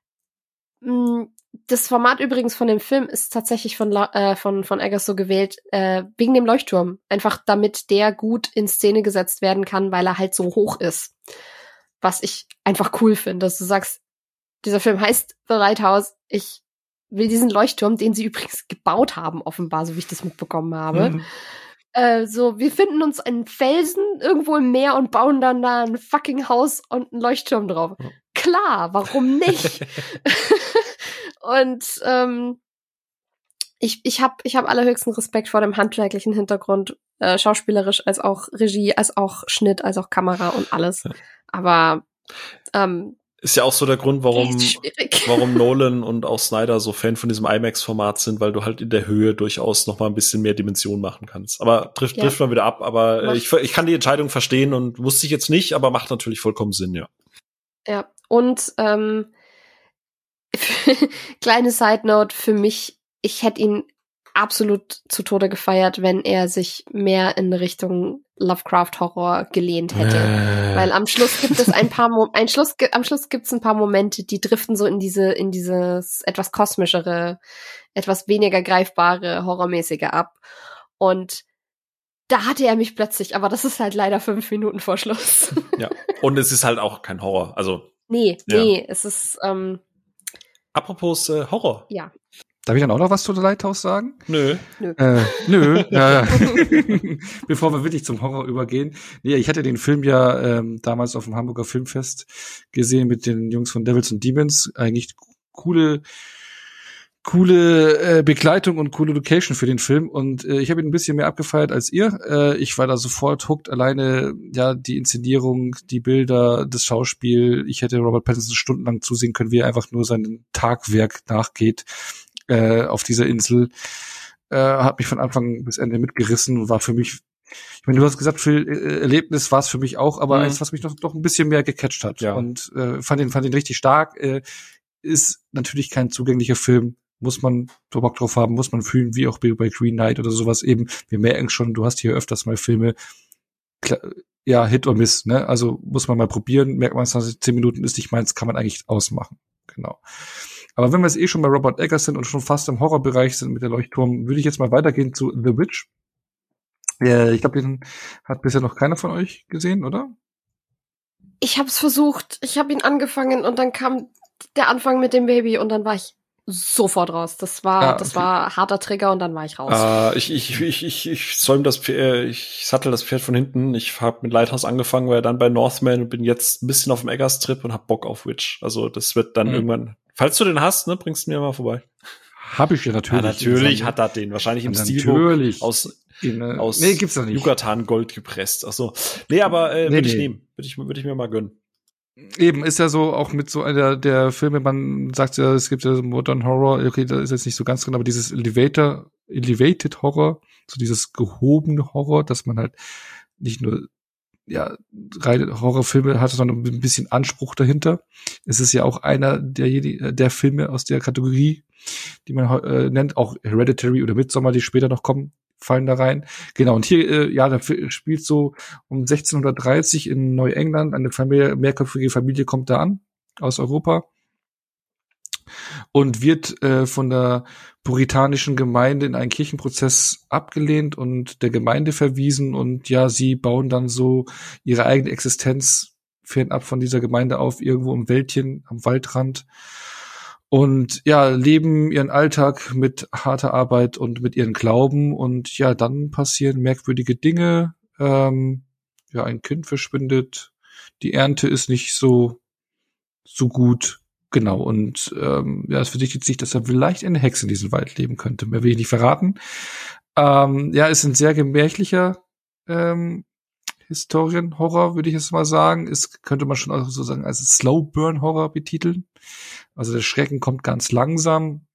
Das Format übrigens von dem Film ist tatsächlich von Eggers so gewählt, wegen dem Leuchtturm. Einfach damit der gut in Szene gesetzt werden kann, weil er halt so hoch ist. Was ich einfach cool finde, dass du sagst, dieser Film heißt The Lighthouse, ich will diesen Leuchtturm, den sie übrigens gebaut haben, offenbar, so wie ich das mitbekommen habe. Wir finden uns einen Felsen irgendwo im Meer und bauen dann da ein fucking Haus und einen Leuchtturm drauf. Klar, warum nicht? Und ich hab allerhöchsten Respekt vor dem handwerklichen Hintergrund, schauspielerisch als auch Regie, als auch Schnitt, als auch Kamera und alles. Aber ist ja auch so der Grund, warum Nolan und auch Snyder so Fan von diesem IMAX-Format sind, weil du halt in der Höhe durchaus noch mal ein bisschen mehr Dimension machen kannst. Aber trifft man wieder ab. Aber ich kann die Entscheidung verstehen und wusste ich jetzt nicht, aber macht natürlich vollkommen Sinn, ja. Ja, und kleine Side-Note für mich, ich hätte ihn absolut zu Tode gefeiert, wenn er sich mehr in Richtung Lovecraft-Horror gelehnt hätte. Weil am Schluss gibt es ein paar Momente, die driften so in dieses etwas kosmischere, etwas weniger greifbare, horrormäßige ab. Und da hatte er mich plötzlich, aber das ist halt leider 5 Minuten vor Schluss. Ja. Und es ist halt auch kein Horror. Also. Nee, es ist, Apropos Horror. Ja. Darf ich dann auch noch was zu The Lighthouse sagen? Nö. Nö. Ja. Bevor wir wirklich zum Horror übergehen. Nee, ich hatte den Film ja damals auf dem Hamburger Filmfest gesehen mit den Jungs von Devils and Demons. Eigentlich coole Begleitung und coole Location für den Film. Und ich habe ihn ein bisschen mehr abgefeiert als ihr. Ich war da sofort hooked. Alleine ja die Inszenierung, die Bilder, das Schauspiel. Ich hätte Robert Pattinson stundenlang zusehen können, wie er einfach nur seinem Tagwerk nachgeht. Auf dieser Insel, hat mich von Anfang bis Ende mitgerissen, war für mich, ich meine, du hast gesagt, Phil, Erlebnis war es für mich auch, aber eins, was mich noch ein bisschen mehr gecatcht hat. Ja. Und fand ihn richtig stark. Ist natürlich kein zugänglicher Film, muss man Bock drauf haben, muss man fühlen, wie auch bei Green Knight oder sowas eben. Wir merken schon, du hast hier öfters mal Filme, ja, Hit or Miss, ne? Also muss man mal probieren, merkt man, 10 Minuten ist nicht meins, kann man eigentlich ausmachen. Genau. Aber wenn wir jetzt schon bei Robert Eggers sind und schon fast im Horrorbereich sind mit der Leuchtturm, würde ich jetzt mal weitergehen zu The Witch. Ich glaube, den hat bisher noch keiner von euch gesehen, oder? Ich habe es versucht. Ich habe ihn angefangen und dann kam der Anfang mit dem Baby und dann war ich sofort raus. Das war harter Trigger und dann war ich raus. Ich sattel das Pferd von hinten. Ich habe mit Lighthouse angefangen, war dann bei Northman und bin jetzt ein bisschen auf dem Eggers-Trip und hab Bock auf Witch. Also das wird dann irgendwann, falls du den hast, ne, bringst du mir mal vorbei. Hab ich ja natürlich. Ja, natürlich hat er den. Wahrscheinlich im Steelbook aus nee, gibt's doch nicht. Yucatan Gold gepresst. Ach so. Nee, aber würde ich nehmen. Würde ich mir mal gönnen. Eben, ist ja so auch mit so einer der Filme, man sagt ja, es gibt ja Modern Horror, okay, da ist jetzt nicht so ganz drin, aber dieses Elevated Horror, so dieses gehobene Horror, dass man halt nicht nur ja reine Horrorfilme hat, sondern ein bisschen Anspruch dahinter. Es ist ja auch einer der Filme aus der Kategorie, die man nennt, auch Hereditary oder Midsommar, die später noch kommen, fallen da rein. Genau, und hier, da spielt so um 1630 in Neuengland eine mehrköpfige Familie kommt da an, aus Europa, und wird von der puritanischen Gemeinde in einen Kirchenprozess abgelehnt und der Gemeinde verwiesen, und ja, sie bauen dann so ihre eigene Existenz fernab von dieser Gemeinde auf, irgendwo im Wäldchen, am Waldrand. Und ja, leben ihren Alltag mit harter Arbeit und mit ihren Glauben. Und ja, dann passieren merkwürdige Dinge. Ja, ein Kind verschwindet. Die Ernte ist nicht so gut. Genau. Und ja, es verdichtet sich, dass da vielleicht eine Hexe in diesem Wald leben könnte. Mehr will ich nicht verraten. Ja, ist ein sehr gemächlicher Historienhorror, würde ich jetzt mal sagen. Ist, könnte man schon auch so sagen, als Slow-Burn-Horror betiteln. Also der Schrecken kommt ganz langsam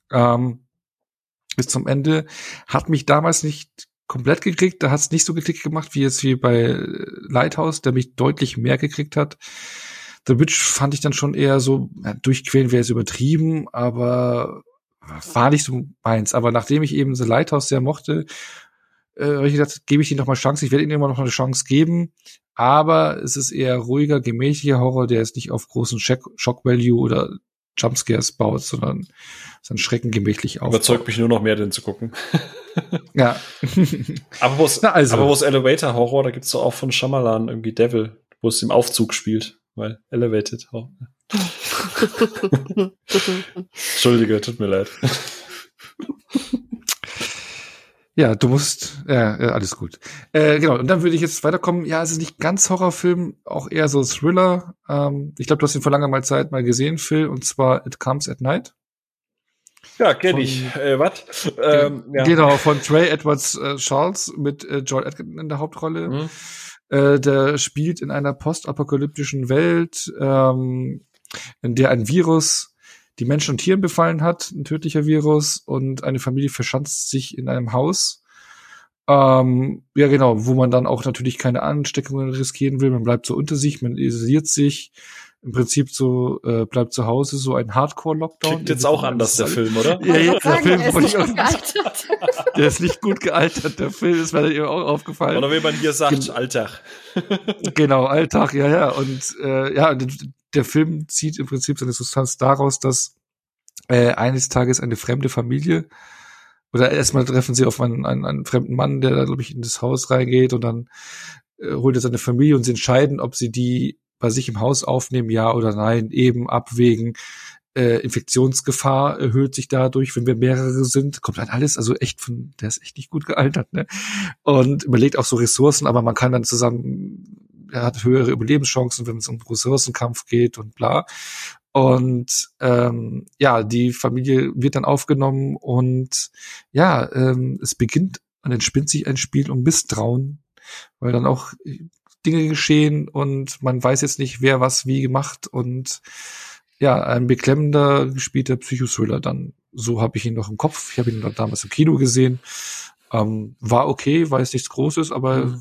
bis zum Ende. Hat mich damals nicht komplett gekriegt. Da hat es nicht so geklickt gemacht wie bei Lighthouse, der mich deutlich mehr gekriegt hat. The Witch fand ich dann schon eher so, durchquälen wäre es übertrieben, aber war nicht so meins. Aber nachdem ich eben The Lighthouse sehr mochte, habe ich gedacht, gebe ich ihm noch mal Chance. Ich werde ihm immer noch eine Chance geben. Aber es ist eher ruhiger, gemächlicher Horror, der ist nicht auf großen Shock-Value oder Jumpscares baut, sondern sein Schrecken gemächlich aufbaut. Überzeugt mich nur noch mehr, den zu gucken. Ja. Aber wo es Elevator Horror, da gibt's doch auch von Shyamalan irgendwie Devil, wo es im Aufzug spielt, weil Elevated Horror. Entschuldige, tut mir leid. Ja, du musst, alles gut. Genau, und dann würde ich jetzt weiterkommen. Ja, es ist nicht ganz Horrorfilm, auch eher so Thriller. Ich glaube, du hast ihn vor langer Zeit mal gesehen, Phil, und zwar It Comes at Night. Ja, kenn ich. Was? Ja. Genau, von Trey Edwards Charles mit Joel Edgerton in der Hauptrolle. Der spielt in einer postapokalyptischen Welt, in der ein Virus die Menschen und Tieren befallen hat, ein tödlicher Virus, und eine Familie verschanzt sich in einem Haus. Ja, genau, wo man dann auch natürlich keine Ansteckungen riskieren will. Man bleibt so unter sich, man isoliert sich. im Prinzip so bleibt zu Hause, so ein Hardcore-Lockdown. Klingt jetzt auch anders, der Film, oder? Ja, der Film ist nicht gut gealtert. Der ist nicht gut gealtert, der Film, ist mir dann eben auch aufgefallen. Oder wie man hier sagt, Alltag. Genau, Alltag, ja. Und der Film zieht im Prinzip seine Substanz daraus, dass eines Tages eine fremde Familie oder erstmal treffen sie auf einen fremden Mann, der da, glaube ich, in das Haus reingeht und dann holt er seine Familie und sie entscheiden, ob sie die bei sich im Haus aufnehmen, ja oder nein, eben abwägen. Infektionsgefahr erhöht sich dadurch, wenn wir mehrere sind, kommt dann alles, also echt der ist echt nicht gut gealtert, ne? Und überlegt auch so Ressourcen, aber man kann dann zusammen, er hat höhere Überlebenschancen, wenn es um Ressourcenkampf geht und bla. Und die Familie wird dann aufgenommen und es beginnt und entspinnt sich ein Spiel um Misstrauen, weil dann auch Dinge geschehen und man weiß jetzt nicht, wer was wie gemacht und ein beklemmender gespielter Psychothriller dann. So habe ich ihn noch im Kopf. Ich habe ihn noch damals im Kino gesehen. War okay, war jetzt nichts Großes, aber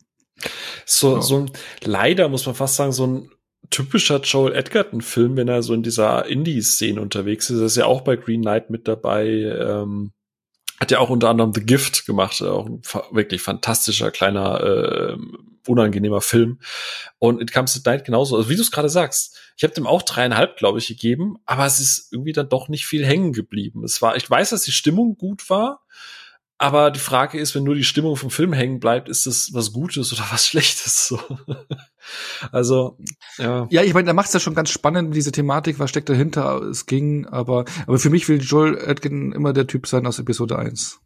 leider muss man fast sagen, so ein typischer Joel Edgerton-Film, wenn er so in dieser Indie-Szene unterwegs ist. Er ist ja auch bei Green Knight mit dabei. Hat ja auch unter anderem The Gift gemacht, auch ein wirklich fantastischer, kleiner, unangenehmer Film. Und It Comes at Night genauso. Also wie du es gerade sagst, ich habe dem auch 3,5, glaube ich, gegeben, aber es ist irgendwie dann doch nicht viel hängen geblieben. Ich weiß, dass die Stimmung gut war, aber die Frage ist, wenn nur die Stimmung vom Film hängen bleibt, ist das was Gutes oder was Schlechtes? So. Also, ja. Ja, ich meine, er macht es ja schon ganz spannend, diese Thematik, was steckt dahinter, es ging, aber für mich will Joel Edgerton immer der Typ sein aus Episode 1.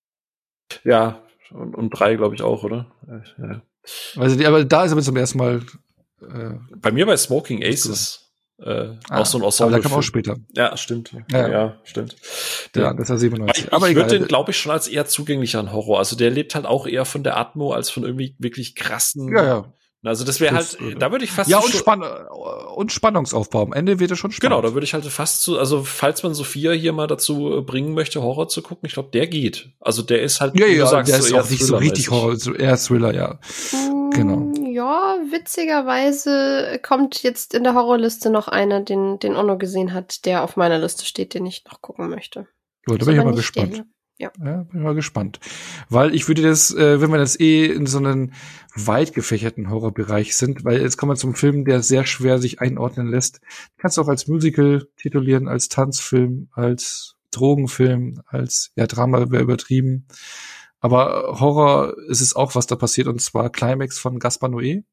Ja, und 3, glaube ich, auch, oder? Ja. Also, aber da ist er zum ersten Mal bei mir bei Smoking Aces auch so ein Ensemble. Aber der kam auch später. Ja, stimmt. Ja, stimmt. Ja, das war 97. Ich würde den, glaube ich, schon als eher zugänglicheren Horror. Also der lebt halt auch eher von der Atmo als von irgendwie wirklich krassen. Ja. Also das wäre halt, da würde ich fast und Spannungsaufbau. Am Ende wird er schon spannend. Genau, da würde ich halt fast also falls man Sophia hier mal dazu bringen möchte, Horror zu gucken, ich glaube, der geht. Also der ist halt, wie du sagst, der ist auch nicht so richtig Horror, so eher Thriller, ja. Genau. Ja, witzigerweise kommt jetzt in der Horrorliste noch einer, den Onno gesehen hat, der auf meiner Liste steht, den ich noch gucken möchte. Ja, da bin ich mal gespannt. Ja, bin ich mal gespannt. Weil ich würde das, wenn wir jetzt in so einen weit gefächerten Horrorbereich sind, weil jetzt kommen wir zum Film, der sehr schwer sich einordnen lässt. Kannst du auch als Musical titulieren, als Tanzfilm, als Drogenfilm, als Drama wäre übertrieben. Aber Horror ist es auch, was da passiert, und zwar Climax von Gaspar Noé,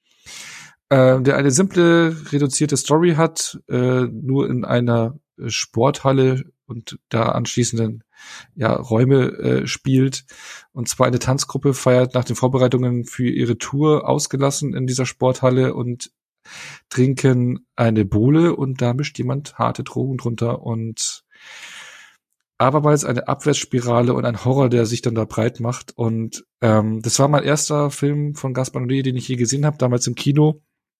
der eine simple, reduzierte Story hat, nur in einer Sporthalle und da anschließenden Räume spielt. Und zwar eine Tanzgruppe feiert nach den Vorbereitungen für ihre Tour ausgelassen in dieser Sporthalle und trinken eine Bowle und da mischt jemand harte Drogen drunter und abermals eine Abwärtsspirale und ein Horror, der sich dann da breit macht. Und das war mein erster Film von Gaspar Noé, den ich je gesehen habe, damals im Kino.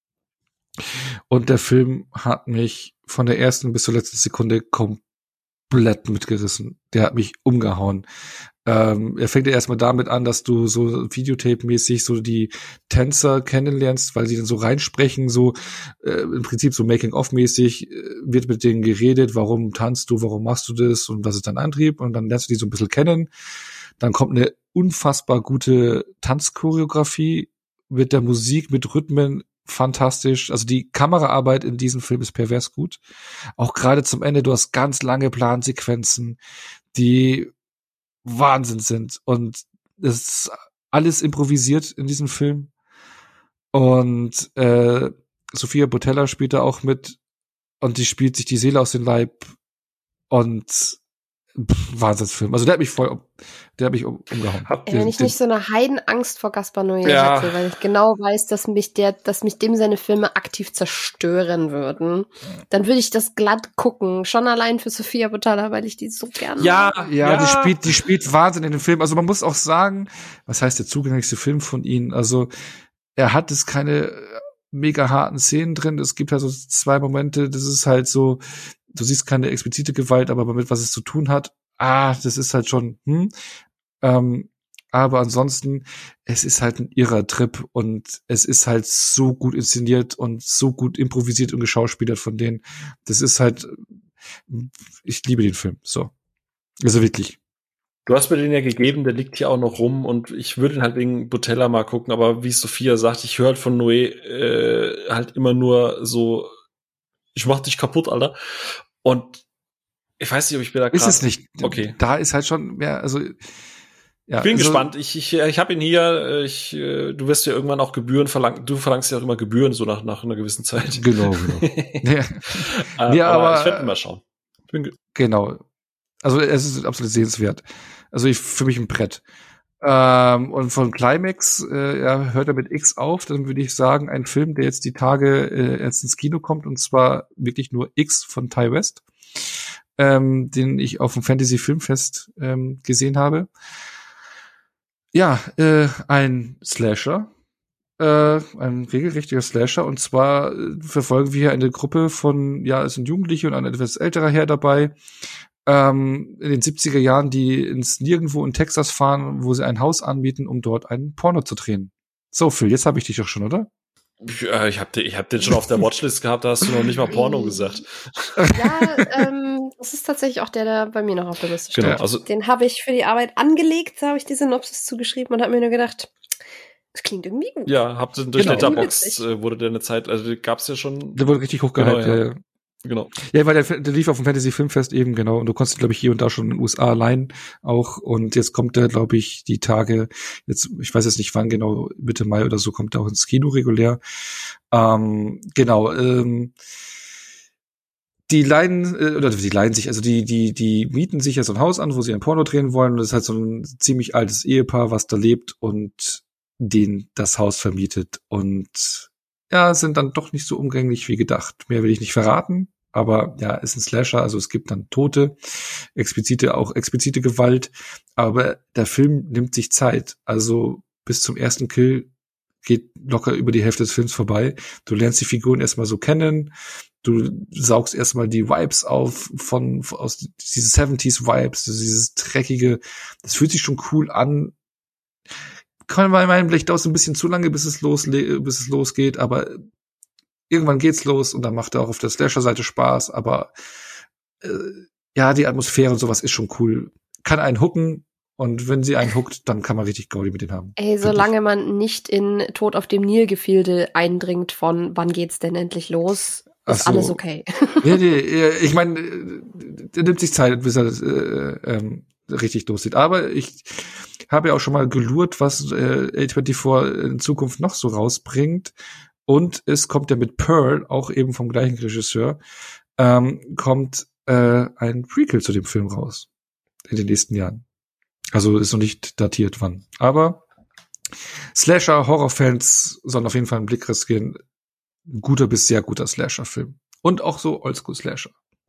Und der Film hat mich von der ersten bis zur letzten Sekunde komplett mitgerissen. Der hat mich umgehauen. Er fängt ja erstmal damit an, dass du so Videotape-mäßig so die Tänzer kennenlernst, weil sie dann so reinsprechen, so im Prinzip so Making-of-mäßig wird mit denen geredet, warum tanzt du, warum machst du das und was ist dein Antrieb, und dann lernst du die so ein bisschen kennen. Dann kommt eine unfassbar gute Tanzchoreografie mit der Musik, mit Rhythmen, fantastisch. Also die Kameraarbeit in diesem Film ist pervers gut. Auch gerade zum Ende, du hast ganz lange Plansequenzen, die Wahnsinn sind, und es ist alles improvisiert in diesem Film. Und Sophia Boutella spielt da auch mit und die spielt sich die Seele aus dem Leib und Wahnsinnsfilm. Also der hat mich umgehauen. Wenn ich nicht so eine Heidenangst vor Gaspar Noé hätte, weil ich genau weiß, dass mich dem seine Filme aktiv zerstören würden, dann würde ich das glatt gucken. Schon allein für Sophia Boutella, weil ich die so gerne mag. Ja, die spielt Wahnsinn in dem Film. Also man muss auch sagen, was heißt der zugänglichste Film von ihnen? Also er hat es keine mega harten Szenen drin. Es gibt halt so 2 Momente, das ist halt so, du siehst keine explizite Gewalt, aber mit was es zu tun hat, das ist halt schon, aber ansonsten, es ist halt ein irrer Trip und es ist halt so gut inszeniert und so gut improvisiert und geschauspielert von denen. Das ist halt, ich liebe den Film, so. Also wirklich. Du hast mir den ja gegeben, der liegt hier auch noch rum und ich würde ihn halt wegen Botella mal gucken, aber wie Sophia sagt, ich höre halt von Noé halt immer nur so, ich mach dich kaputt, Alter. Und ich weiß nicht, ob ich mir da Ist es nicht. Okay. Da ist halt schon mehr, also ja, ich bin also, gespannt. Ich habe ihn hier. Du wirst ja irgendwann auch Gebühren verlangen. Du verlangst ja auch immer Gebühren so nach einer gewissen Zeit. Genau. Ja, aber ich werde mal schauen. Genau. Also es ist absolut sehenswert. Also für mich ein Brett. Und von Climax hört er mit X auf. Dann würde ich sagen, ein Film, der jetzt die Tage erst ins Kino kommt, und zwar wirklich nur X von Ty West, den ich auf dem Fantasy Filmfest gesehen habe. Ja, ein Slasher. Ein regelrechter Slasher, und zwar verfolgen wir hier eine Gruppe von, es sind Jugendliche und ein etwas älterer Herr dabei, in den 70er Jahren, die ins Nirgendwo in Texas fahren, wo sie ein Haus anmieten, um dort einen Porno zu drehen. So, Phil, jetzt habe ich dich doch schon, oder? Ich hab den schon auf der Watchlist gehabt, da hast du noch nicht mal Porno gesagt. Ja, das ist tatsächlich auch der bei mir noch auf der Liste steht. Genau, also den habe ich für die Arbeit angelegt, da habe ich die Synopsis zugeschrieben und habe mir nur gedacht, das klingt irgendwie gut. Ja, habt ihr durch Genau. Letterboxd wurde der eine Zeit, also gab's ja schon. Der wurde richtig hochgehalten. Genau. Ja, weil der lief auf dem Fantasy Filmfest eben, genau. Und du konntest, glaube ich, hier und da schon in den USA leihen auch. Und jetzt kommt der, glaube ich, die Tage, jetzt, ich weiß jetzt nicht wann genau, Mitte Mai oder so, kommt er auch ins Kino regulär. Die leihen sich, also die mieten sich ja so ein Haus an, wo sie ein Porno drehen wollen. Und das ist halt so ein ziemlich altes Ehepaar, was da lebt und denen das Haus vermietet. Und ja, sind dann doch nicht so umgänglich wie gedacht. Mehr will ich nicht verraten. Aber ja, ist ein Slasher, also es gibt dann Tote, explizite Gewalt. Aber der Film nimmt sich Zeit. Also bis zum ersten Kill geht locker über die Hälfte des Films vorbei. Du lernst die Figuren erstmal so kennen. Du saugst erstmal die Vibes auf aus diese 70s Vibes, dieses dreckige. Das fühlt sich schon cool an. Kann man meinen, vielleicht dauert es ein bisschen zu lange, bis es losgeht, aber irgendwann geht's los und dann macht er auch auf der Slasher-Seite Spaß, aber die Atmosphäre und sowas ist schon cool. Kann einen hooken, und wenn sie einen hookt, dann kann man richtig Gaudi mit denen haben. Ey, solange man nicht in Tod auf dem Nil-Gefilde eindringt von wann geht's denn endlich los, ist alles okay. Nee, ich meine, der nimmt sich Zeit, bis er richtig loszieht. Aber ich habe ja auch schon mal gelurrt, was A24 in Zukunft noch so rausbringt. Und es kommt ja mit Pearl, auch eben vom gleichen Regisseur, kommt ein Prequel zu dem Film raus. In den nächsten Jahren. Also ist noch nicht datiert, wann. Aber Slasher, Horrorfans sollen auf jeden Fall einen Blick riskieren. Ein guter bis sehr guter Slasher-Film. Und auch so Oldschool-Slasher.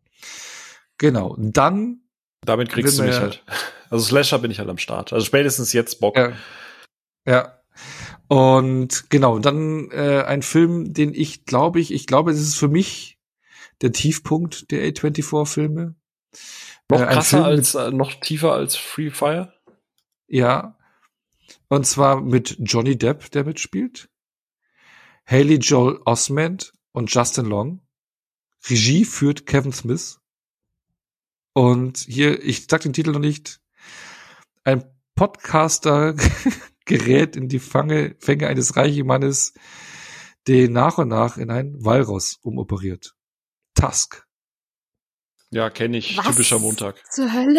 Genau. Dann damit kriegst du mich halt. Also Slasher bin ich halt am Start. Also spätestens jetzt Bock. Ja. Und genau, dann ein Film, den ich glaube, das ist für mich der Tiefpunkt der A24-Filme. Noch krasser noch tiefer als Free Fire? Ja. Und zwar mit Johnny Depp, der mitspielt. Haley Joel Osment und Justin Long. Regie führt Kevin Smith. Und hier, ich sag den Titel noch nicht, ein Podcaster gerät in die Fänge eines reichen Mannes, den nach und nach in ein Walross umoperiert. Tusk. Ja, kenne ich. Was typischer Montag. Zur Hölle?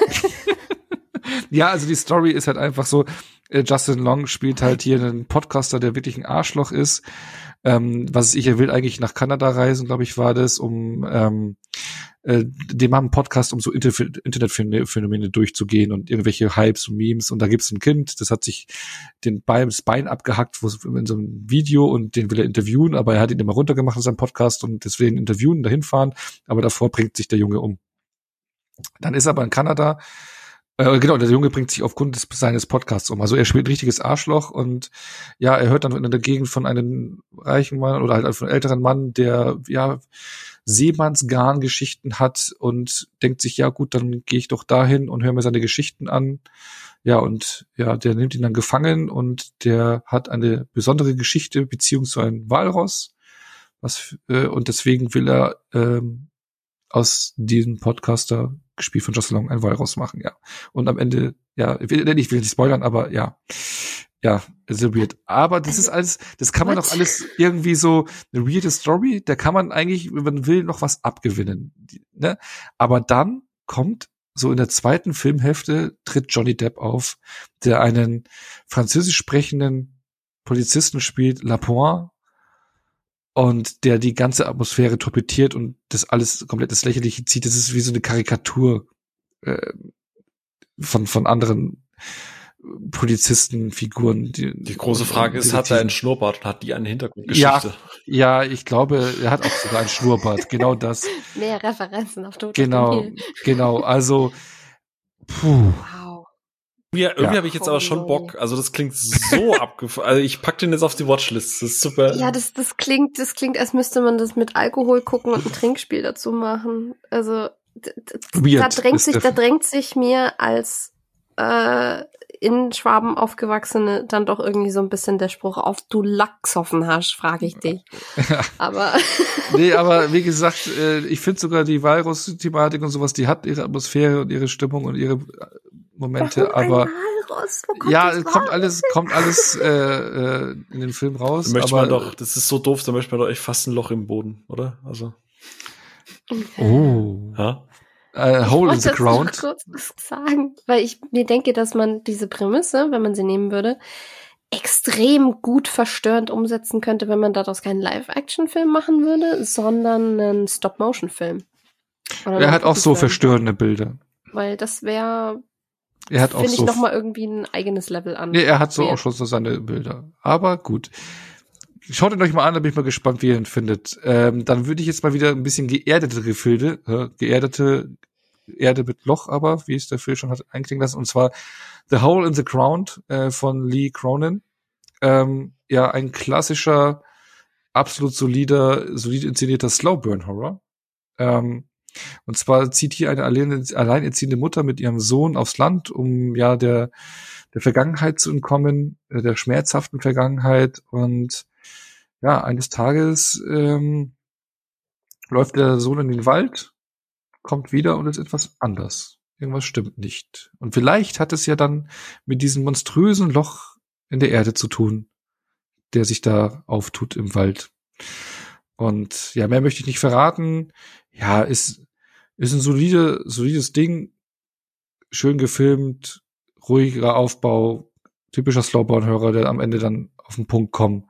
Ja, also die Story ist halt einfach so, Justin Long spielt halt hier einen Podcaster, der wirklich ein Arschloch ist. Er will eigentlich nach Kanada reisen, glaube ich, war das, um dem haben einen Podcast, um so Internetphänomene durchzugehen und irgendwelche Hypes und Memes. Und da gibt's ein Kind, das hat sich das Bein abgehackt in so einem Video, und den will er interviewen, aber er hat ihn immer runtergemacht in seinem Podcast und deswegen interviewen, dahin fahren, aber davor bringt sich der Junge um. Dann ist er aber in Kanada. Genau, der Junge bringt sich aufgrund seines Podcasts um. Also er spielt ein richtiges Arschloch, und ja, er hört dann in der Gegend von einem reichen Mann oder halt von einem älteren Mann, der Seemannsgarn-Geschichten hat und denkt sich, ja gut, dann gehe ich doch dahin und höre mir seine Geschichten an. Ja, und ja, der nimmt ihn dann gefangen und der hat eine besondere Geschichte, Beziehung zu einem Walross. Und deswegen will er aus diesem Podcaster, gespielt von Jocelyn Long, ein Walross machen, ja. Und am Ende, ja, ich will nicht spoilern, aber ja, so weird. Aber das ist alles, das kann man doch alles irgendwie so, eine weirde Story, da kann man eigentlich, wenn man will, noch was abgewinnen, ne? Aber dann kommt so in der zweiten Filmhälfte tritt Johnny Depp auf, der einen französisch sprechenden Polizisten spielt, Lapointe, und der die ganze Atmosphäre torpediert und das alles komplett ins Lächerliche zieht. Das ist wie so eine Karikatur von anderen Polizistenfiguren. Die große Frage ist, hat er einen Schnurrbart und hat die eine Hintergrundgeschichte? Ja, ich glaube, er hat auch sogar einen Schnurrbart. Genau das. Mehr Referenzen auf Tote Genau. Also, Wow. Ja, irgendwie habe ich jetzt aber schon Bock. Also das klingt so abgefahren. Also ich pack den jetzt auf die Watchlist. Das ist super. Ja, das klingt, als müsste man das mit Alkohol gucken und ein Trinkspiel dazu machen. Also da drängt sich mir als in Schwaben aufgewachsene dann doch irgendwie so ein bisschen der Spruch auf, du Lachsoffen hast, frage ich dich. Aber nee, aber wie gesagt, ich finde sogar die Walross-Thematik und sowas, die hat ihre Atmosphäre und ihre Stimmung und ihre Momente, warum aber ein Walross? Wo kommt ja, das kommt alles in den Film raus. Da möchte aber man doch, das ist so doof, da möchte man doch echt fast ein Loch im Boden, oder? Also. Oh. Ja? Hole in the ground. Ich wollte kurz was sagen, weil ich mir denke, dass man diese Prämisse, wenn man sie nehmen würde, extrem gut verstörend umsetzen könnte, wenn man daraus keinen Live-Action-Film machen würde, sondern einen Stop-Motion-Film. Er hat auch so verstörende Bilder. Weil das wäre, finde ich, nochmal irgendwie ein eigenes Level an. Nee, er hat so auch schon so seine Bilder. Aber gut. Schaut ihn euch mal an, da bin ich mal gespannt, wie ihr ihn findet. Dann würde ich jetzt mal wieder ein bisschen geerdete Gefilde, geerdete Erde mit Loch, aber wie es der Film schon hat einklingen lassen, und zwar The Hole in the Ground von Lee Cronin. Ja, ein klassischer, absolut solid inszenierter Slow-Burn-Horror. Und zwar zieht hier eine alleinerziehende Mutter mit ihrem Sohn aufs Land, um ja der Vergangenheit zu entkommen, der schmerzhaften Vergangenheit. Und ja, eines Tages läuft der Sohn in den Wald, kommt wieder und ist etwas anders. Irgendwas stimmt nicht. Und vielleicht hat es ja dann mit diesem monströsen Loch in der Erde zu tun, der sich da auftut im Wald. Und ja, mehr möchte ich nicht verraten. Ja, ist ein solides Ding, schön gefilmt, ruhiger Aufbau, typischer Slowburn-Hörer, der am Ende dann auf den Punkt kommt.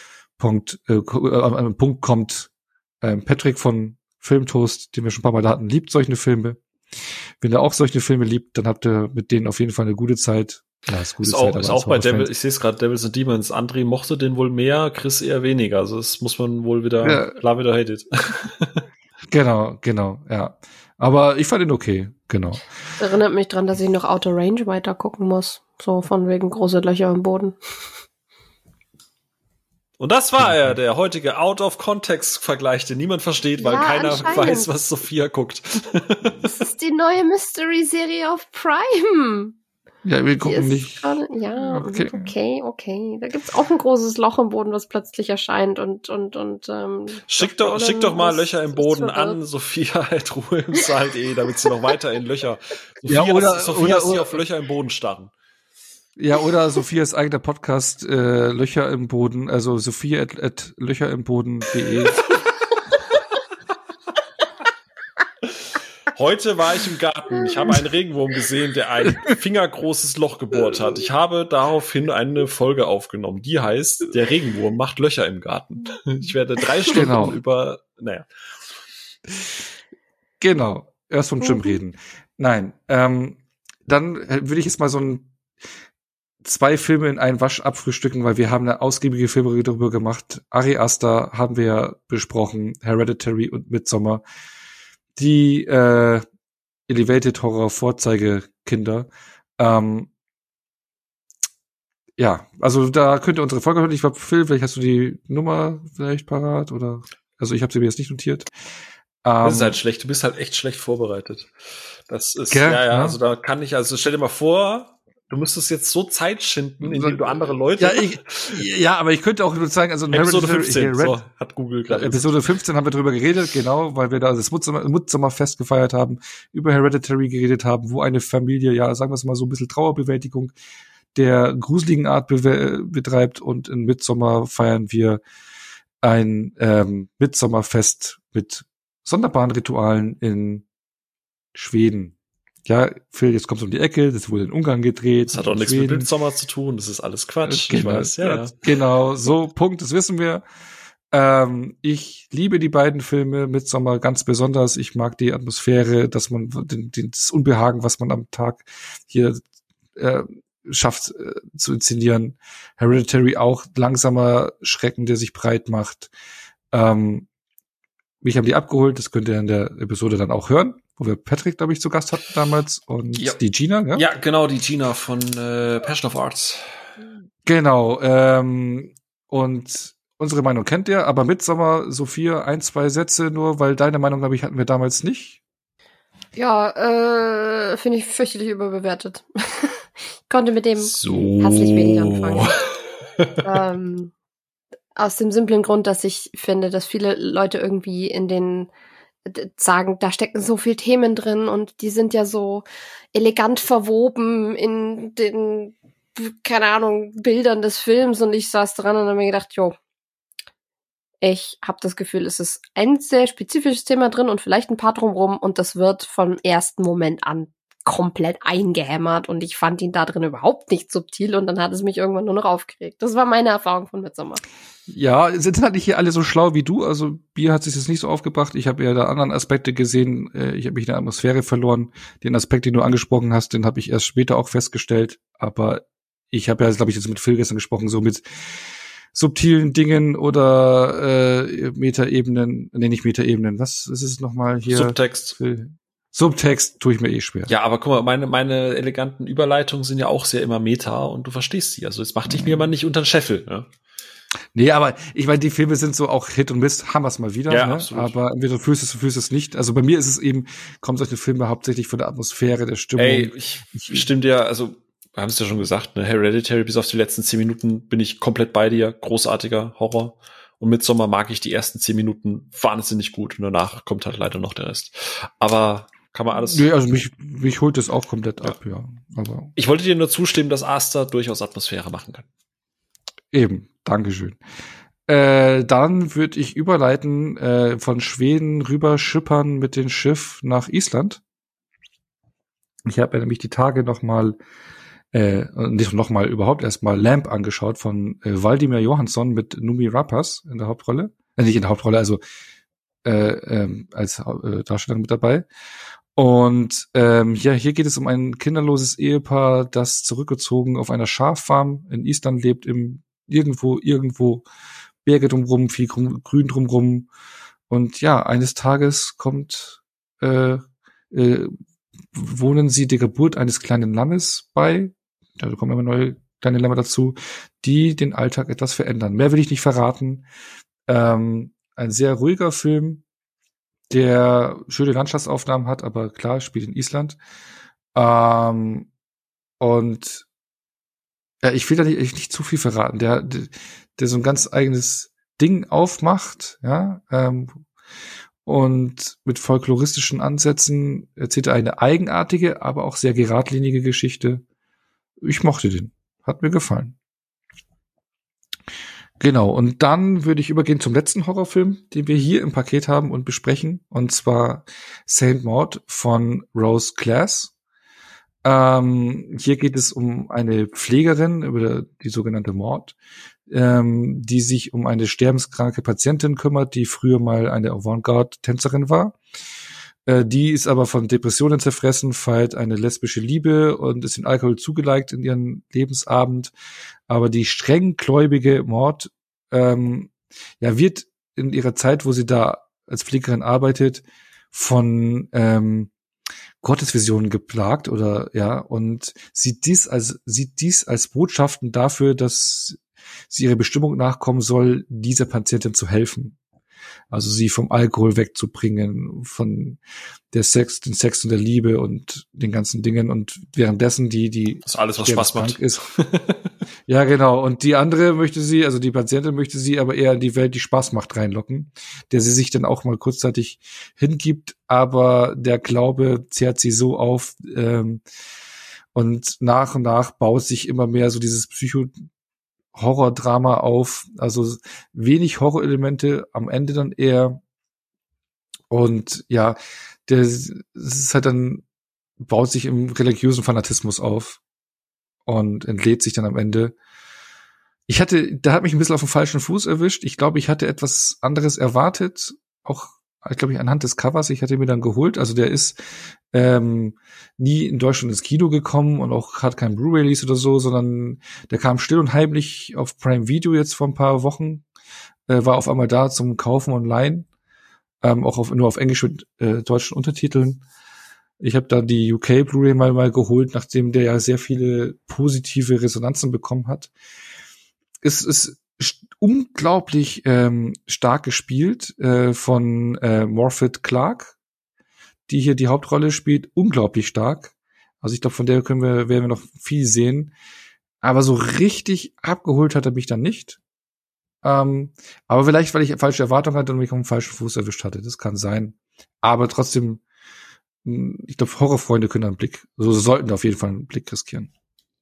Patrick von Filmtoast, den wir schon ein paar Mal hatten, liebt solche Filme. Wenn ihr auch solche Filme liebt, dann habt ihr mit denen auf jeden Fall eine gute Zeit. Ja, ist auch bei Devil, ich sehe es gerade, Devils and Demons. André mochte den wohl mehr, Chris eher weniger. Also das muss man wohl wieder, klar wieder hated. Genau, ja. Aber ich fand ihn okay, genau. Das erinnert mich dran, dass ich noch Outer Range weiter gucken muss. So von wegen große Löcher im Boden. Und das war er, der heutige Out-of-Context-Vergleich, den niemand versteht, weil keiner weiß, was Sophia guckt. Das ist die neue Mystery-Serie auf Prime. Ja, wir gucken nicht. Okay. Da gibt's auch ein großes Loch im Boden, was plötzlich erscheint und Schick doch mal Löcher im Boden an, Sophia halt Ruhe im Saal, damit sie noch weiter in Löcher. Sophia ist auf Löcher im Boden starren. Ja, oder Sophias eigener Podcast, Löcher im Boden, also sophia@löcherimboden.de. Heute war ich im Garten. Ich habe einen Regenwurm gesehen, der ein fingergroßes Loch gebohrt hat. Ich habe daraufhin eine Folge aufgenommen, die heißt, der Regenwurm macht Löcher im Garten. Ich werde 3 Stunden Genau, erst von Jim reden. Nein, dann würde ich jetzt mal 2 Filme in einen Wasch abfrühstücken, weil wir haben eine ausgiebige Filme darüber gemacht. Ari Aster haben wir ja besprochen, Hereditary und Midsommar. Die Elevated Horror Vorzeigekinder. Ja, also da könnt ihr unsere Folge hören. Ich glaube, Phil, vielleicht hast du die Nummer vielleicht parat oder? Also ich habe sie mir jetzt nicht notiert. Das ist halt schlecht. Du bist halt echt schlecht vorbereitet. Das ist, ja, also da kann ich, also stell dir mal vor, du müsstest jetzt so Zeit schinden, indem du andere Leute. Ja, aber ich könnte auch nur sagen, also Episode 15, so, hat Google gerade. Episode 15 haben wir drüber geredet, genau, weil wir da das Mutzsommerfest gefeiert haben, über Hereditary geredet haben, wo eine Familie, ja, sagen wir es mal so ein bisschen Trauerbewältigung der gruseligen Art betreibt, und in Midsommar feiern wir ein Midsommar-Fest mit sonderbaren Ritualen in Schweden. Ja, Phil, jetzt kommst du um die Ecke, das wurde in Ungarn gedreht. Das hat auch nichts mit Midsommar zu tun, das ist alles Quatsch. Genau, ich weiß, ja. Genau, so, Punkt, das wissen wir. Ich liebe die beiden Filme, Midsommar ganz besonders. Ich mag die Atmosphäre, dass man das Unbehagen, was man am Tag hier schafft zu inszenieren. Hereditary auch langsamer Schrecken, der sich breit macht. Mich haben die abgeholt, das könnt ihr in der Episode dann auch hören, wo wir Patrick, glaube ich, zu Gast hatten damals, und die Gina, ja? Ja, genau, die Gina von Passion of Arts. Genau, und unsere Meinung kennt ihr, aber Midsommar, Sophia, 1, 2 Sätze nur, weil deine Meinung, glaube ich, hatten wir damals nicht. Ja, finde ich fürchterlich überbewertet. Konnte mit dem herzlich wenig anfangen. Aus dem simplen Grund, dass ich finde, dass viele Leute irgendwie in den sagen, da stecken so viel Themen drin und die sind ja so elegant verwoben in den, keine Ahnung, Bildern des Films, und ich saß dran und habe mir gedacht, ich habe das Gefühl, es ist ein sehr spezifisches Thema drin und vielleicht ein paar drumrum, und das wird vom ersten Moment an komplett eingehämmert, und ich fand ihn da drin überhaupt nicht subtil, und dann hat es mich irgendwann nur noch aufgeregt. Das war meine Erfahrung von Midsommar. Ja, sind halt nicht hier alle so schlau wie du, also Bier hat sich jetzt nicht so aufgebracht, ich habe eher da anderen Aspekte gesehen, ich habe mich in der Atmosphäre verloren, den Aspekt, den du angesprochen hast, den habe ich erst später auch festgestellt, aber ich habe ja, glaube ich, jetzt mit Phil gestern gesprochen, so mit subtilen Dingen oder Metaebenen, nicht Metaebenen, was ist es nochmal hier? Subtext tue ich mir schwer. Ja, aber guck mal, meine eleganten Überleitungen sind ja auch sehr immer Meta, und du verstehst sie. Also jetzt mach dich mir mal nicht unter den Scheffel. Ne? Nee, aber ich meine, die Filme sind so auch Hit und Miss, haben wir es mal wieder. Ja, ne? absolut. Aber entweder du fühlst es nicht. Also bei mir ist es eben, kommen solche Filme hauptsächlich von der Atmosphäre, der Stimmung. Ey, ich stimme dir, also wir haben es ja schon gesagt, ne, Hereditary bis auf die letzten 10 Minuten bin ich komplett bei dir. Großartiger Horror. Und Midsommar mag ich die ersten 10 Minuten wahnsinnig gut. Und danach kommt halt leider noch der Rest. Aber kann man alles. Nee, also mich holt das auch komplett ab, ja. Aber ich wollte dir nur zustimmen, dass Asta durchaus Atmosphäre machen kann. Eben, Dankeschön. Dann würde ich überleiten, von Schweden rüber schippern mit dem Schiff nach Island. Ich habe nämlich die Tage überhaupt erstmal Lamp angeschaut von Valdimir Johansson mit Noomi Rapace in der Hauptrolle. Nicht in der Hauptrolle, also als Darsteller mit dabei. Und hier geht es um ein kinderloses Ehepaar, das zurückgezogen auf einer Schaffarm in Island lebt, irgendwo Berge drumrum, viel Grün drumrum. Und ja, eines Tages wohnen sie der Geburt eines kleinen Lammes bei. Da kommen immer neue kleine Lämmer dazu, die den Alltag etwas verändern. Mehr will ich nicht verraten. Ein sehr ruhiger Film, der schöne Landschaftsaufnahmen hat, aber klar, spielt in Island. Und ich will da nicht zu viel verraten. Der so ein ganz eigenes Ding aufmacht, ja, und mit folkloristischen Ansätzen erzählt er eine eigenartige, aber auch sehr geradlinige Geschichte. Ich mochte den. Hat mir gefallen. Genau, und dann würde ich übergehen zum letzten Horrorfilm, den wir hier im Paket haben und besprechen, und zwar Saint Maud von Rose Glass. Hier geht es um eine Pflegerin, über die sogenannte Maud, die sich um eine sterbenskranke Patientin kümmert, die früher mal eine Avantgarde-Tänzerin war. Die ist aber von Depressionen zerfressen, feiert eine lesbische Liebe und ist in Alkohol zugeneigt in ihren Lebensabend. Aber die streng gläubige Maud wird in ihrer Zeit, wo sie da als Pflegerin arbeitet, von Gottesvisionen geplagt und sieht dies als Botschaften dafür, dass sie ihrer Bestimmung nachkommen soll, dieser Patientin zu helfen. Also sie vom Alkohol wegzubringen, von den Sex und der Liebe und den ganzen Dingen und währenddessen die das ist alles, was Spaß macht. ist. Ja, genau. Und die andere möchte sie, also die Patientin möchte sie aber eher in die Welt, die Spaß macht, reinlocken, der sie sich dann auch mal kurzzeitig hingibt, aber der Glaube zehrt sie so auf, und nach baut sich immer mehr so dieses Horror-Drama auf, also wenig Horrorelemente, am Ende dann eher. Und ja, es ist halt dann, baut sich im religiösen Fanatismus auf und entlädt sich dann am Ende. Da hat mich ein bisschen auf den falschen Fuß erwischt. Ich glaube, ich hatte etwas anderes erwartet, auch, ich glaube, anhand des Covers. Ich hatte mir dann geholt, also der ist nie in Deutschland ins Kino gekommen und auch hat kein Blu-ray-Release oder so, sondern der kam still und heimlich auf Prime Video jetzt vor ein paar Wochen, war auf einmal da zum Kaufen online, auch nur auf Englisch mit deutschen Untertiteln. Ich habe da die UK Blu-ray mal geholt, nachdem der ja sehr viele positive Resonanzen bekommen hat. Es ist unglaublich stark gespielt von Morfydd Clark, die hier die Hauptrolle spielt, unglaublich stark. Also ich glaube, von der werden wir noch viel sehen. Aber so richtig abgeholt hat er mich dann nicht. Aber vielleicht, weil ich falsche Erwartungen hatte und mich auf den falschen Fuß erwischt hatte. Das kann sein. Aber trotzdem, ich glaube, Horrorfreunde können einen Blick, so sollten auf jeden Fall einen Blick riskieren.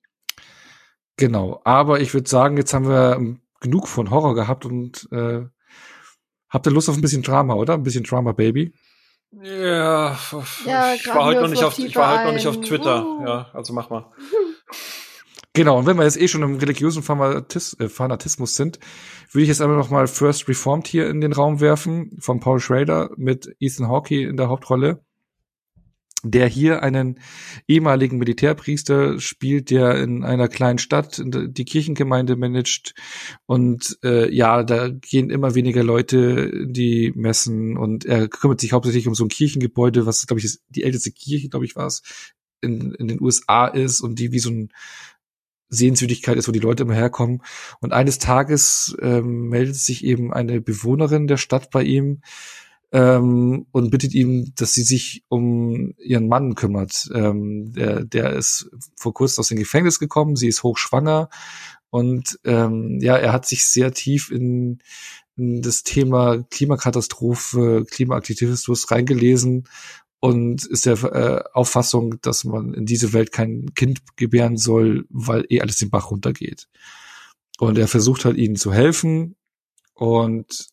Genau. Aber ich würde sagen, jetzt haben wir genug von Horror gehabt und habt ihr Lust auf ein bisschen Drama, oder? Ein bisschen Drama, Baby? Ja, ich war heute noch nicht auf Twitter. Ja, also mach mal. Genau, und wenn wir jetzt schon im religiösen Fanatismus sind, würde ich jetzt einfach noch mal First Reformed hier in den Raum werfen, von Paul Schrader mit Ethan Hawke in der Hauptrolle, der hier einen ehemaligen Militärpriester spielt, der in einer kleinen Stadt die Kirchengemeinde managt und da gehen immer weniger Leute in die Messen und er kümmert sich hauptsächlich um so ein Kirchengebäude, was, glaube ich, die älteste Kirche, glaube ich, war es, in den USA ist und die wie so ein Sehenswürdigkeit ist, wo die Leute immer herkommen. Und eines Tages meldet sich eben eine Bewohnerin der Stadt bei ihm und bittet ihn, dass sie sich um ihren Mann kümmert. Der ist vor kurzem aus dem Gefängnis gekommen, sie ist hochschwanger und er hat sich sehr tief in das Thema Klimakatastrophe, Klimaaktivismus reingelesen und ist der Auffassung, dass man in diese Welt kein Kind gebären soll, weil alles den Bach runtergeht. Und er versucht halt ihnen zu helfen und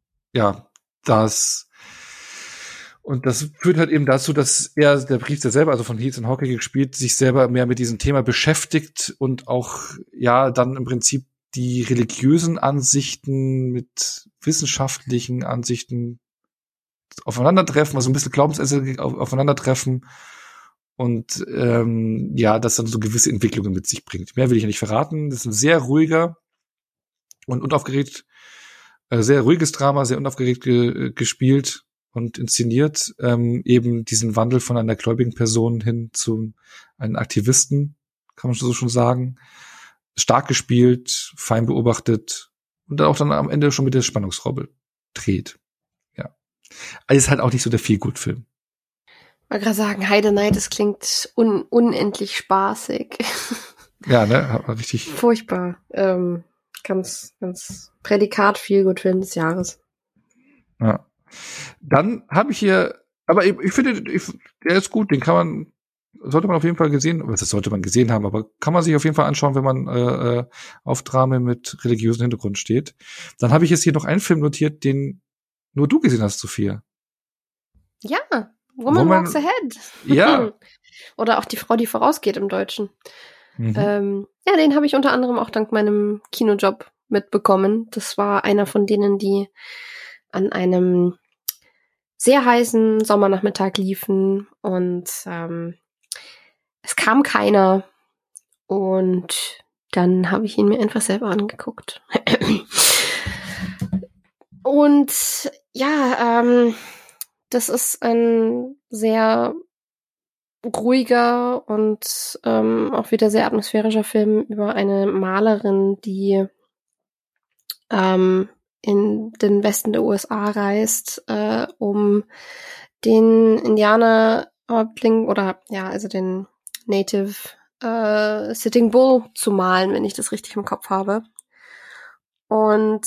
das führt halt eben dazu, dass der Priester selber, also von Ethan Hawke gespielt, sich selber mehr mit diesem Thema beschäftigt und auch dann im Prinzip die religiösen Ansichten mit wissenschaftlichen Ansichten aufeinandertreffen, also ein bisschen Glaubenssätze aufeinandertreffen und das dann so gewisse Entwicklungen mit sich bringt. Mehr will ich ja nicht verraten. Das ist ein sehr ruhiger und unaufgeregt, sehr ruhiges Drama, sehr unaufgeregt gespielt und inszeniert, eben diesen Wandel von einer gläubigen Person hin zu einem Aktivisten, kann man so schon sagen. Stark gespielt, fein beobachtet und dann auch am Ende schon mit der Spannungsschraube dreht. Ja. Also ist halt auch nicht so der Feelgood-Film. Ich wollte gerade sagen, Heide Night, das klingt unendlich spaßig. Ja, ne? Richtig. Furchtbar. Ganz Prädikat Feelgood-Film des Jahres. Ja. Dann habe ich hier, aber ich finde, der ist gut, sollte man auf jeden Fall das sollte man gesehen haben, aber kann man sich auf jeden Fall anschauen, wenn man auf Drama mit religiösem Hintergrund steht. Dann habe ich jetzt hier noch einen Film notiert, den nur du gesehen hast, Sophia. Ja, Woman Walks Ahead. Ja. Oder auch Die Frau, die vorausgeht im Deutschen. Mhm. Den habe ich unter anderem auch dank meinem Kinojob mitbekommen. Das war einer von denen, die an einem sehr heißen Sommernachmittag liefen und es kam keiner und dann habe ich ihn mir einfach selber angeguckt. Und das ist ein sehr ruhiger und auch wieder sehr atmosphärischer Film über eine Malerin, die in den Westen der USA reist, um den Indianerhäuptling oder ja, also den Native Sitting Bull zu malen, wenn ich das richtig im Kopf habe. Und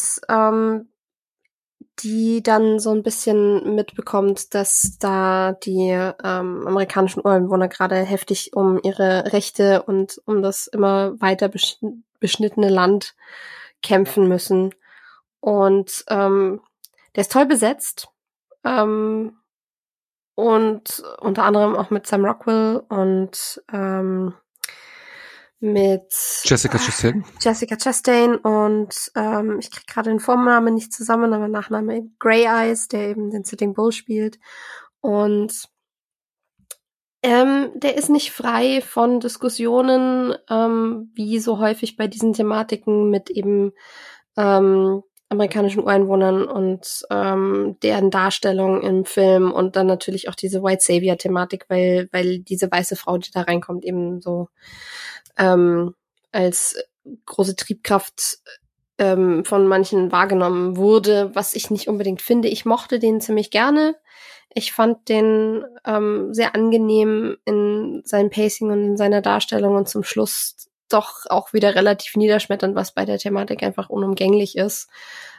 die dann so ein bisschen mitbekommt, dass da die amerikanischen Ureinwohner gerade heftig um ihre Rechte und um das immer weiter beschnittene Land kämpfen müssen. Und der ist toll besetzt. Und unter anderem auch mit Sam Rockwell und mit Jessica Chastain und ich krieg gerade den Vornamen nicht zusammen, aber Nachname Grey Eyes, der eben den Sitting Bull spielt. Und der ist nicht frei von Diskussionen, wie so häufig bei diesen Thematiken mit eben amerikanischen Ureinwohnern und deren Darstellung im Film und dann natürlich auch diese White Savior-Thematik, weil diese weiße Frau, die da reinkommt, eben so als große Triebkraft von manchen wahrgenommen wurde, was ich nicht unbedingt finde. Ich mochte den ziemlich gerne. Ich fand den sehr angenehm in seinem Pacing und in seiner Darstellung und zum Schluss doch auch wieder relativ niederschmetternd, was bei der Thematik einfach unumgänglich ist.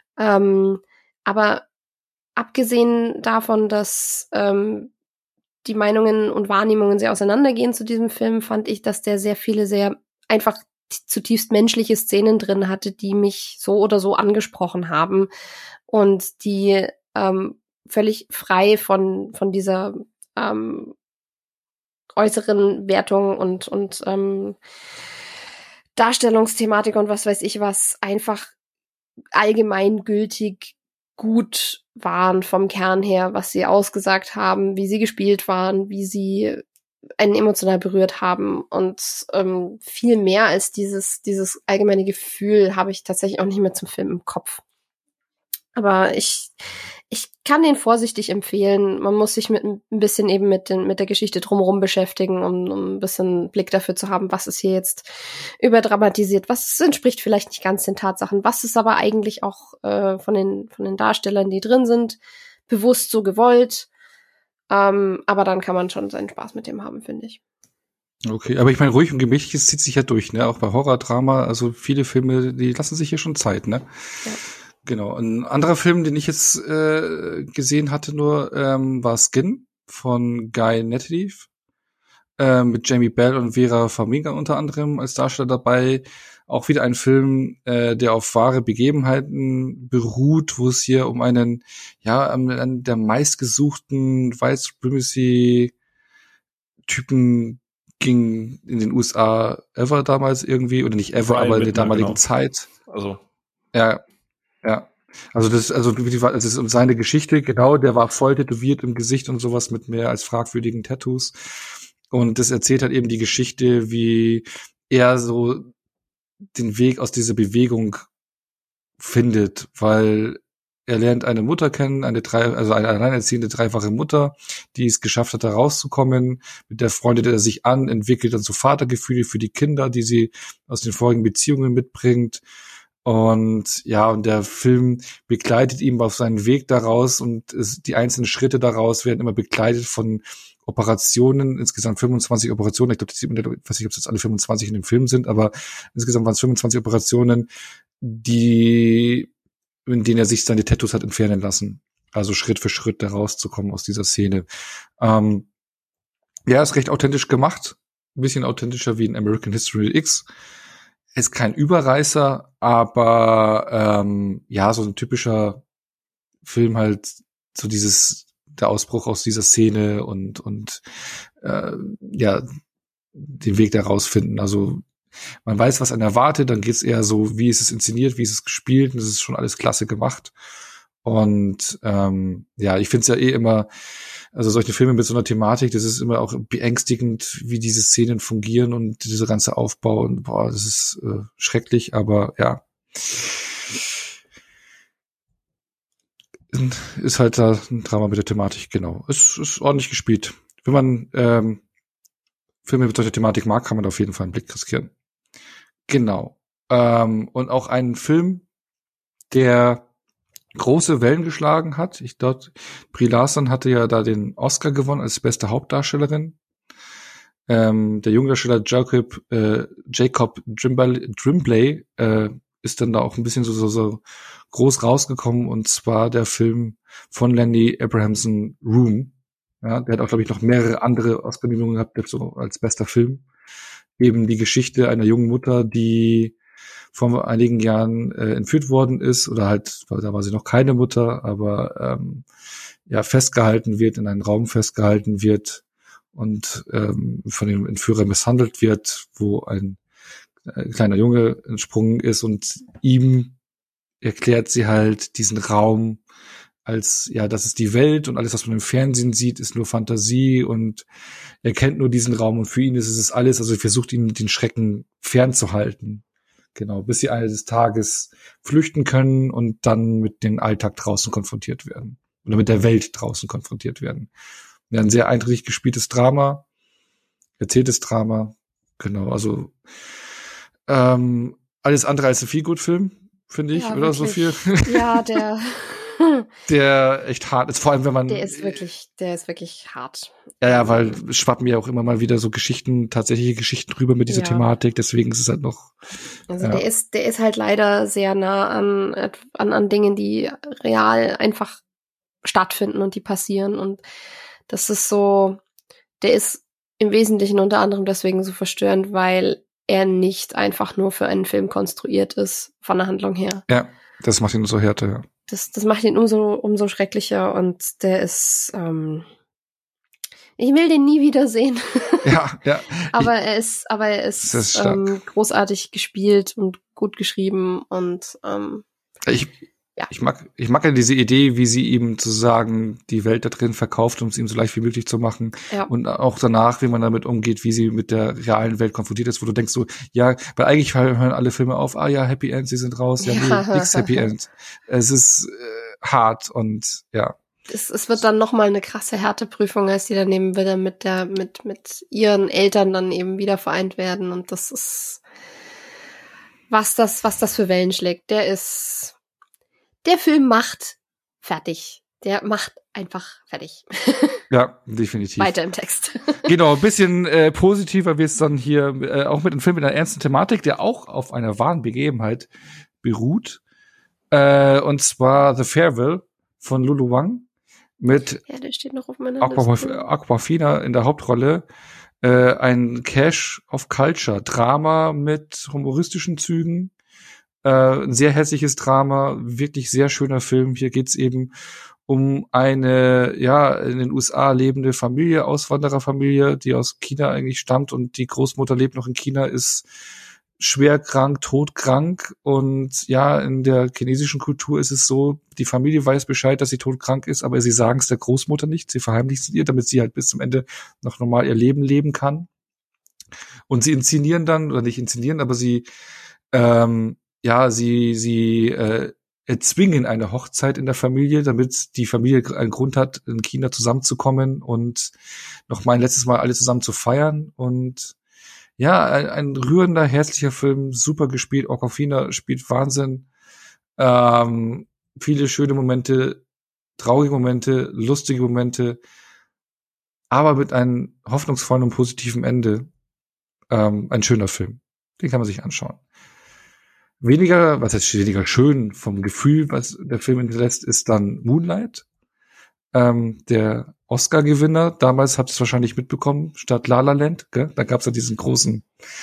Aber abgesehen davon, dass die Meinungen und Wahrnehmungen sehr auseinandergehen zu diesem Film, fand ich, dass der sehr viele sehr einfach zutiefst menschliche Szenen drin hatte, die mich so oder so angesprochen haben und die völlig frei von dieser äußeren Wertung und Darstellungsthematik und was weiß ich was einfach allgemeingültig gut waren vom Kern her, was sie ausgesagt haben, wie sie gespielt waren, wie sie einen emotional berührt haben und viel mehr als dieses allgemeine Gefühl habe ich tatsächlich auch nicht mehr zum Film im Kopf. Aber ich kann den vorsichtig empfehlen. Man muss sich mit ein bisschen eben mit der Geschichte drumherum beschäftigen, um ein bisschen Blick dafür zu haben, was ist hier jetzt überdramatisiert, was entspricht vielleicht nicht ganz den Tatsachen, was ist aber eigentlich auch von den Darstellern, die drin sind, bewusst so gewollt. Aber dann kann man schon seinen Spaß mit dem haben, finde ich. Okay, aber ich meine, ruhig und gemächlich zieht sich ja durch, ne? Auch bei Horror-Drama, also viele Filme, die lassen sich hier schon Zeit, ne? Ja. Genau. Ein anderer Film, den ich jetzt gesehen hatte nur, war Skin von Guy Nettleve, mit Jamie Bell und Vera Farmiga unter anderem als Darsteller dabei. Auch wieder ein Film, der auf wahre Begebenheiten beruht, wo es hier um einen der meistgesuchten White Supremacy Typen ging in den USA ever damals irgendwie, oder nicht ever, aber in der damaligen Zeit. Also. Ja. Also das ist um seine Geschichte, genau, der war voll tätowiert im Gesicht und sowas mit mehr als fragwürdigen Tattoos. Und das erzählt halt eben die Geschichte, wie er so den Weg aus dieser Bewegung findet, weil er lernt eine Mutter kennen, eine alleinerziehende dreifache Mutter, die es geschafft hat, da rauszukommen. Mit der freundet er sich an, entwickelt dann so Vatergefühle für die Kinder, die sie aus den vorigen Beziehungen mitbringt. Und ja, und der Film begleitet ihn auf seinen Weg daraus und die einzelnen Schritte daraus werden immer begleitet von Operationen, insgesamt 25 Operationen. Ich glaube, ich weiß nicht, ob es jetzt alle 25 in dem Film sind, aber insgesamt waren es 25 Operationen, in denen er sich seine Tattoos hat entfernen lassen. Also Schritt für Schritt da rauszukommen aus dieser Szene. Ist recht authentisch gemacht. Ein bisschen authentischer wie in American History X. Ist kein Überreißer, aber so ein typischer Film halt, so der Ausbruch aus dieser Szene und den Weg da rausfinden. Also man weiß, was einen erwartet, dann geht's eher so, wie ist es inszeniert, wie ist es gespielt, und das ist schon alles klasse gemacht. Und ich finde es ja immer, also solche Filme mit so einer Thematik, das ist immer auch beängstigend, wie diese Szenen fungieren und dieser ganze Aufbau, und das ist schrecklich, aber ja. Ist halt da ein Drama mit der Thematik, genau. Es ist ordentlich gespielt. Wenn man Filme mit solcher Thematik mag, kann man da auf jeden Fall einen Blick riskieren. Genau. Und auch einen Film, der große Wellen geschlagen hat. Ich dort, Brie Larson hatte ja da den Oscar gewonnen als beste Hauptdarstellerin. Der Jungdarsteller Jacob Tremblay ist dann da auch ein bisschen so groß rausgekommen, und zwar der Film von Lenny Abrahamson, Room. Ja, der hat auch, glaube ich, noch mehrere andere Oscar-Nominierungen gehabt, jetzt so als bester Film. Eben die Geschichte einer jungen Mutter, die vor einigen Jahren entführt worden ist, oder halt, da war sie noch keine Mutter, aber festgehalten wird, in einen Raum festgehalten wird und von dem Entführer misshandelt wird, wo ein kleiner Junge entsprungen ist, und ihm erklärt sie halt diesen Raum als, ja, das ist die Welt, und alles, was man im Fernsehen sieht, ist nur Fantasie, und er kennt nur diesen Raum, und für ihn ist es alles, also er versucht ihn den Schrecken fernzuhalten. Genau, bis sie eines Tages flüchten können und dann mit dem Alltag draußen konfrontiert werden. Oder mit der Welt draußen konfrontiert werden. Ja, ein sehr eindrücklich gespieltes Drama, erzähltes Drama. Genau, also alles andere als ein Feelgood-Film, finde ich, Ja, oder so viel. wirklich. Ja, Der echt hart ist, vor allem wenn man. der ist wirklich hart. Ja, weil es schwappen ja auch immer mal wieder so tatsächliche Geschichten rüber mit dieser Thematik, deswegen ist es halt noch. Also der ist halt leider sehr nah an Dingen, die real einfach stattfinden und die passieren, und das ist so, der ist im Wesentlichen unter anderem deswegen so verstörend, weil er nicht einfach nur für einen Film konstruiert ist, von der Handlung her. Ja, das macht ihn so härter, ja. Das macht ihn umso schrecklicher, und der ist, ich will den nie wiedersehen. Ja. aber er ist großartig gespielt und gut geschrieben, und ich mag ja diese Idee, wie sie ihm sozusagen die Welt da drin verkauft, um es ihm so leicht wie möglich zu machen. Ja. Und auch danach, wie man damit umgeht, wie sie mit der realen Welt konfrontiert ist, wo du denkst so, ja, weil eigentlich hören alle Filme auf, ja, Happy End, sie sind raus, ja, nee, nix Happy End. Es ist hart, und ja. Es wird dann nochmal eine krasse Härteprüfung, als die dann eben wieder mit ihren Eltern dann eben wieder vereint werden, und das ist, was das für Wellen schlägt. Der Film macht fertig. Der macht einfach fertig. Ja, definitiv. Weiter im Text. Genau, ein bisschen positiver wird es dann hier auch mit einem Film mit einer ernsten Thematik, der auch auf einer wahren Begebenheit beruht. Und zwar The Farewell von Lulu Wang mit der steht noch auf meiner Liste. Awkwafina in der Hauptrolle. Ein Cash of Culture Drama mit humoristischen Zügen. Ein sehr hässliches Drama, wirklich sehr schöner Film. Hier geht's eben um eine, ja, in den USA lebende Familie, Auswandererfamilie, die aus China eigentlich stammt, und die Großmutter lebt noch in China, ist schwer krank, todkrank, und ja, in der chinesischen Kultur ist es so, die Familie weiß Bescheid, dass sie todkrank ist, aber sie sagen es der Großmutter nicht, sie verheimlichen es ihr, damit sie halt bis zum Ende noch normal ihr Leben leben kann. Und sie inszenieren dann, oder nicht inszenieren, aber sie erzwingen eine Hochzeit in der Familie, damit die Familie einen Grund hat, in China zusammenzukommen und noch mal ein letztes Mal alle zusammen zu feiern. Und ja, ein rührender, herzlicher Film, super gespielt. Awkwafina spielt Wahnsinn. Viele schöne Momente, traurige Momente, lustige Momente, aber mit einem hoffnungsvollen und positiven Ende. Ein schöner Film. Den kann man sich anschauen. Was heißt weniger schön vom Gefühl, was der Film hinterlässt, ist dann Moonlight. Der Oscar-Gewinner, damals habt ihr es wahrscheinlich mitbekommen, statt La La Land, gell? Da gab es ja diesen großen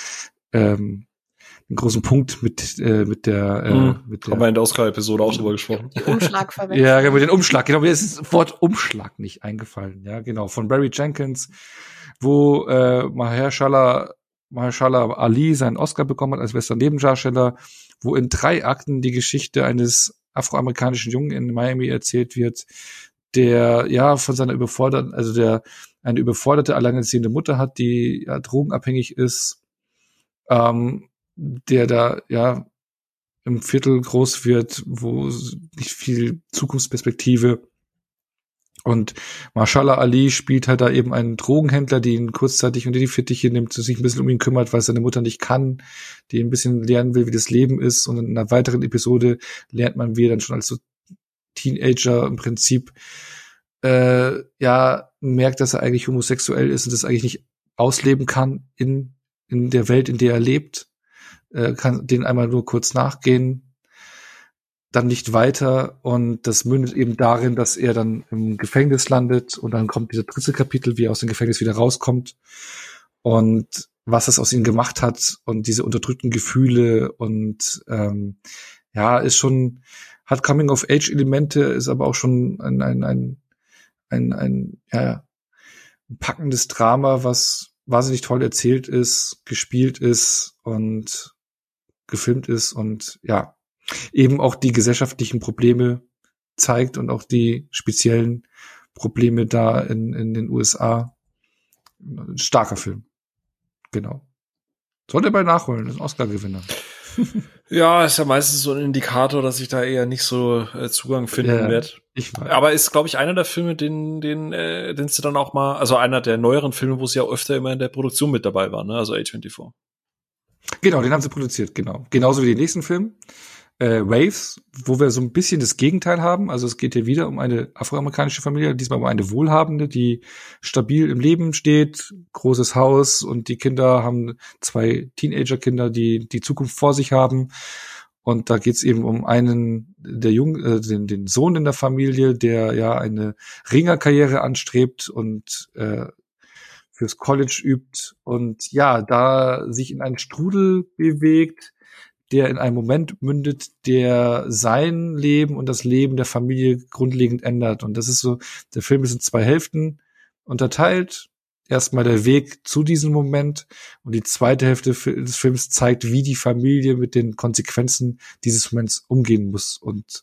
Punkt mit der haben wir in der Oscar-Episode auch drüber gesprochen. Umschlag verwechselt. Ja, mit dem Umschlag, genau, mir ist das Wort Umschlag nicht eingefallen, ja, genau, von Barry Jenkins, wo Mahershala Ali seinen Oscar bekommen hat als bester Nebendarsteller, wo in 3 Akten die Geschichte eines afroamerikanischen Jungen in Miami erzählt wird, der ja von seiner eine überforderte, alleinerziehende Mutter hat, die ja drogenabhängig ist, der da ja im Viertel groß wird, wo nicht viel Zukunftsperspektive. Und Mahershala Ali spielt halt da eben einen Drogenhändler, der ihn kurzzeitig unter die Fittiche nimmt, sich ein bisschen um ihn kümmert, weil seine Mutter nicht kann, die ein bisschen lernen will, wie das Leben ist. Und in einer weiteren Episode lernt man, wie er dann schon als so Teenager im Prinzip merkt, dass er eigentlich homosexuell ist und das eigentlich nicht ausleben kann in der Welt, in der er lebt. Kann den einmal nur kurz nachgehen, dann nicht weiter, und das mündet eben darin, dass er dann im Gefängnis landet, und dann kommt dieser dritte Kapitel, wie er aus dem Gefängnis wieder rauskommt und was es aus ihm gemacht hat und diese unterdrückten Gefühle, und ist schon, hat Coming-of-Age-Elemente, ist aber auch schon ein packendes Drama, was wahnsinnig toll erzählt ist, gespielt ist und gefilmt ist und ja, eben auch die gesellschaftlichen Probleme zeigt und auch die speziellen Probleme da in den USA. Ein starker Film. Genau. Sollte mal nachholen, ist ein Oscar-Gewinner. Ja, ist ja meistens so ein Indikator, dass ich da eher nicht so Zugang finden werde. Aber ist, glaube ich, einer der Filme, den sie dann auch mal, also einer der neueren Filme, wo sie ja öfter immer in der Produktion mit dabei waren, ne? Also A24. Genau, den haben sie produziert, genau. Genauso wie den nächsten Film, Waves, wo wir so ein bisschen das Gegenteil haben. Also es geht hier wieder um eine afroamerikanische Familie, diesmal um eine wohlhabende, die stabil im Leben steht, großes Haus, und die Kinder haben 2 Teenager-Kinder, die die Zukunft vor sich haben. Und da geht's eben um einen der den Sohn in der Familie, der ja eine Ringerkarriere anstrebt und fürs College übt und ja, da sich in einen Strudel bewegt, der in einem Moment mündet, der sein Leben und das Leben der Familie grundlegend ändert. Und das ist so, der Film ist in 2 Hälften unterteilt. Erstmal der Weg zu diesem Moment, und die zweite Hälfte des Films zeigt, wie die Familie mit den Konsequenzen dieses Moments umgehen muss und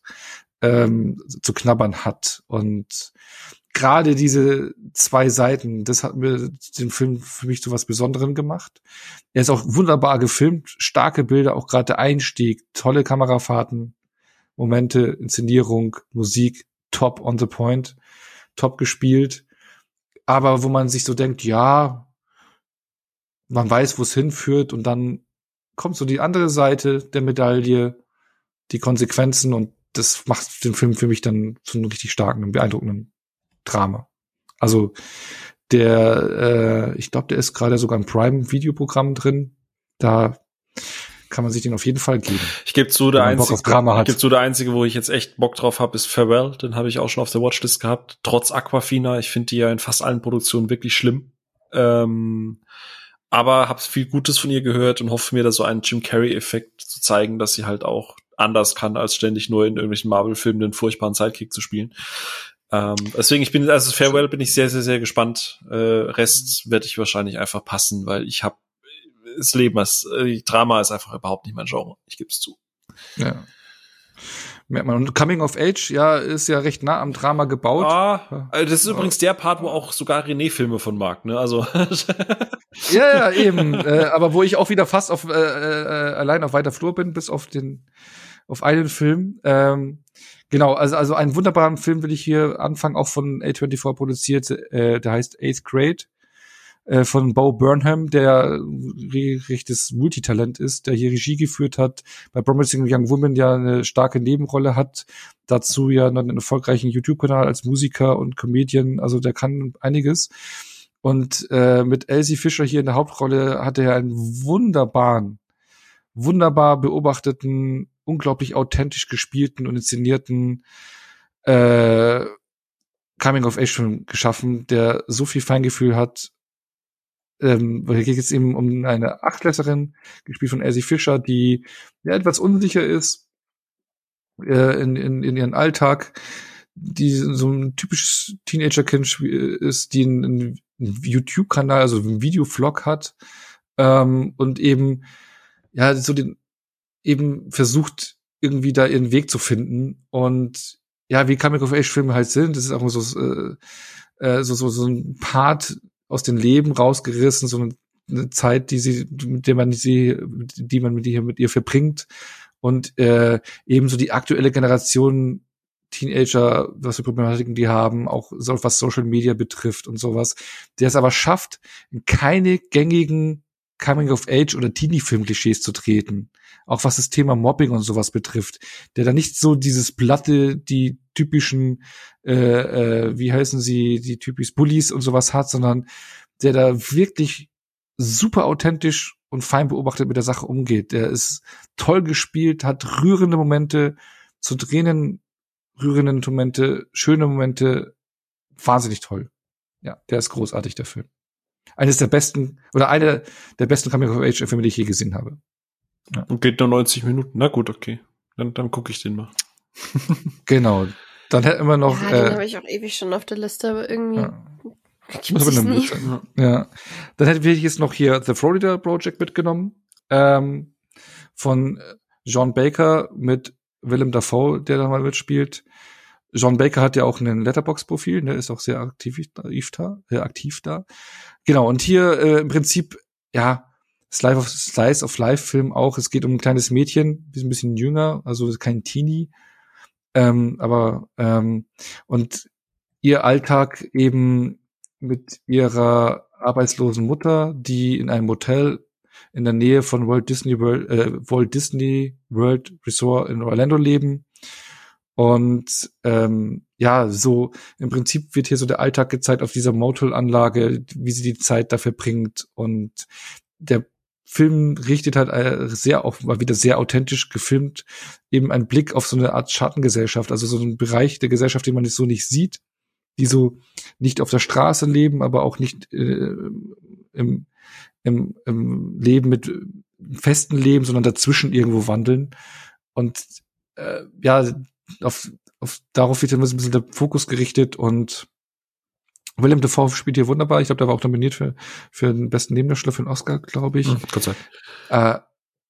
zu knabbern hat. Und gerade diese 2 Seiten, das hat mir den Film für mich zu was Besonderem gemacht. Er ist auch wunderbar gefilmt, starke Bilder, auch gerade der Einstieg, tolle Kamerafahrten, Momente, Inszenierung, Musik, top on the point, top gespielt. Aber wo man sich so denkt, ja, man weiß, wo es hinführt, und dann kommt so die andere Seite der Medaille, die Konsequenzen, und das macht den Film für mich dann zu einem richtig starken, beeindruckenden Drama. Also ich glaube, der ist gerade sogar im Prime-Videoprogramm drin. Da kann man sich den auf jeden Fall geben. Ich gebe zu, der einzige, wo ich jetzt echt Bock drauf habe, ist Farewell. Den habe ich auch schon auf der Watchlist gehabt. Trotz Aquafina. Ich finde die ja in fast allen Produktionen wirklich schlimm. Aber habe viel Gutes von ihr gehört und hoffe mir, da so einen Jim Carrey-Effekt zu zeigen, dass sie halt auch anders kann, als ständig nur in irgendwelchen Marvel-Filmen den furchtbaren Sidekick zu spielen. Deswegen, Farewell bin ich sehr, sehr, sehr gespannt. Rest werde ich wahrscheinlich einfach passen, weil ich habe Drama ist einfach überhaupt nicht mein Genre. Ich gebe es zu. Ja. Merkt man. Und Coming of Age, ja, ist ja recht nah am Drama gebaut. Das ist übrigens der Part, wo auch sogar René Filme von mag, ne? Also. ja, eben. Aber wo ich auch wieder fast allein auf weiter Flur bin, bis auf einen Film. Genau, also einen wunderbaren Film will ich hier anfangen, auch von A24 produziert, der heißt 8th Grade, von Bo Burnham, der richtiges Multitalent ist, der hier Regie geführt hat, bei Promising Young Woman ja eine starke Nebenrolle hat, dazu ja einen erfolgreichen YouTube-Kanal als Musiker und Comedian, also der kann einiges. Und mit Elsie Fischer hier in der Hauptrolle hat er einen wunderbar beobachteten, unglaublich authentisch gespielten und inszenierten Coming-of-Age-Film geschaffen, der so viel Feingefühl hat. Hier geht es eben um eine Achtklässlerin, gespielt von Elsie Fischer, die ja etwas unsicher ist in ihren Alltag, die so ein typisches Teenager-Kind ist, die einen YouTube-Kanal, also einen Videovlog hat und eben ja so eben versucht, irgendwie da ihren Weg zu finden. Und ja, wie Coming-of-Age-Filme halt sind, das ist auch so ein Part aus dem Leben rausgerissen, so eine Zeit, die man mit ihr verbringt. Und eben so die aktuelle Generation Teenager, was für Problematiken die haben, auch so, was Social Media betrifft und sowas, der es aber schafft, in keine gängigen Coming-of-Age- oder Teenie-Film-Klischees zu treten. Auch was das Thema Mobbing und sowas betrifft. Der da nicht so dieses Platte, die typischen, wie heißen sie, die typisch Bullies und sowas hat, sondern der da wirklich super authentisch und fein beobachtet mit der Sache umgeht. Der ist toll gespielt, hat rührende Momente, zu Tränen rührende Momente, schöne Momente, wahnsinnig toll. Ja, der ist großartig, der Film. Einer der besten Coming-of-Age-Filme, die ich je gesehen habe. Ja. Und geht nur 90 Minuten. Na gut, okay. Dann gucke ich den mal. Genau. Dann hätten wir noch. Ja, den habe ich auch ewig schon auf der Liste, aber irgendwie. Ja. Ja. Dann hätte ich jetzt noch hier The Florida Project mitgenommen. Von John Baker mit Willem Dafoe, der da mal mitspielt. John Baker hat ja auch ein Letterboxd-Profil, der ist auch sehr aktiv da. Genau, und hier im Prinzip, ja, Slice of Life-Film auch. Es geht um ein kleines Mädchen, ein bisschen jünger, also kein Teenie. Und ihr Alltag eben mit ihrer arbeitslosen Mutter, die in einem Hotel in der Nähe von Walt Disney World Resort in Orlando leben. Und so im Prinzip wird hier so der Alltag gezeigt auf dieser Motel-Anlage, wie sie die Zeit dafür bringt. Und der Film richtet halt mal wieder sehr authentisch gefilmt, eben einen Blick auf so eine Art Schattengesellschaft, also so einen Bereich der Gesellschaft, den man so nicht sieht, die so nicht auf der Straße leben, aber auch nicht im Leben mit festen Leben, sondern dazwischen irgendwo wandeln. Und darauf wird immer so ein bisschen der Fokus gerichtet, und Willem Dafoe spielt hier wunderbar. Ich glaube, der war auch nominiert für den besten Nebendarsteller für den Oscar, glaube ich. Gott sei Dank.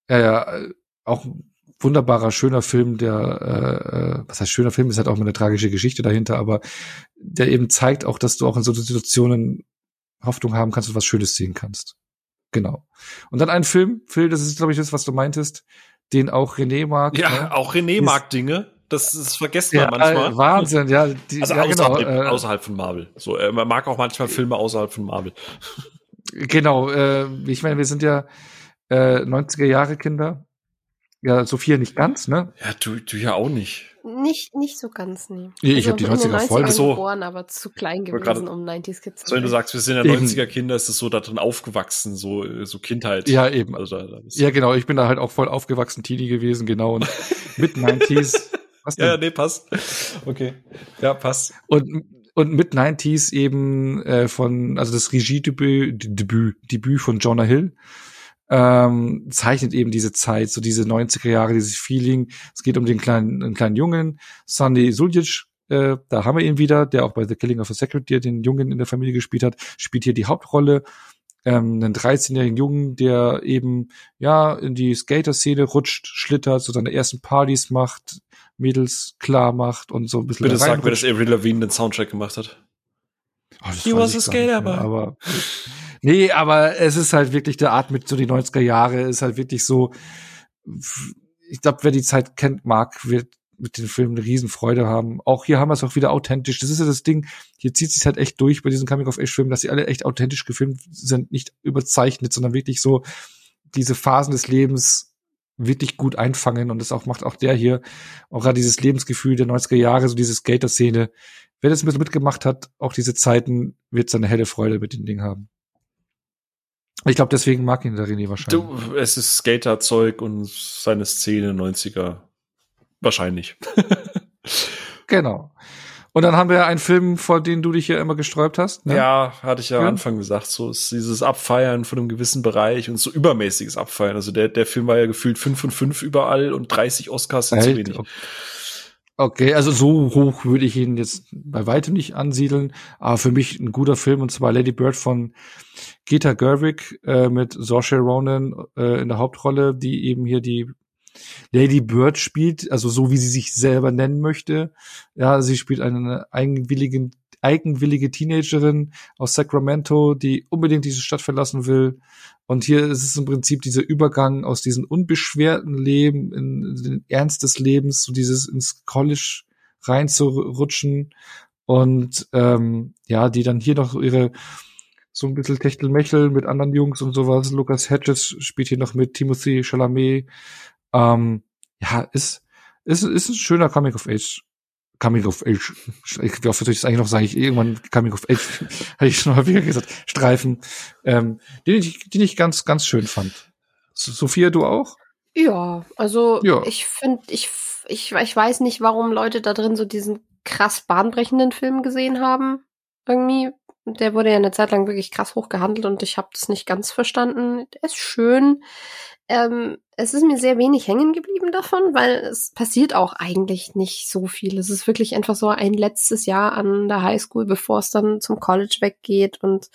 Auch wunderbarer, schöner Film, der, was heißt schöner Film, ist halt auch mal eine tragische Geschichte dahinter, aber der eben zeigt auch, dass du auch in so Situationen Hoffnung haben kannst und was Schönes sehen kannst. Genau. Und dann ein Film, Phil, das ist, glaube ich, das, was du meintest, den auch René mag. Ja, ne? Auch René mag Dinge. Das vergessen wir manchmal. Wahnsinn, ja. Außerhalb von Marvel. So, man mag auch manchmal Filme außerhalb von Marvel. Genau, ich meine, wir sind ja 90er Jahre Kinder. Ja, Sophia nicht ganz, ne? Ja, du ja auch nicht. Nicht so ganz, nee. Ich habe die 90er voll geboren, aber zu klein gewesen, um 90s Kids zu sein. So, wenn du sagst, wir sind ja 90er Kinder, ist es so da drin aufgewachsen, so Kindheit. Ja, eben. Also ja, genau, ich bin da halt auch voll aufgewachsen, Teenie gewesen, genau, und mit 90s. Was denn? Ja, nee, passt. Okay. Ja, passt. Und mit 90s eben also das Regiedebüt von Jonah Hill zeichnet eben diese Zeit, so diese 90er Jahre, dieses Feeling. Es geht um den kleinen Jungen, Sandy Suljic, da haben wir ihn wieder, der auch bei The Killing of a Secretary den Jungen in der Familie gespielt hat, spielt hier die Hauptrolle. Einen 13-jährigen Jungen, der eben in die Skater-Szene rutscht, schlittert, so seine ersten Partys macht, Mädels klar macht und so ein bisschen. Bitte sag mir, dass Avril Lavigne den Soundtrack gemacht hat. He was a skater, aber nee, aber es ist halt wirklich der Art mit so die 90er Jahre, ist halt wirklich so, ich glaube, wer die Zeit kennt, wird mit den Filmen eine Riesenfreude haben. Auch hier haben wir es auch wieder authentisch. Das ist ja das Ding, hier zieht sich halt echt durch bei diesen Coming-of-Age-Filmen, dass sie alle echt authentisch gefilmt sind, nicht überzeichnet, sondern wirklich so diese Phasen des Lebens wirklich gut einfangen, und das macht auch der hier, auch gerade dieses Lebensgefühl der 90er Jahre, so diese Skater-Szene. Wer das ein bisschen mitgemacht hat, auch diese Zeiten, wird seine helle Freude mit dem Ding haben. Ich glaube, deswegen mag ihn der René wahrscheinlich. Es ist Skater-Zeug und seine Szene 90er. Wahrscheinlich. Genau. Und dann haben wir einen Film, vor den du dich ja immer gesträubt hast. Ne? Ja, hatte ich ja am Anfang gesagt. So ist dieses Abfeiern von einem gewissen Bereich und so übermäßiges Abfeiern. Also der Film war ja gefühlt 5 von 5 überall und 30 Oscars sind zu wenig. Okay, also so hoch würde ich ihn jetzt bei weitem nicht ansiedeln. Aber für mich ein guter Film, und zwar Lady Bird von Greta Gerwig mit Saoirse Ronan in der Hauptrolle, die eben hier die Lady Bird spielt, also so wie sie sich selber nennen möchte. Ja, sie spielt eine eigenwillige Teenagerin aus Sacramento, die unbedingt diese Stadt verlassen will. Und hier ist es im Prinzip dieser Übergang aus diesem unbeschwerten Leben in den Ernst des Lebens, so dieses ins College reinzurutschen. Und die dann hier noch ihre so ein bisschen Techtelmechtel mit anderen Jungs und sowas. Lucas Hedges spielt hier noch mit, Timothée Chalamet. Ist ein schöner Coming of Age, ich hoffe, ich das eigentlich noch sage, ich irgendwann Coming of Age, hatte ich schon häufiger gesagt, Streifen, den ich ganz, ganz schön fand. Sophia, du auch? Ja, also Ja. ich finde, ich weiß nicht, warum Leute da drin so diesen krass bahnbrechenden Film gesehen haben. Irgendwie. Der wurde ja eine Zeit lang wirklich krass hoch gehandelt und ich habe das nicht ganz verstanden. Der ist schön. Es ist mir sehr wenig hängen geblieben davon, weil es passiert auch eigentlich nicht so viel. Es ist wirklich einfach so ein letztes Jahr an der Highschool, bevor es dann zum College weggeht und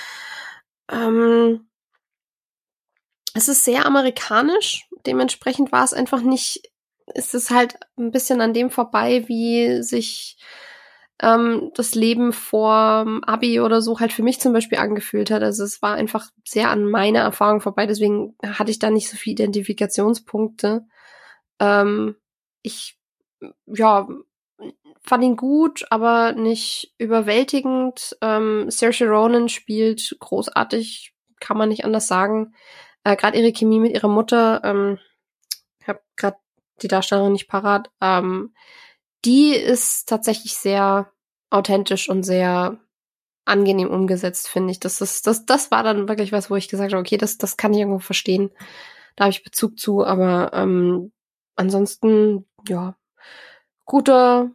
es ist sehr amerikanisch. Dementsprechend war es einfach nicht, ist es halt ein bisschen an dem vorbei, wie sich das Leben vor Abi oder so halt für mich zum Beispiel angefühlt hat. Also es war einfach sehr an meiner Erfahrung vorbei, deswegen hatte ich da nicht so viele Identifikationspunkte. Ich fand ihn gut, aber nicht überwältigend. Saoirse Ronan spielt großartig, kann man nicht anders sagen. Gerade ihre Chemie mit ihrer Mutter, ich habe gerade die Darstellerin nicht parat, die ist tatsächlich sehr authentisch und sehr angenehm umgesetzt, finde ich. Das war dann wirklich was, wo ich gesagt habe, okay, das kann ich irgendwo verstehen. Da habe ich Bezug zu, aber ansonsten, ja, guter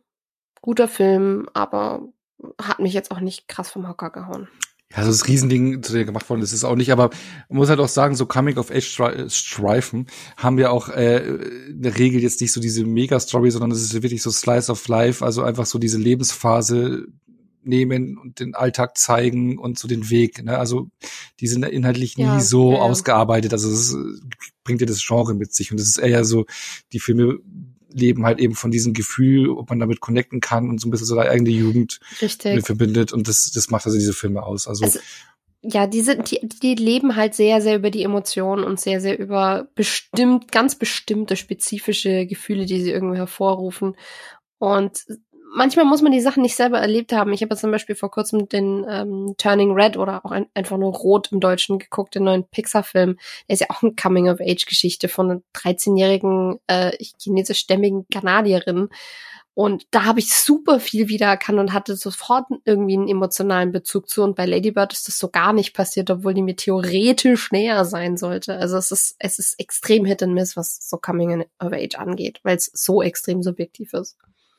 Film, aber hat mich jetzt auch nicht krass vom Hocker gehauen. Ja, also das Riesending, zu der gemacht worden ist es auch nicht, aber man muss halt auch sagen, so Coming-of-Age-Streifen haben ja auch in der Regel jetzt nicht so diese Mega-Story, sondern es ist wirklich so Slice of Life, also einfach so diese Lebensphase nehmen und den Alltag zeigen und so den Weg, ne? Also die sind inhaltlich nie so ausgearbeitet, also es bringt ja das Genre mit sich und es ist eher so, die Filme leben halt eben von diesem Gefühl, ob man damit connecten kann und so ein bisschen so eine eigene Jugend mit verbindet und das macht also diese Filme aus. Also ja, die leben halt sehr, sehr über die Emotionen und sehr, sehr über ganz bestimmte spezifische Gefühle, die sie irgendwie hervorrufen. Und manchmal muss man die Sachen nicht selber erlebt haben. Ich habe jetzt zum Beispiel vor kurzem den Turning Red oder auch einfach nur Rot im Deutschen geguckt, den neuen Pixar-Film. Der ist ja auch eine Coming-of-Age-Geschichte von einer 13-jährigen chinesischstämmigen Kanadierin. Und da habe ich super viel wiedererkannt und hatte sofort irgendwie einen emotionalen Bezug zu. Und bei Lady Bird ist das so gar nicht passiert, obwohl die mir theoretisch näher sein sollte. Also es ist extrem Hit and Miss, was so Coming of Age angeht, weil es so extrem subjektiv ist.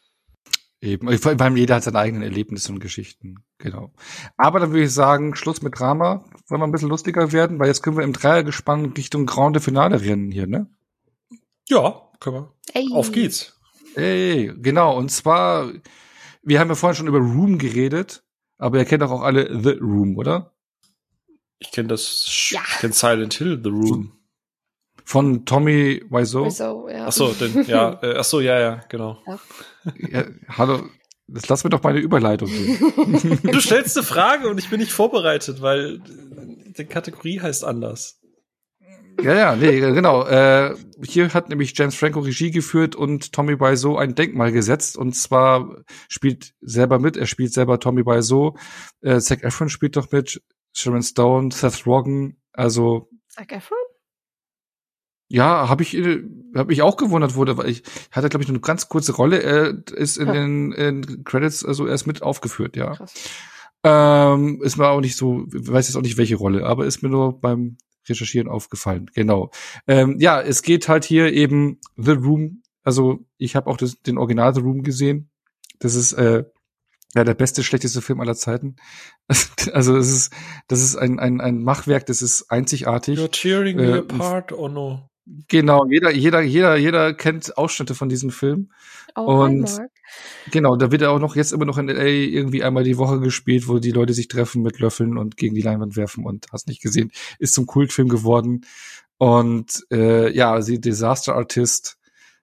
Eben, weil jeder hat seine eigenen Erlebnisse und Geschichten, genau. Aber dann würde ich sagen, Schluss mit Drama, wollen wir ein bisschen lustiger werden, weil jetzt können wir im Dreiergespann Richtung Grande Finale rennen hier, ne? Ja, können wir. Ey. Auf geht's. Ey, genau, und zwar, wir haben ja vorhin schon über Room geredet, aber ihr kennt auch alle The Room, oder? Ich kenne ich kenn Silent Hill, The Room. Von Tommy Wiseau. Ja. Achso, ja, genau. Ja, hallo, das lass mir doch meine Überleitung gehen. Du stellst eine Frage und ich bin nicht vorbereitet, weil die Kategorie heißt anders. Ja, nee, genau. Hier hat nämlich James Franco Regie geführt und Tommy Wiseau ein Denkmal gesetzt. Und zwar spielt er spielt selber Tommy Wiseau. Zac Efron spielt doch mit, Sharon Stone, Seth Rogen, also Zac Efron? Ja, habe ich auch gewundert wurde, weil ich hatte, glaube ich, nur eine ganz kurze Rolle. Er ist in den Credits also erst mit aufgeführt, ja. Krass. Ist mir auch nicht so, weiß jetzt auch nicht welche Rolle, aber ist mir nur beim Recherchieren aufgefallen. Genau. Ja, es geht halt hier eben The Room. Also ich habe auch den Original The Room gesehen. Das ist der beste, schlechteste Film aller Zeiten. Also das ist ein Machwerk, das ist einzigartig. You're tearing me apart, oh no. Genau, jeder kennt Ausschnitte von diesem Film. Oh, und hi Mark. Genau, da wird er auch noch jetzt immer noch in LA irgendwie einmal die Woche gespielt, wo die Leute sich treffen mit Löffeln und gegen die Leinwand werfen und hast nicht gesehen, ist zum Kultfilm geworden. Und sie Disaster Artist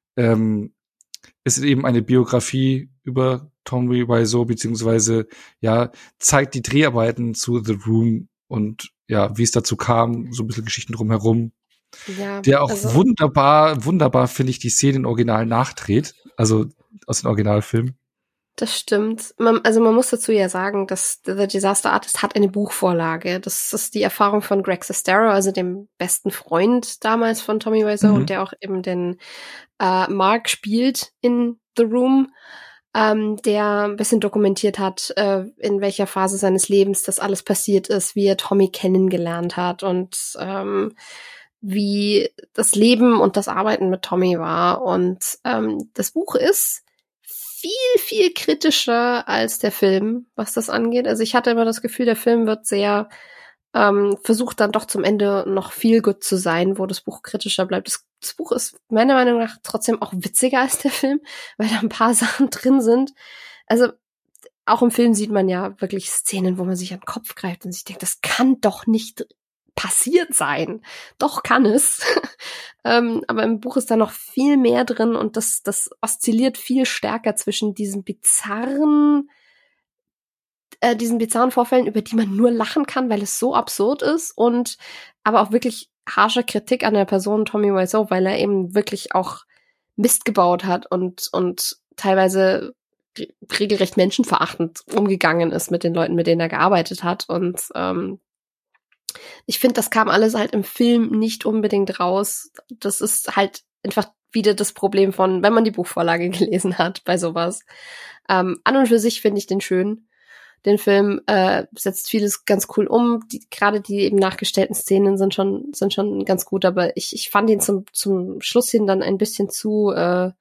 ist eben eine Biografie über Tommy Wiseau, beziehungsweise zeigt die Dreharbeiten zu The Room und wie es dazu kam, so ein bisschen Geschichten drumherum. Ja, der auch wunderbar, finde ich, die Szene im Original nachdreht, also aus dem Originalfilm. Das stimmt. Man muss dazu ja sagen, dass The Disaster Artist hat eine Buchvorlage. Das ist die Erfahrung von Greg Sestero, also dem besten Freund damals von Tommy Wiseau und der auch eben den Mark spielt in The Room. der ein bisschen dokumentiert hat, in welcher Phase seines Lebens das alles passiert ist, wie er Tommy kennengelernt hat und wie das Leben und das Arbeiten mit Tommy war. Und das Buch ist viel, viel kritischer als der Film, was das angeht. Also ich hatte immer das Gefühl, der Film wird sehr versucht dann doch zum Ende noch viel gut zu sein, wo das Buch kritischer bleibt. Das Buch ist meiner Meinung nach trotzdem auch witziger als der Film, weil da ein paar Sachen drin sind. Also auch im Film sieht man ja wirklich Szenen, wo man sich an den Kopf greift und sich denkt, das kann doch nicht passiert sein. Doch kann es. Aber im Buch ist da noch viel mehr drin und das oszilliert viel stärker zwischen diesen bizarren Vorfällen, über die man nur lachen kann, weil es so absurd ist und aber auch wirklich harsche Kritik an der Person Tommy Wiseau, weil er eben wirklich auch Mist gebaut hat und teilweise regelrecht menschenverachtend umgegangen ist mit den Leuten, mit denen er gearbeitet hat. Und ich finde, das kam alles halt im Film nicht unbedingt raus. Das ist halt einfach wieder das Problem von, wenn man die Buchvorlage gelesen hat bei sowas. An und für sich finde ich den schön. Den Film setzt vieles ganz cool um. Gerade die eben nachgestellten Szenen sind schon ganz gut, aber ich fand ihn zum Schluss hin dann ein bisschen zu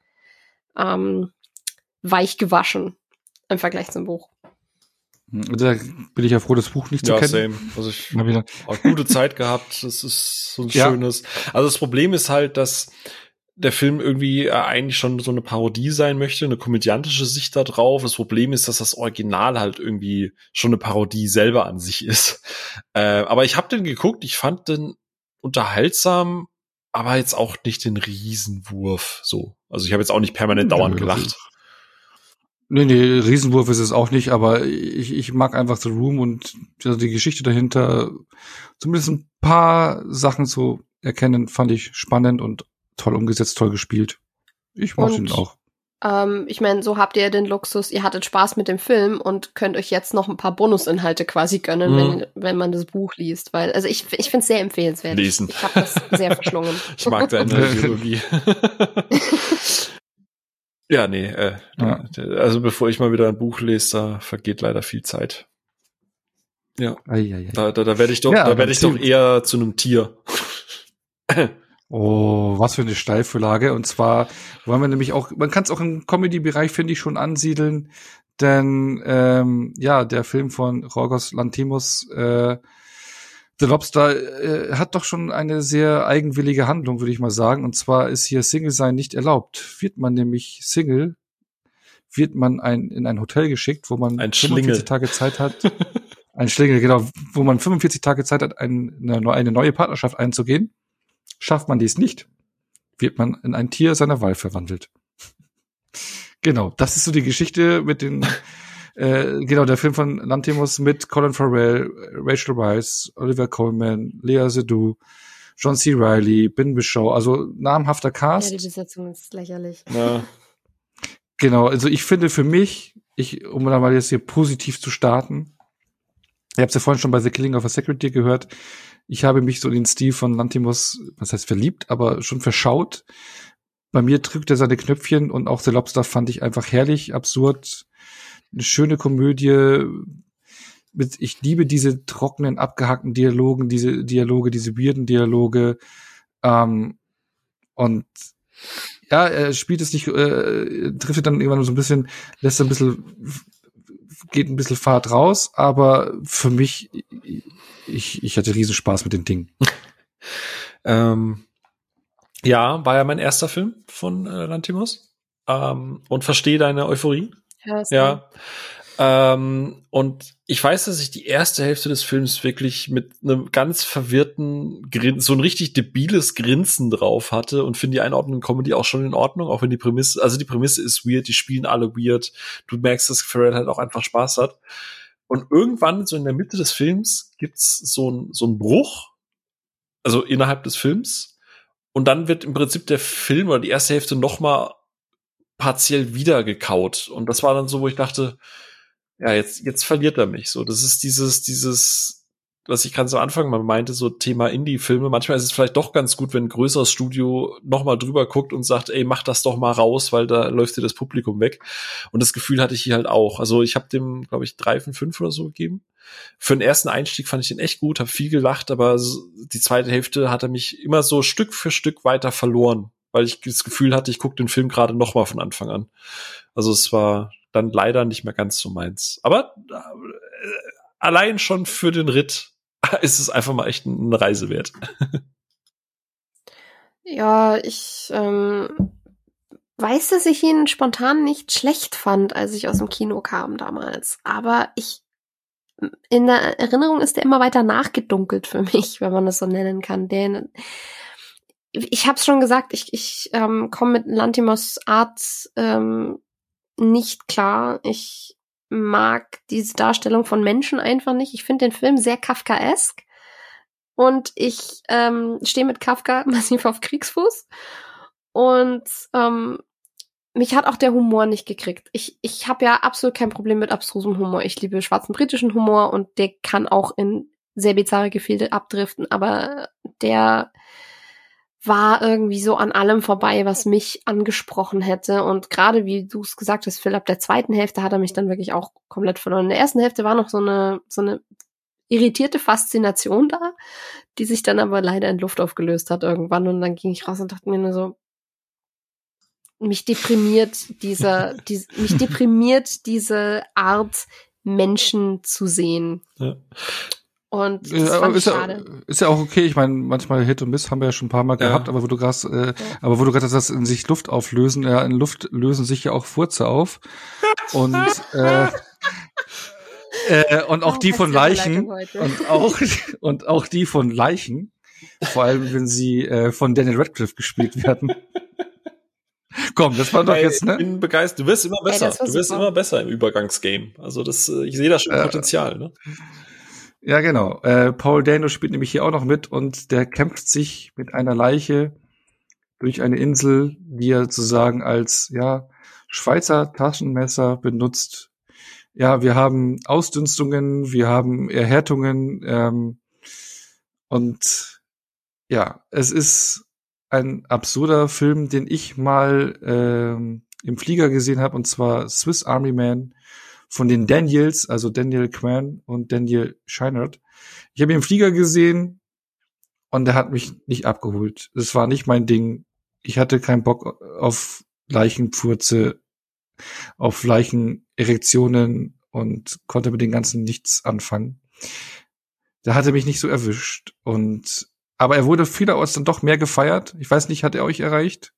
weich gewaschen im Vergleich zum Buch. Da bin ich ja froh, das Buch nicht zu kennen. Same. Also ich habe auch gute Zeit gehabt. Das ist so ein schönes. Also das Problem ist halt, dass der Film irgendwie eigentlich schon so eine Parodie sein möchte, eine komödiantische Sicht da drauf. Das Problem ist, dass das Original halt irgendwie schon eine Parodie selber an sich ist. Aber ich habe den geguckt, ich fand den unterhaltsam, aber jetzt auch nicht den Riesenwurf. So, also ich habe jetzt auch nicht permanent dauernd gelacht. Nee, Riesenwurf ist es auch nicht, aber ich mag einfach The Room und die Geschichte dahinter. Zumindest ein paar Sachen zu erkennen, fand ich spannend und toll umgesetzt, toll gespielt. Ich mochte ihn auch. Ich meine, so habt ihr den Luxus, ihr hattet Spaß mit dem Film und könnt euch jetzt noch ein paar Bonusinhalte quasi gönnen, wenn man das Buch liest. Weil, also ich finde es sehr empfehlenswert. Lesen. Ich habe das sehr verschlungen. Ich mag deine Ideologie. Ja, nee. Also bevor ich mal wieder ein Buch lese, da vergeht leider viel Zeit. Ja. Da werde ich doch eher zu einem Tier. Oh, was für eine Steilvorlage. Und zwar wollen wir nämlich auch, man kann es auch im Comedy-Bereich, finde ich, schon ansiedeln, denn der Film von Yorgos Lanthimos, The Lobster, hat doch schon eine sehr eigenwillige Handlung, würde ich mal sagen. Und zwar ist hier Single sein nicht erlaubt. Wird man nämlich Single, wird man in ein Hotel geschickt, wo man 45 Tage Zeit hat. Ein Schlingel, genau, wo man 45 Tage Zeit hat, eine neue Partnerschaft einzugehen. Schafft man dies nicht, wird man in ein Tier seiner Wahl verwandelt. Genau, das ist so die Geschichte mit den, der Film von Lanthimos mit Colin Farrell, Rachel Weisz, Oliver Coleman, Lea Seydoux, John C. Reilly, Ben Whishaw, also namhafter Cast. Ja, die Besetzung ist lächerlich. Ja. Genau, also ich finde für mich, um da mal jetzt hier positiv zu starten, ihr habt es ja vorhin schon bei The Killing of a Sacred Deer gehört, ich habe mich so in den Stil von Lanthimos, was heißt verliebt, aber schon verschaut. Bei mir drückt er seine Knöpfchen und auch The Lobster fand ich einfach herrlich, absurd, eine schöne Komödie. Ich liebe diese trockenen, abgehackten Dialoge, diese weirden Dialoge. Und ja, er spielt es nicht, trifft dann irgendwann so ein bisschen, geht ein bisschen Fahrt raus, aber für mich, ich hatte riesen Spaß mit den Dingen. Ja, war ja mein erster Film von Lanthimos und verstehe deine Euphorie. Ja. Und ich weiß, dass ich die erste Hälfte des Films wirklich mit einem ganz verwirrten Grinsen, so ein richtig debiles Grinsen drauf hatte und finde die Einordnung Comedy auch schon in Ordnung, auch wenn die Prämisse ist weird, die spielen alle weird. Du merkst, dass Farrell halt auch einfach Spaß hat. Und irgendwann, so in der Mitte des Films, gibt's so ein Bruch, also innerhalb des Films. Und dann wird im Prinzip der Film oder die erste Hälfte noch mal partiell wieder gekaut. Und das war dann so, wo ich dachte, ja, jetzt verliert er mich. So, das ist dieses was ich ganz am Anfang mal meinte, so Thema Indie-Filme, manchmal ist es vielleicht doch ganz gut, wenn ein größeres Studio nochmal drüber guckt und sagt, ey, mach das doch mal raus, weil da läuft dir das Publikum weg. Und das Gefühl hatte ich hier halt auch. Also ich habe dem, glaube ich, 3 von 5 oder so gegeben. Für den ersten Einstieg fand ich den echt gut, habe viel gelacht, aber die zweite Hälfte hat er mich immer so Stück für Stück weiter verloren, weil ich das Gefühl hatte, ich gucke den Film gerade noch mal von Anfang an. Also es war dann leider nicht mehr ganz so meins. Aber allein schon für den Ritt ist es einfach mal echt eine Reise wert. Ja, ich weiß, dass ich ihn spontan nicht schlecht fand, als ich aus dem Kino kam damals. Aber in der Erinnerung ist der immer weiter nachgedunkelt für mich, wenn man das so nennen kann. Ich hab's schon gesagt, ich komme mit Lanthimos Art nicht klar. Ich mag diese Darstellung von Menschen einfach nicht. Ich finde den Film sehr Kafkaesk. Und ich stehe mit Kafka massiv auf Kriegsfuß. Und mich hat auch der Humor nicht gekriegt. Ich habe ja absolut kein Problem mit abstrusem Humor. Ich liebe schwarzen britischen Humor und der kann auch in sehr bizarre Gefilde abdriften. Aber der war irgendwie so an allem vorbei, was mich angesprochen hätte. Und gerade wie du es gesagt hast, Phil, ab der zweiten Hälfte hat er mich dann wirklich auch komplett verloren. In der ersten Hälfte war noch so eine irritierte Faszination da, die sich dann aber leider in Luft aufgelöst hat irgendwann. Und dann ging ich raus und dachte mir nur so, mich deprimiert diese Art, Menschen zu sehen. Ja. Und das fand ich schade. Ist ja auch okay. Ich meine, manchmal Hit und Miss haben wir ja schon ein paar Mal gehabt, aber wo du gerade hast, das in sich Luft auflösen, in Luft lösen sich ja auch Furze auf. Und und auch die von Leichen und auch die von Leichen, vor allem wenn sie von Daniel Radcliffe gespielt werden. Komm, das war doch jetzt, ne? Ich bin begeistert. Du wirst immer besser. Du wirst immer besser im Übergangsgame. Also ich sehe da schon Potenzial, ne? Ja, genau. Paul Dano spielt nämlich hier auch noch mit und der kämpft sich mit einer Leiche durch eine Insel, die er sozusagen als Schweizer Taschenmesser benutzt. Ja, wir haben Ausdünstungen, wir haben Erhärtungen und ja, es ist ein absurder Film, den ich mal im Flieger gesehen habe, und zwar Swiss Army Man von den Daniels, also Daniel Kwan und Daniel Scheinert. Ich habe ihn im Flieger gesehen und der hat mich nicht abgeholt. Das war nicht mein Ding. Ich hatte keinen Bock auf Leichenpfurze, auf Leichenerektionen und konnte mit den ganzen nichts anfangen. Der hatte mich nicht so erwischt. Aber er wurde vielerorts dann doch mehr gefeiert. Ich weiß nicht, hat er euch erreicht?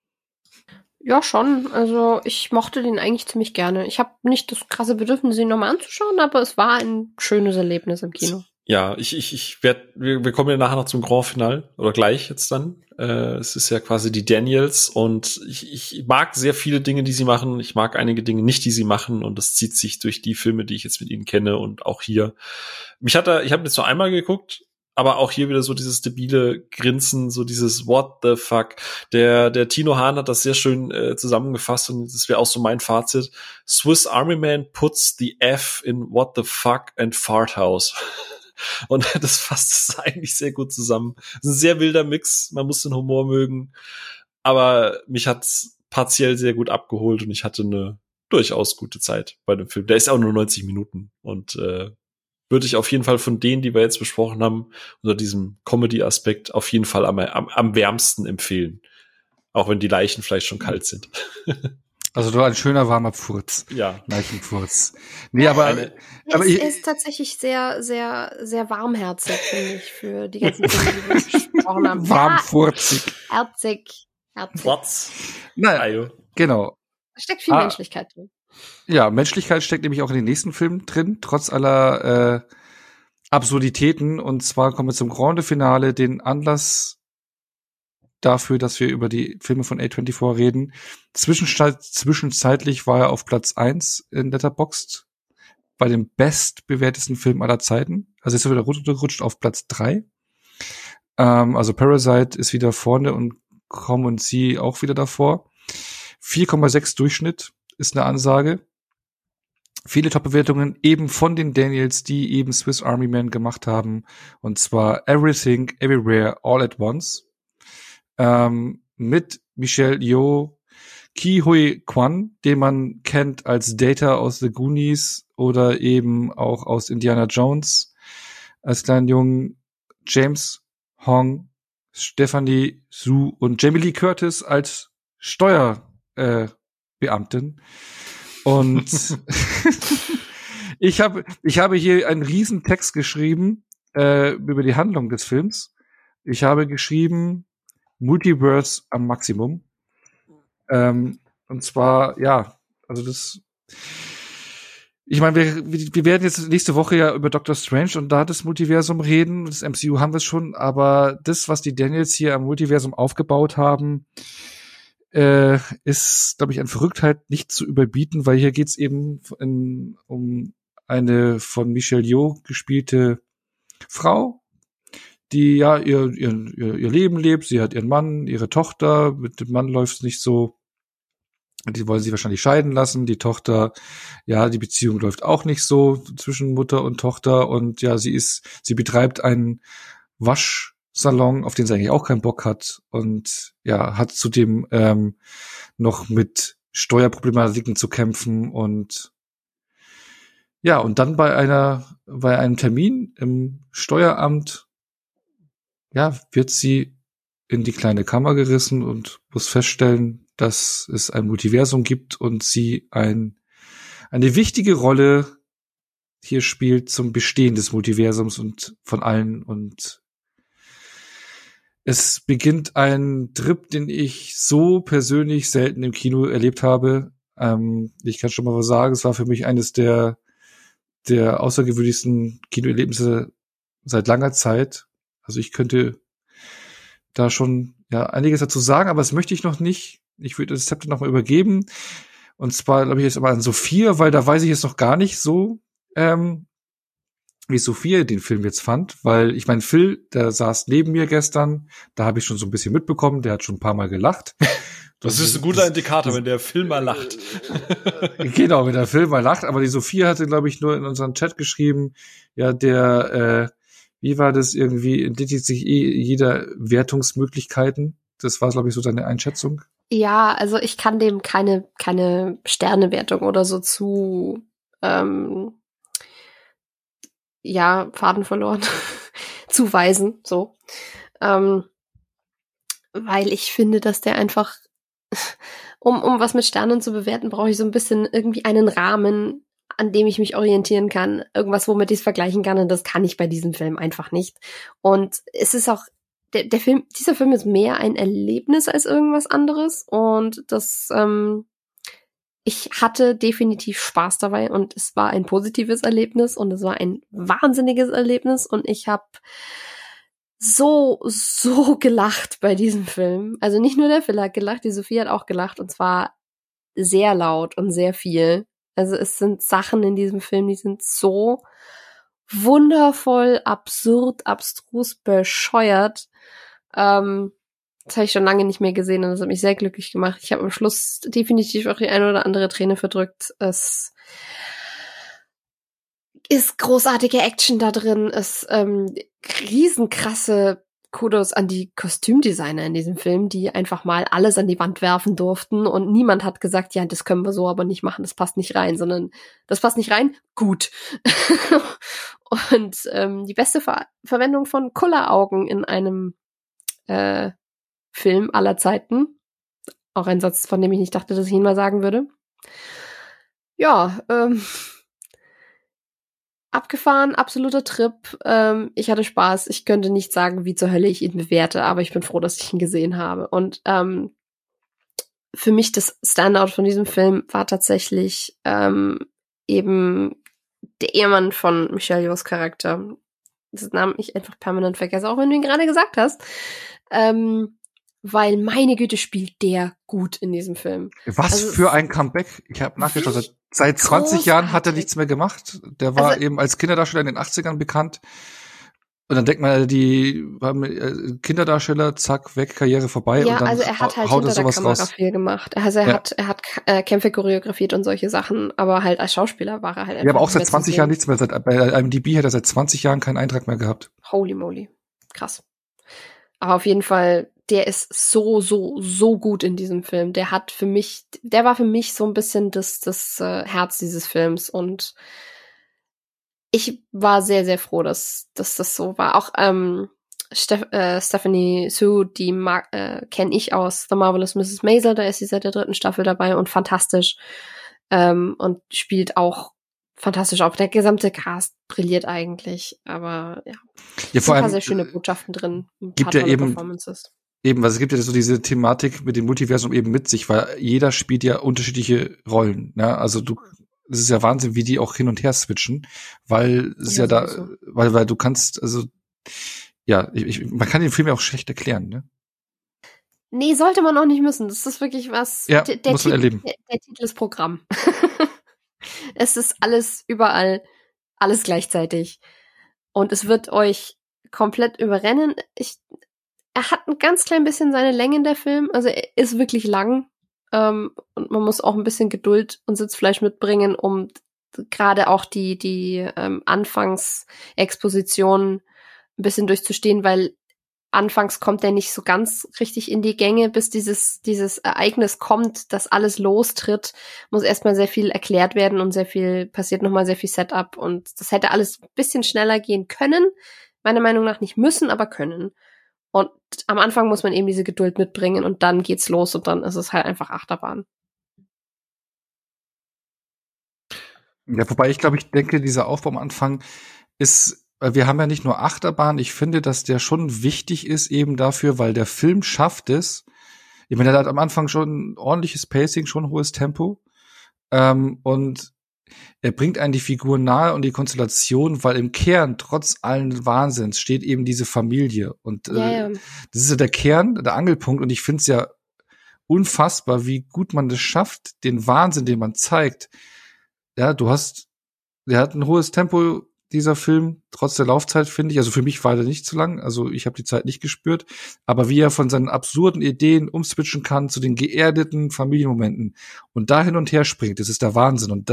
Ja, schon. Also ich mochte den eigentlich ziemlich gerne. Ich habe nicht das krasse Bedürfnis, ihn nochmal anzuschauen, aber es war ein schönes Erlebnis im Kino. Ja, wir kommen ja nachher noch zum Grand Finale oder gleich jetzt dann. Es ist ja quasi die Daniels und ich mag sehr viele Dinge, die sie machen. Ich mag einige Dinge nicht, die sie machen und das zieht sich durch die Filme, die ich jetzt mit ihnen kenne und auch hier. Ich habe jetzt nur einmal geguckt, aber auch hier wieder so dieses debile Grinsen, so dieses What the fuck. Der Tino Hahn hat das sehr schön zusammengefasst und das wäre auch so mein Fazit. Swiss Army Man puts the F in What the fuck and Fart House. Und das fasst es eigentlich sehr gut zusammen. Es ist ein sehr wilder Mix, man muss den Humor mögen, aber mich hat's partiell sehr gut abgeholt und ich hatte eine durchaus gute Zeit bei dem Film. Der ist auch nur 90 Minuten und würde ich auf jeden Fall von denen, die wir jetzt besprochen haben, unter diesem Comedy-Aspekt auf jeden Fall am wärmsten empfehlen. Auch wenn die Leichen vielleicht schon kalt sind. Also du ein schöner warmer Pfurz. Ja. Leichenpfurz. Nee, aber er ist tatsächlich sehr, sehr, sehr warmherzig, finde ich, für die ganzen Dinge, die wir besprochen haben. Warmfurzig. Herzig. Platz. Naja, genau. Da steckt viel Menschlichkeit drin. Ja, Menschlichkeit steckt nämlich auch in den nächsten Filmen drin, trotz aller Absurditäten. Und zwar kommen wir zum Grande Finale, den Anlass dafür, dass wir über die Filme von A24 reden. Zwischenzeitlich war er auf Platz 1 in Letterboxd bei dem bestbewertesten Film aller Zeiten. Also ist er wieder runtergerutscht auf Platz 3. Also Parasite ist wieder vorne und Come und Sie auch wieder davor. 4,6 Durchschnitt ist eine Ansage. Viele Top-Bewertungen eben von den Daniels, die eben Swiss Army Man gemacht haben. Und zwar Everything, Everywhere, All at Once. Mit Michelle Yeoh, Ke Huy Quan, den man kennt als Data aus The Goonies oder eben auch aus Indiana Jones. Als kleinen Jungen James Hong, Stephanie Su und Jamie Lee Curtis als Steuerbeamtin. Und ich habe hier einen riesen Text geschrieben über die Handlung des Films. Ich habe geschrieben Multiverse am Maximum. Und zwar, ja, also das. Ich meine, wir werden jetzt nächste Woche ja über Doctor Strange und da das Multiversum reden. Das MCU haben wir es schon, aber das, was die Daniels hier am Multiversum aufgebaut haben, ist, glaube ich, an Verrücktheit nicht zu überbieten, weil hier geht's eben um eine von Michelle Yeoh gespielte Frau, die ja ihr Leben lebt. Sie hat ihren Mann, ihre Tochter. Mit dem Mann läuft's nicht so. Die wollen sie wahrscheinlich scheiden lassen. Die Tochter, ja, die Beziehung läuft auch nicht so zwischen Mutter und Tochter. Und ja, sie betreibt einen Waschsalon, auf den sie eigentlich auch keinen Bock hat. Und ja, hat zudem noch mit Steuerproblematiken zu kämpfen. Und ja, und dann bei einem Termin im Steueramt, ja, wird sie in die kleine Kammer gerissen und muss feststellen, dass es ein Multiversum gibt und sie eine wichtige Rolle hier spielt zum Bestehen des Multiversums und von allen. Und es beginnt ein Trip, den ich so persönlich selten im Kino erlebt habe. Ich kann schon mal was sagen, es war für mich eines der außergewöhnlichsten Kinoerlebnisse seit langer Zeit. Also ich könnte da schon ja einiges dazu sagen, aber das möchte ich noch nicht. Ich würde das Zepter noch mal übergeben. Und zwar, glaube ich, jetzt aber an Sophia, weil da weiß ich jetzt noch gar nicht so, wie Sophia den Film jetzt fand. Weil ich meine, Phil, der saß neben mir gestern, da habe ich schon so ein bisschen mitbekommen, der hat schon ein paar Mal gelacht. Das ist ein guter Indikator, wenn der Film mal lacht. Genau, wenn der Film mal lacht. Aber die Sophia hatte, glaube ich, nur in unseren Chat geschrieben, ja, wie war das irgendwie, entwickelt sich jeder Wertungsmöglichkeiten? Das war, glaube ich, so deine Einschätzung. Ja, also ich kann dem keine Sternewertung oder so zu, Faden verloren, zuweisen, so. Weil ich finde, dass der einfach, um was mit Sternen zu bewerten, brauche ich so ein bisschen irgendwie einen Rahmen, an dem ich mich orientieren kann. Irgendwas, womit ich es vergleichen kann. Und das kann ich bei diesem Film einfach nicht. Und es ist auch, dieser Film ist mehr ein Erlebnis als irgendwas anderes. Und ich hatte definitiv Spaß dabei und es war ein positives Erlebnis und es war ein wahnsinniges Erlebnis und ich habe so gelacht bei diesem Film. Also nicht nur der Phil hat gelacht, die Sophie hat auch gelacht und zwar sehr laut und sehr viel. Also es sind Sachen in diesem Film, die sind so wundervoll, absurd, abstrus, bescheuert. Das habe ich schon lange nicht mehr gesehen und das hat mich sehr glücklich gemacht. Ich habe am Schluss definitiv auch die eine oder andere Träne verdrückt. Es ist großartige Action da drin. Es riesenkrasse Kudos an die Kostümdesigner in diesem Film, die einfach mal alles an die Wand werfen durften und niemand hat gesagt, ja, das können wir so aber nicht machen, das passt nicht rein, sondern das passt nicht rein, gut. Und die beste Verwendung von Kulleraugen in einem Film aller Zeiten, auch ein Satz, von dem ich nicht dachte, dass ich ihn mal sagen würde. Ja, abgefahren, absoluter Trip. Ich hatte Spaß. Ich könnte nicht sagen, wie zur Hölle ich ihn bewerte, aber ich bin froh, dass ich ihn gesehen habe. Und für mich das Standout von diesem Film war tatsächlich eben der Ehemann von Michelle Yeohs Charakter. Das Namen ich einfach permanent vergesse, auch wenn du ihn gerade gesagt hast. Weil, meine Güte, spielt der gut in diesem Film. Was also, für ein Comeback. Ich habe nachgeschaut. Seit 20 Jahren hat er nichts mehr gemacht. Der war eben als Kinderdarsteller in den 80ern bekannt. Und dann denkt man, die Kinderdarsteller, zack, weg, Karriere vorbei. Ja, und dann also er hat halt haut hinter der sowas Kamera raus. viel gemacht. Also er hat Kämpfe choreografiert und solche Sachen, aber halt als Schauspieler war er halt einfach Ja, aber auch nicht seit mehr zu 20 sehen. Jahren nichts mehr. Bei IMDb hat er seit 20 Jahren keinen Eintrag mehr gehabt. Holy moly. Krass. Aber auf jeden Fall, der ist so gut in diesem Film. Der war für mich so ein bisschen das Herz dieses Films und ich war sehr, sehr froh, dass das so war. Auch Stephanie Sue, die kenne ich aus The Marvelous Mrs. Maisel, da ist sie seit der 3. Staffel dabei und fantastisch. Und spielt auch fantastisch auf. Der gesamte Cast brilliert eigentlich, aber ja. Ja, vor ein paar allem sehr schöne Botschaften drin. gibt ja eben Performances. Eben, was es gibt ja so diese Thematik mit dem Multiversum eben mit sich, weil jeder spielt ja unterschiedliche Rollen. Ne? Also es ist ja Wahnsinn, wie die auch hin und her switchen, weil es ja da, sowieso. weil du kannst, also ja, man kann den Film ja auch schlecht erklären, ne? Nee, sollte man auch nicht müssen. Das ist wirklich was. Ja, muss man erleben. Der Titel ist Programm. Es ist alles überall, alles gleichzeitig. Und es wird euch komplett überrennen. Er hat ein ganz klein bisschen seine Länge, der Film. Also er ist wirklich lang. Und man muss auch ein bisschen Geduld und Sitzfleisch mitbringen, um gerade auch die Anfangsexposition ein bisschen durchzustehen, weil anfangs kommt er nicht so ganz richtig in die Gänge, bis dieses Ereignis kommt, das alles lostritt, muss erstmal sehr viel erklärt werden und passiert nochmal sehr viel Setup und das hätte alles ein bisschen schneller gehen können. Meiner Meinung nach nicht müssen, aber können. Und am Anfang muss man eben diese Geduld mitbringen und dann geht's los und dann ist es halt einfach Achterbahn. Ja, wobei ich denke, dieser Aufbau am Anfang ist, weil wir haben ja nicht nur Achterbahn, ich finde, dass der schon wichtig ist eben dafür, weil der Film schafft es. Ich meine, der hat am Anfang schon ein ordentliches Pacing, schon ein hohes Tempo. Und er bringt einen die Figuren nahe und die Konstellation, weil im Kern, trotz allen Wahnsinns, steht eben diese Familie. Und Ja. das ist ja der Kern, der Angelpunkt. Und ich finde es ja unfassbar, wie gut man das schafft, den Wahnsinn, den man zeigt. Ja, der hat ein hohes Tempo, dieser Film, trotz der Laufzeit, finde ich. Also für mich war der nicht zu lang. Also ich habe die Zeit nicht gespürt. Aber wie er von seinen absurden Ideen umswitchen kann zu den geerdeten Familienmomenten und da hin und her springt, das ist der Wahnsinn. Und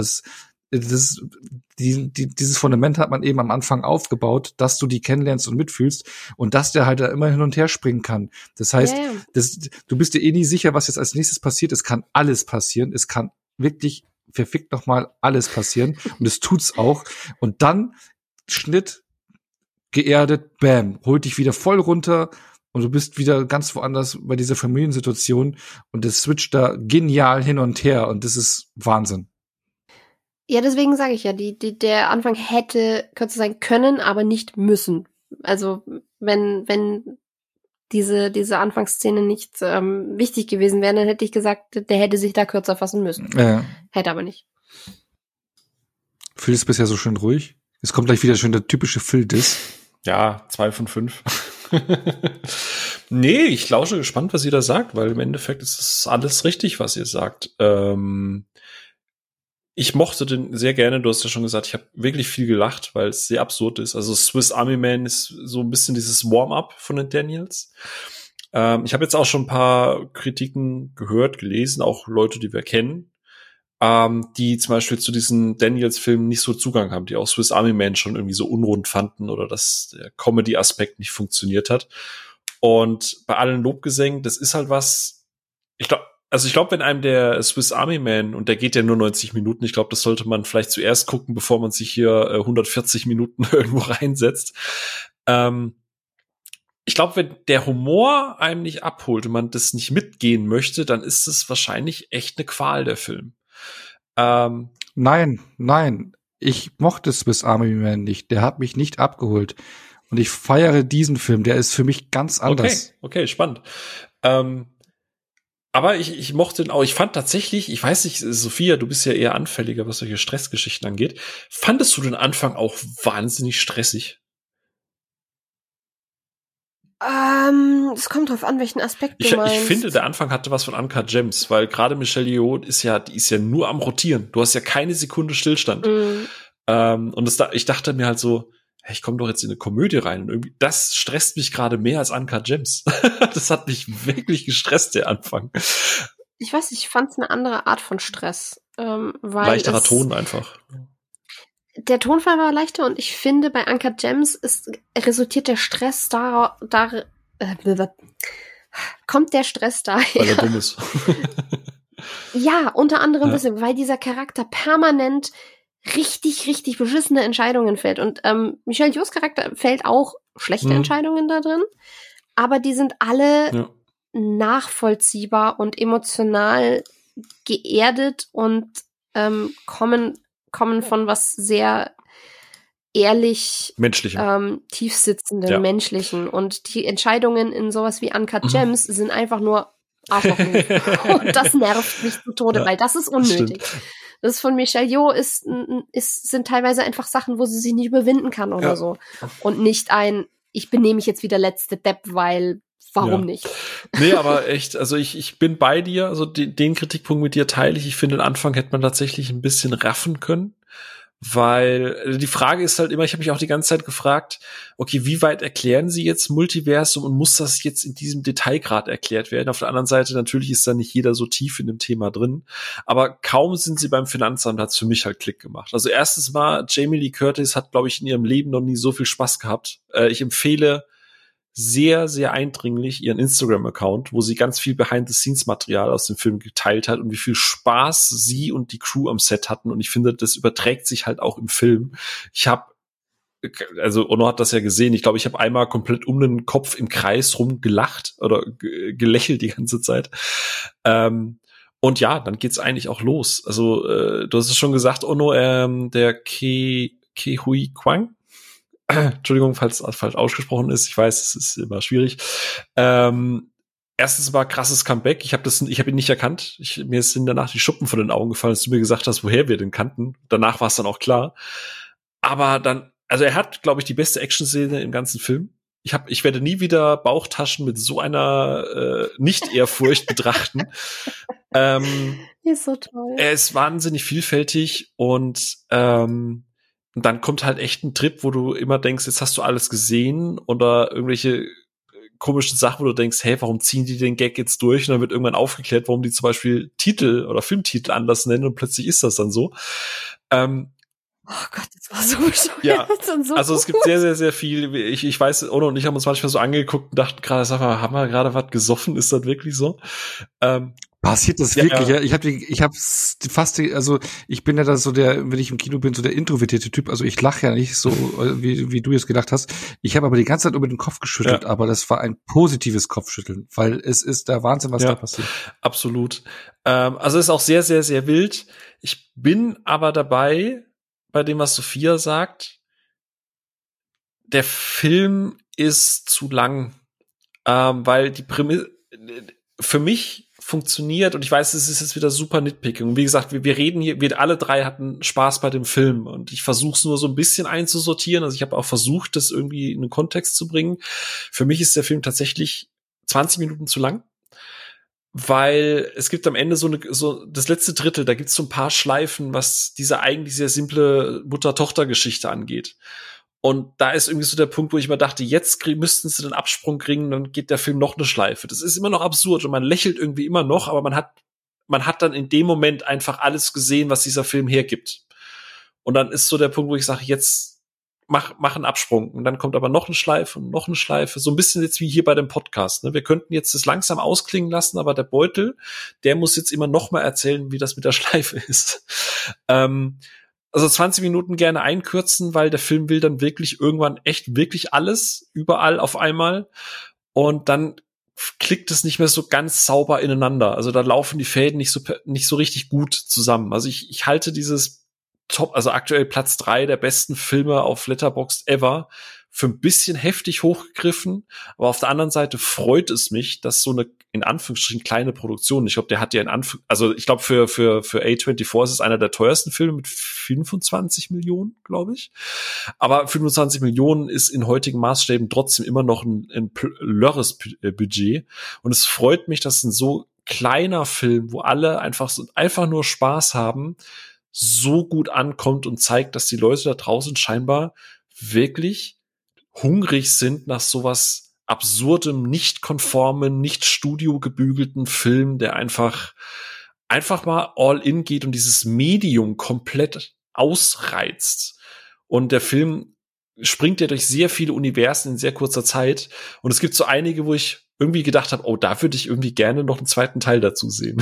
dieses Fundament hat man eben am Anfang aufgebaut, dass du die kennenlernst und mitfühlst und dass der halt da immer hin und her springen kann. Das heißt, du bist dir eh nie sicher, was jetzt als nächstes passiert. Es kann alles passieren. Es kann wirklich verfickt nochmal alles passieren. Und es tut's auch. Und dann Schnitt, geerdet, bam, holt dich wieder voll runter und du bist wieder ganz woanders bei dieser Familiensituation und das switcht da genial hin und her und das ist Wahnsinn. Ja, deswegen sage ich ja, der Anfang hätte kürzer sein können, aber nicht müssen. Also wenn diese Anfangsszene nicht wichtig gewesen wäre, dann hätte ich gesagt, der hätte sich da kürzer fassen müssen. Ja. Hätte aber nicht. Phil ist bisher so schön ruhig. Es kommt gleich wieder schön der typische Phil-Diss. Ja, 2 von 5. Nee, ich lausche gespannt, was ihr da sagt, weil im Endeffekt ist es alles richtig, was ihr sagt. Ich mochte den sehr gerne, du hast ja schon gesagt, ich habe wirklich viel gelacht, weil es sehr absurd ist. Also Swiss Army Man ist so ein bisschen dieses Warm-up von den Daniels. Ich habe jetzt auch schon ein paar Kritiken gehört, gelesen, auch Leute, die wir kennen, die zum Beispiel zu diesen Daniels-Filmen nicht so Zugang haben, die auch Swiss Army Man schon irgendwie so unrund fanden oder dass der Comedy-Aspekt nicht funktioniert hat. Und bei allen Lobgesängen, das ist halt was, ich glaube, wenn einem der Swiss Army Man, und der geht ja nur 90 Minuten, ich glaube, das sollte man vielleicht zuerst gucken, bevor man sich hier 140 Minuten irgendwo reinsetzt. Ich glaube, wenn der Humor einem nicht abholt und man das nicht mitgehen möchte, dann ist es wahrscheinlich echt eine Qual, der Film. Nein. Ich mochte Swiss Army Man nicht. Der hat mich nicht abgeholt. Und ich feiere diesen Film. Der ist für mich ganz anders. Okay, spannend. Aber ich mochte den auch. Ich fand tatsächlich, ich weiß nicht, Sophia, du bist ja eher anfälliger, was solche Stressgeschichten angeht. Fandest du den Anfang auch wahnsinnig stressig? Es kommt drauf an, welchen Aspekt du meinst. Ich finde, der Anfang hatte was von Uncut Gems, weil gerade Michelle Yeoh die ist ja nur am Rotieren. Du hast ja keine Sekunde Stillstand. Und ich dachte mir halt so, hey, ich komme doch jetzt in eine Komödie rein und irgendwie, das stresst mich gerade mehr als Uncut Gems. Das hat mich wirklich gestresst, der Anfang. Ich weiß nicht, ich fand es eine andere Art von Stress. Weil leichterer Ton einfach. Der Tonfall war leichter und ich finde, bei Uncut Gems resultiert der Stress kommt der Stress daher. Weil er dumm ist. Ja, unter anderem deswegen, weil dieser Charakter permanent richtig, richtig beschissene Entscheidungen fällt. Und Michelle Yeohs Charakter fällt auch schlechte Entscheidungen da drin, aber die sind alle nachvollziehbar und emotional geerdet und kommen von was sehr ehrlich tiefsitzenden, menschlichen. Und die Entscheidungen in sowas wie Uncut Gems sind einfach nur Arschloch. Und das nervt mich zu Tode, weil das ist unnötig. Das von Michelle Yeoh sind teilweise einfach Sachen, wo sie sich nicht überwinden kann oder so. Und nicht ich benehme mich jetzt wie der letzte Depp, weil warum nicht? Nee, aber echt, also ich bin bei dir, also den Kritikpunkt mit dir teile ich. Ich finde, den Anfang hätte man tatsächlich ein bisschen raffen können. Weil die Frage ist halt immer, ich habe mich auch die ganze Zeit gefragt, okay, wie weit erklären sie jetzt Multiversum und muss das jetzt in diesem Detailgrad erklärt werden? Auf der anderen Seite, natürlich ist da nicht jeder so tief in dem Thema drin, aber kaum sind sie beim Finanzamt, hat's für mich halt Klick gemacht. Also erstens mal, Jamie Lee Curtis hat, glaube ich, in ihrem Leben noch nie so viel Spaß gehabt. Ich empfehle sehr, sehr eindringlich ihren Instagram-Account, wo sie ganz viel Behind-the-Scenes-Material aus dem Film geteilt hat und wie viel Spaß sie und die Crew am Set hatten. Und ich finde, das überträgt sich halt auch im Film. Ono hat das ja gesehen, ich glaube, ich habe einmal komplett um den Kopf im Kreis rum gelacht oder gelächelt die ganze Zeit. Und ja, dann geht's eigentlich auch los. Also, du hast es schon gesagt, Ono, der Ke Huy Quang, Entschuldigung, falls es falsch ausgesprochen ist. Ich weiß, es ist immer schwierig. Erstens war krasses Comeback. Ich habe ihn nicht erkannt. Mir sind danach die Schuppen von den Augen gefallen, als du mir gesagt hast, woher wir den kannten. Danach war es dann auch klar. Aber dann, also er hat, glaube ich, die beste Action-Szene im ganzen Film. Ich werde nie wieder Bauchtaschen mit so einer Nicht-Ehrfurcht betrachten. Ist so toll. Er ist wahnsinnig vielfältig und dann kommt halt echt ein Trip, wo du immer denkst, jetzt hast du alles gesehen oder irgendwelche komischen Sachen, wo du denkst, hey, warum ziehen die den Gag jetzt durch? Und dann wird irgendwann aufgeklärt, warum die zum Beispiel Titel oder Filmtitel anders nennen und plötzlich ist das dann so. Oh Gott, das war so bescheuert. Ja, und so also es gibt sehr, sehr, sehr viel. Ich weiß, Ono und ich haben uns manchmal so angeguckt und dachten gerade, sag mal, haben wir gerade was gesoffen? Ist das wirklich so? Passiert das wirklich? Ja. Ich hab's fast, also ich bin ja da so wenn ich im Kino bin, so der introvertierte Typ. Also ich lache ja nicht so, wie du jetzt gedacht hast. Ich habe aber die ganze Zeit über den Kopf geschüttelt, aber das war ein positives Kopfschütteln, weil es ist der Wahnsinn, was da passiert. Absolut. Also es ist auch sehr, sehr, sehr wild. Ich bin aber dabei, bei dem, was Sophia sagt, der Film ist zu lang, weil die Prämisse für mich funktioniert, und ich weiß, es ist jetzt wieder super nitpicking. Und wie gesagt, wir reden hier, wir alle drei hatten Spaß bei dem Film und ich versuche es nur so ein bisschen einzusortieren. Also ich habe auch versucht, das irgendwie in den Kontext zu bringen. Für mich ist der Film tatsächlich 20 Minuten zu lang, weil es gibt am Ende so das letzte Drittel, da gibt's so ein paar Schleifen, was diese eigentlich sehr simple Mutter-Tochter-Geschichte angeht. Und da ist irgendwie so der Punkt, wo ich mir dachte, jetzt müssten sie den Absprung kriegen, dann geht der Film noch eine Schleife. Das ist immer noch absurd und man lächelt irgendwie immer noch, aber man hat dann in dem Moment einfach alles gesehen, was dieser Film hergibt. Und dann ist so der Punkt, wo ich sage, jetzt mach einen Absprung. Und dann kommt aber noch eine Schleife und noch eine Schleife. So ein bisschen jetzt wie hier bei dem Podcast. Ne? Wir könnten jetzt das langsam ausklingen lassen, aber der Beutel, der muss jetzt immer noch mal erzählen, wie das mit der Schleife ist. Also 20 Minuten gerne einkürzen, weil der Film will dann wirklich irgendwann echt wirklich alles, überall auf einmal. Und dann klickt es nicht mehr so ganz sauber ineinander. Also da laufen die Fäden nicht so richtig gut zusammen. Also ich halte dieses Top, also aktuell Platz 3 der besten Filme auf Letterboxd ever, für ein bisschen heftig hochgegriffen, aber auf der anderen Seite freut es mich, dass so eine, in Anführungsstrichen, kleine Produktion, ich glaube, der hat ja also ich glaube, für A24 ist es einer der teuersten Filme mit 25 Millionen, glaube ich. Aber 25 Millionen ist in heutigen Maßstäben trotzdem immer noch ein lörres Budget. Und es freut mich, dass ein so kleiner Film, wo alle einfach nur Spaß haben, so gut ankommt und zeigt, dass die Leute da draußen scheinbar wirklich hungrig sind nach sowas absurdem, nicht konformen, nicht studiogebügelten Film, der einfach mal all in geht und dieses Medium komplett ausreizt. Und der Film springt ja durch sehr viele Universen in sehr kurzer Zeit. Und es gibt so einige, wo ich irgendwie gedacht habe, oh, da würde ich irgendwie gerne noch einen zweiten Teil dazu sehen.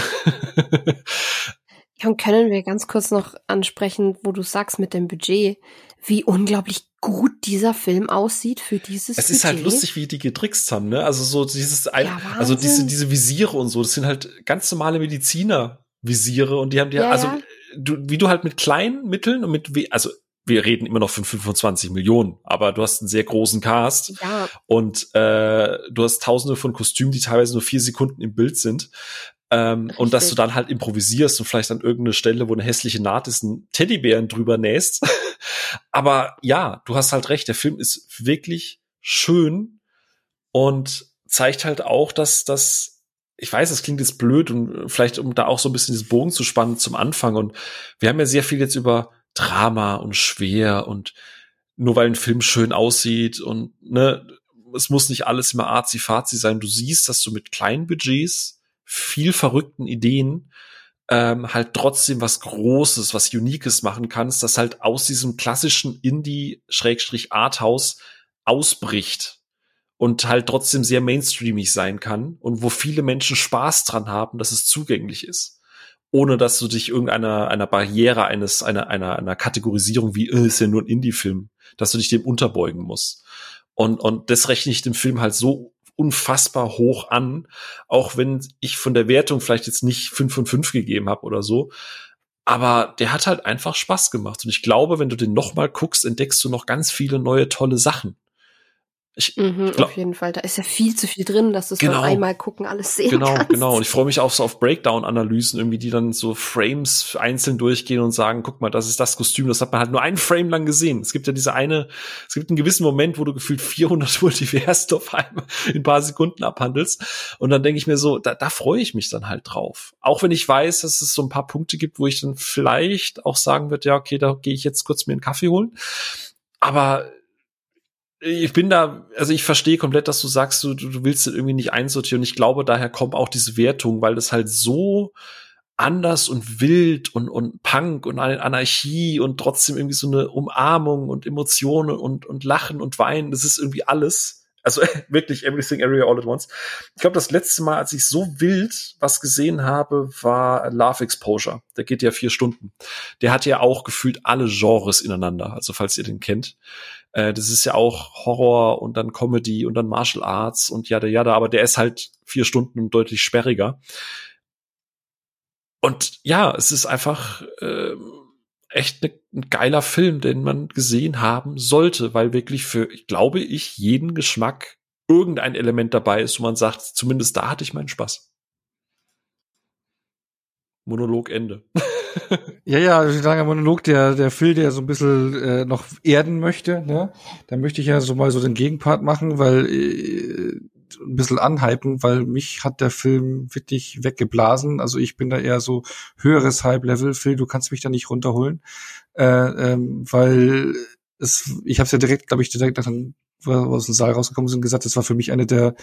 Und können wir ganz kurz noch ansprechen, wo du sagst mit dem Budget, wie unglaublich gut dieser Film aussieht für dieses Es Budget. ist halt lustig, wie die getrickst haben, ne? Also so dieses, also Wahnsinn. diese Visiere und so, das sind halt ganz normale Mediziner-Visiere und die haben wie du halt mit kleinen Mitteln und also wir reden immer noch von 25 Millionen, aber du hast einen sehr großen Cast und du hast Tausende von Kostümen, die teilweise nur 4 Sekunden im Bild sind. Und dass du dann halt improvisierst und vielleicht an irgendeine Stelle, wo eine hässliche Naht ist, einen Teddybären drüber nähst. Aber ja, du hast halt recht, der Film ist wirklich schön und zeigt halt auch, dass ich weiß, es klingt jetzt blöd und vielleicht, um da auch so ein bisschen diesen Bogen zu spannen zum Anfang. Und wir haben ja sehr viel jetzt über Drama und schwer und nur weil ein Film schön aussieht und ne, es muss nicht alles immer arzi-fazi sein. Du siehst, dass du mit kleinen Budgets, viel verrückten Ideen halt trotzdem was Großes, was Uniques machen kannst, das halt aus diesem klassischen Indie-Arthouse ausbricht und halt trotzdem sehr mainstreamig sein kann und wo viele Menschen Spaß dran haben, dass es zugänglich ist. Ohne dass du dich einer Barriere einer Kategorisierung wie, ist ja nur ein Indie-Film, dass du dich dem unterbeugen musst. Und das rechne ich dem Film halt so unfassbar hoch an, auch wenn ich von der Wertung vielleicht jetzt nicht 5 von 5 gegeben habe oder so. Aber der hat halt einfach Spaß gemacht. Und ich glaube, wenn du den noch mal guckst, entdeckst du noch ganz viele neue, tolle Sachen. Auf jeden Fall. Da ist ja viel zu viel drin, dass du es beim einmal gucken alles sehen kannst. Genau. Und ich freue mich auch so auf Breakdown-Analysen, irgendwie, die dann so Frames einzeln durchgehen und sagen, guck mal, das ist das Kostüm, das hat man halt nur einen Frame lang gesehen. Es gibt ja es gibt einen gewissen Moment, wo du gefühlt 400 Multiversen auf einmal in ein paar Sekunden abhandelst. Und dann denke ich mir so, da freue ich mich dann halt drauf. Auch wenn ich weiß, dass es so ein paar Punkte gibt, wo ich dann vielleicht auch sagen würde, ja, okay, da gehe ich jetzt kurz mir einen Kaffee holen. Aber ich verstehe komplett, dass du sagst, du willst den irgendwie nicht einsortieren. Ich glaube, daher kommt auch diese Wertung, weil das halt so anders und wild und Punk und Anarchie und trotzdem irgendwie so eine Umarmung und Emotionen und Lachen und Weinen. Das ist irgendwie alles. Also wirklich Everything, Everywhere, All at Once. Ich glaube, das letzte Mal, als ich so wild was gesehen habe, war Love Exposure. Der geht ja 4 Stunden. Der hat ja auch gefühlt alle Genres ineinander. Also falls ihr den kennt. Das ist ja auch Horror und dann Comedy und dann Martial Arts und yada yada. Aber der ist halt 4 Stunden und deutlich sperriger. Und ja, es ist einfach echt ein geiler Film, den man gesehen haben sollte, weil wirklich glaube ich, jeden Geschmack irgendein Element dabei ist, wo man sagt, zumindest da hatte ich meinen Spaß. Monolog Ende. Ja, ein langer Monolog, der Phil, der so ein bisschen noch erden möchte, ne? Da möchte ich ja so mal so den Gegenpart machen, weil ein bisschen anhypen, weil mich hat der Film wirklich weggeblasen. Also ich bin da eher so höheres Hype-Level. Phil, du kannst mich da nicht runterholen, weil ich habe es ja direkt nach dem, aus dem Saal rausgekommen sind, gesagt, das war für mich eine der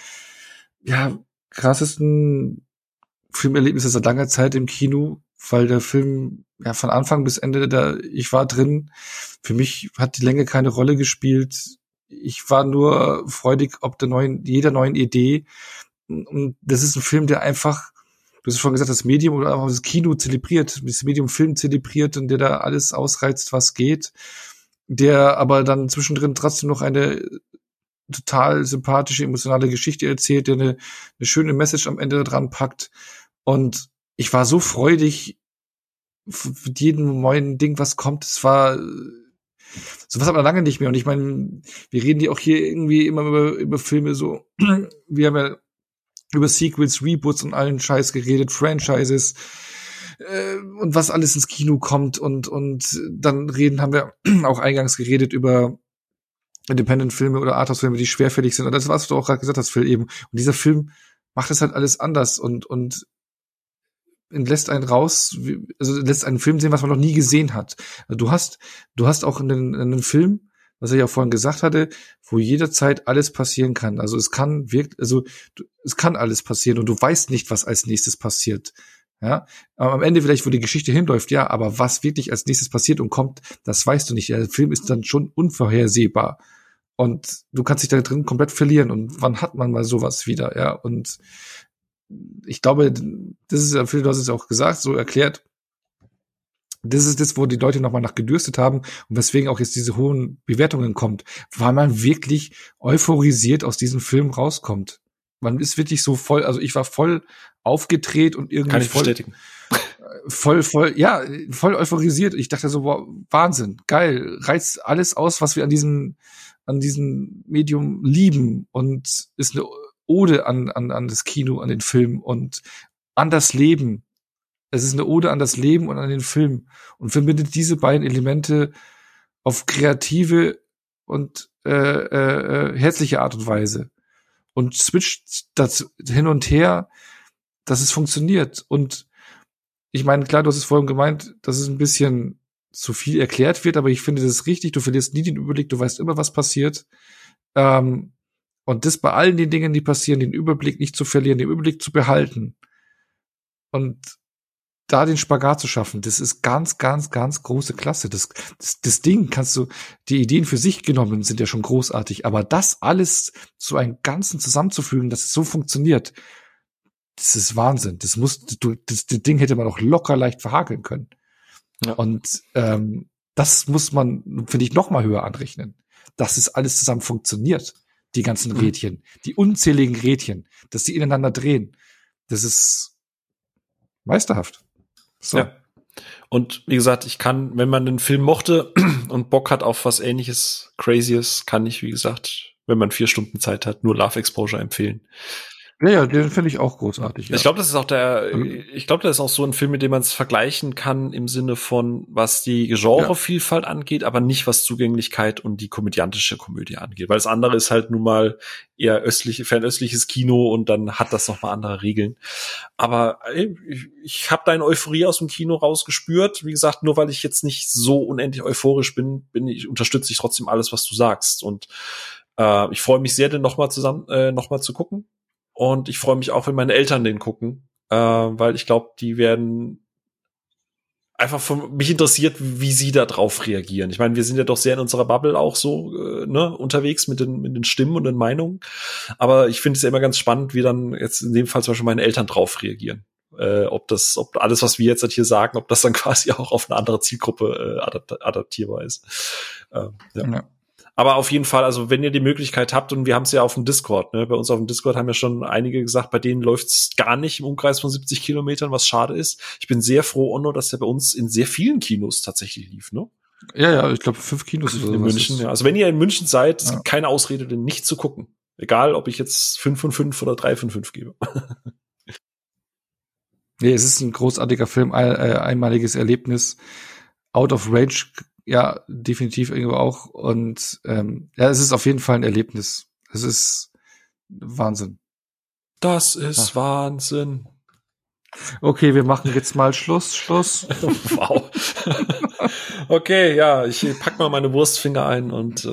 krassesten Filmerlebnisse seit langer Zeit im Kino, weil der Film von Anfang bis Ende, ich war drin. Für mich hat die Länge keine Rolle gespielt. Ich war nur freudig ob jeder neuen Idee. Und das ist ein Film, der einfach, du hast schon gesagt, das Medium oder einfach das Kino zelebriert, das Medium Film zelebriert und der da alles ausreizt, was geht. Der aber dann zwischendrin trotzdem noch eine total sympathische, emotionale Geschichte erzählt, der eine schöne Message am Ende dran packt. Und ich war so freudig mit jedem neuen Ding, was kommt. Es war sowas aber lange nicht mehr. Und ich meine, wir reden ja auch hier irgendwie immer über Filme so. Wir haben ja über Sequels, Reboots und allen Scheiß geredet, Franchises und was alles ins Kino kommt. Und dann haben wir auch eingangs geredet über Independent-Filme oder Arthouse-Filme, die schwerfällig sind. Und das, was du auch gerade gesagt hast, Phil, eben. Und dieser Film macht das halt alles anders und lässt einen lässt einen Film sehen, was man noch nie gesehen hat. Du hast auch in einem Film was ich auch vorhin gesagt hatte, wo jederzeit alles passieren kann. Also es kann es kann alles passieren und du weißt nicht, was als nächstes passiert. Ja, aber am Ende vielleicht, wo die Geschichte hinläuft, ja, aber was wirklich als nächstes passiert und kommt, das weißt du nicht. Der Film ist dann schon unvorhersehbar und du kannst dich da drin komplett verlieren. Und wann hat man mal sowas wieder? Ja, und ich glaube, das ist ja, du hast es auch gesagt, so erklärt. Das ist das, wo die Leute nochmal nach gedürstet haben und weswegen auch jetzt diese hohen Bewertungen kommt, weil man wirklich euphorisiert aus diesem Film rauskommt. Man ist wirklich so voll, also ich war voll aufgedreht und irgendwie Kann ich bestätigen. voll euphorisiert. Ich dachte so, wow, Wahnsinn, geil, reizt alles aus, was wir an diesem Medium lieben und ist eine Ode an das Kino, an den Film und an das Leben. Es ist eine Ode an das Leben und an den Film und verbindet diese beiden Elemente auf kreative und herzliche Art und Weise und switcht das hin und her, dass es funktioniert. Und ich meine, klar, du hast es vorhin gemeint, dass es ein bisschen zu viel erklärt wird, aber ich finde das ist richtig. Du verlierst nie den Überblick, du weißt immer, was passiert. Und das bei allen den Dingen, die passieren, den Überblick nicht zu verlieren, den Überblick zu behalten. Und da den Spagat zu schaffen, das ist ganz, ganz, ganz große Klasse. Das Ding die Ideen für sich genommen sind ja schon großartig, aber das alles zu einem Ganzen zusammenzufügen, dass es so funktioniert, das ist Wahnsinn. Das Ding hätte man auch locker leicht verhakeln können. Ja. Und das muss man, finde ich, noch mal höher anrechnen. Dass es alles zusammen funktioniert. Die ganzen Rädchen, die unzähligen Rädchen, dass die ineinander drehen. Das ist meisterhaft. So. Ja. Und wie gesagt, ich kann, wenn man den Film mochte und Bock hat auf was Ähnliches, Crazyes, kann ich, wie gesagt, wenn man 4 Stunden Zeit hat, nur Love Exposure empfehlen. Ja, den finde ich auch großartig. Ja. Ich glaube, das ist auch so ein Film, mit dem man es vergleichen kann im Sinne von, was die Genrevielfalt angeht, aber nicht was Zugänglichkeit und die komödiantische Komödie angeht. Weil das andere ist halt nun mal eher fernöstliches Kino und dann hat das noch mal andere Regeln. Aber ich habe deine Euphorie aus dem Kino rausgespürt. Wie gesagt, nur weil ich jetzt nicht so unendlich euphorisch unterstütze ich trotzdem alles, was du sagst. Und ich freue mich sehr, den noch mal zu gucken. Und ich freue mich auch, wenn meine Eltern den gucken, weil ich glaube, die werden einfach mich interessiert, wie sie da drauf reagieren. Ich meine, wir sind ja doch sehr in unserer Bubble auch so unterwegs mit den Stimmen und den Meinungen. Aber ich finde es ja immer ganz spannend, wie dann jetzt in dem Fall zum Beispiel meine Eltern drauf reagieren. Ob alles, was wir jetzt halt hier sagen, ob das dann quasi auch auf eine andere Zielgruppe adaptierbar ist. Ja. Aber auf jeden Fall, also wenn ihr die Möglichkeit habt, und wir haben es ja auf dem Discord, ne, bei uns auf dem Discord haben ja schon einige gesagt, bei denen läuft's gar nicht im Umkreis von 70 Kilometern, was schade ist. Ich bin sehr froh, Onno, dass der bei uns in sehr vielen Kinos tatsächlich lief, ne? Ja, ich glaube 5 Kinos in München. Ja. Also wenn ihr in München seid, es gibt keine Ausrede, den nicht zu gucken. Egal, ob ich jetzt 5 von 5 oder 3 von 5 gebe. Nee, es ist ein großartiger Film, einmaliges Erlebnis. Out of Range, ja, definitiv irgendwo auch. Und es ist auf jeden Fall ein Erlebnis. Es ist Wahnsinn. Das ist Wahnsinn. Okay, wir machen jetzt mal Schluss. Wow. Okay, ja, ich pack mal meine Wurstfinger ein und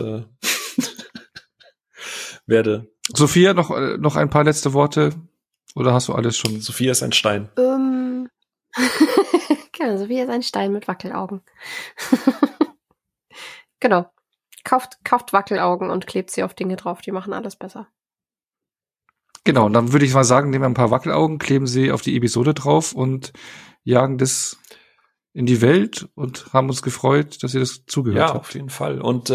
werde. Sophia, noch ein paar letzte Worte? Oder hast du alles schon? Sophia ist ein Stein. Genau, Sophia ist ein Stein mit Wackelaugen. Genau. Kauft Wackelaugen und klebt sie auf Dinge drauf, die machen alles besser. Genau, und dann würde ich mal sagen, nehmen wir ein paar Wackelaugen, kleben sie auf die Episode drauf und jagen das in die Welt und haben uns gefreut, dass ihr das zugehört habt. Ja, auf jeden Fall. Und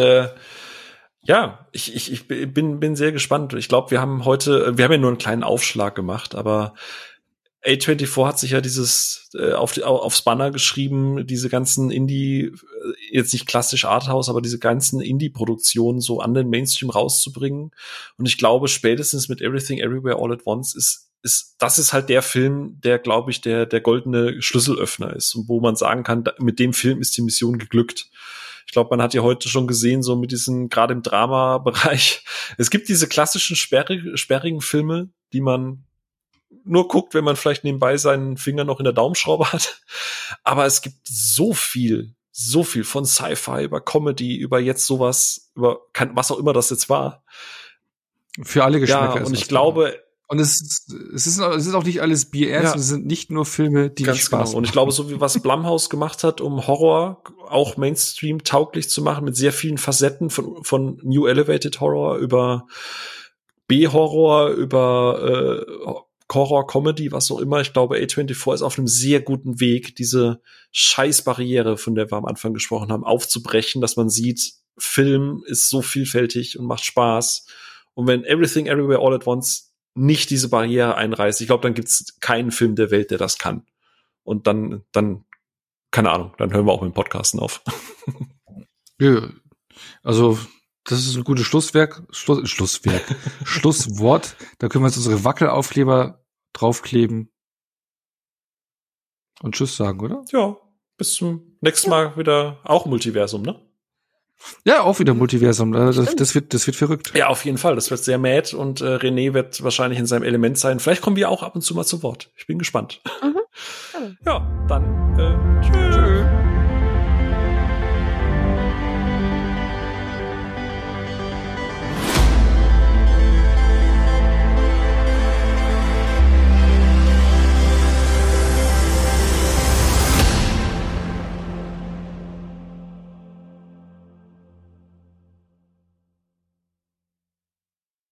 ich bin sehr gespannt. Ich glaube, wir haben ja nur einen kleinen Aufschlag gemacht, aber A24 hat sich ja dieses aufs Banner geschrieben, diese ganzen Indie, jetzt nicht klassisch Arthouse, aber diese ganzen Indie-Produktionen so an den Mainstream rauszubringen. Und ich glaube, spätestens mit Everything Everywhere All at Once das ist halt der Film, der, glaube ich, der goldene Schlüsselöffner ist und wo man sagen kann, mit dem Film ist die Mission geglückt. Ich glaube, man hat ja heute schon gesehen, so mit diesen, gerade im Drama-Bereich, es gibt diese klassischen sperrigen Filme, die man nur guckt, wenn man vielleicht nebenbei seinen Finger noch in der Daumenschraube hat. Aber es gibt so viel so viel von Sci-Fi über Comedy, über jetzt sowas, über was auch immer das jetzt war. Für alle Geschmäcker. Ja, und ich glaube, und es ist auch nicht alles bierernst, Ja. es sind nicht nur Filme, die ganz nicht Spaß genau. Und ich glaube, so wie was Blumhouse gemacht hat, um Horror auch Mainstream tauglich zu machen, mit sehr vielen Facetten von New Elevated Horror über B-Horror, über Horror-Comedy, was auch immer. Ich glaube, A24 ist auf einem sehr guten Weg, diese Scheißbarriere, von der wir am Anfang gesprochen haben, aufzubrechen, dass man sieht, Film ist so vielfältig und macht Spaß. Und wenn Everything Everywhere All at Once nicht diese Barriere einreißt, ich glaube, dann gibt's keinen Film der Welt, der das kann. Und dann, keine Ahnung, dann hören wir auch mit dem Podcasten auf. Ja, also das ist ein gutes Schlusswort. Da können wir jetzt unsere Wackelaufkleber draufkleben und Tschüss sagen, oder? Ja, bis zum nächsten Mal wieder auch Multiversum, ne? Ja, auch wieder Multiversum. Das wird verrückt. Ja, auf jeden Fall. Das wird sehr mad und René wird wahrscheinlich in seinem Element sein. Vielleicht kommen wir auch ab und zu mal zu Wort. Ich bin gespannt. Mhm. Ja, dann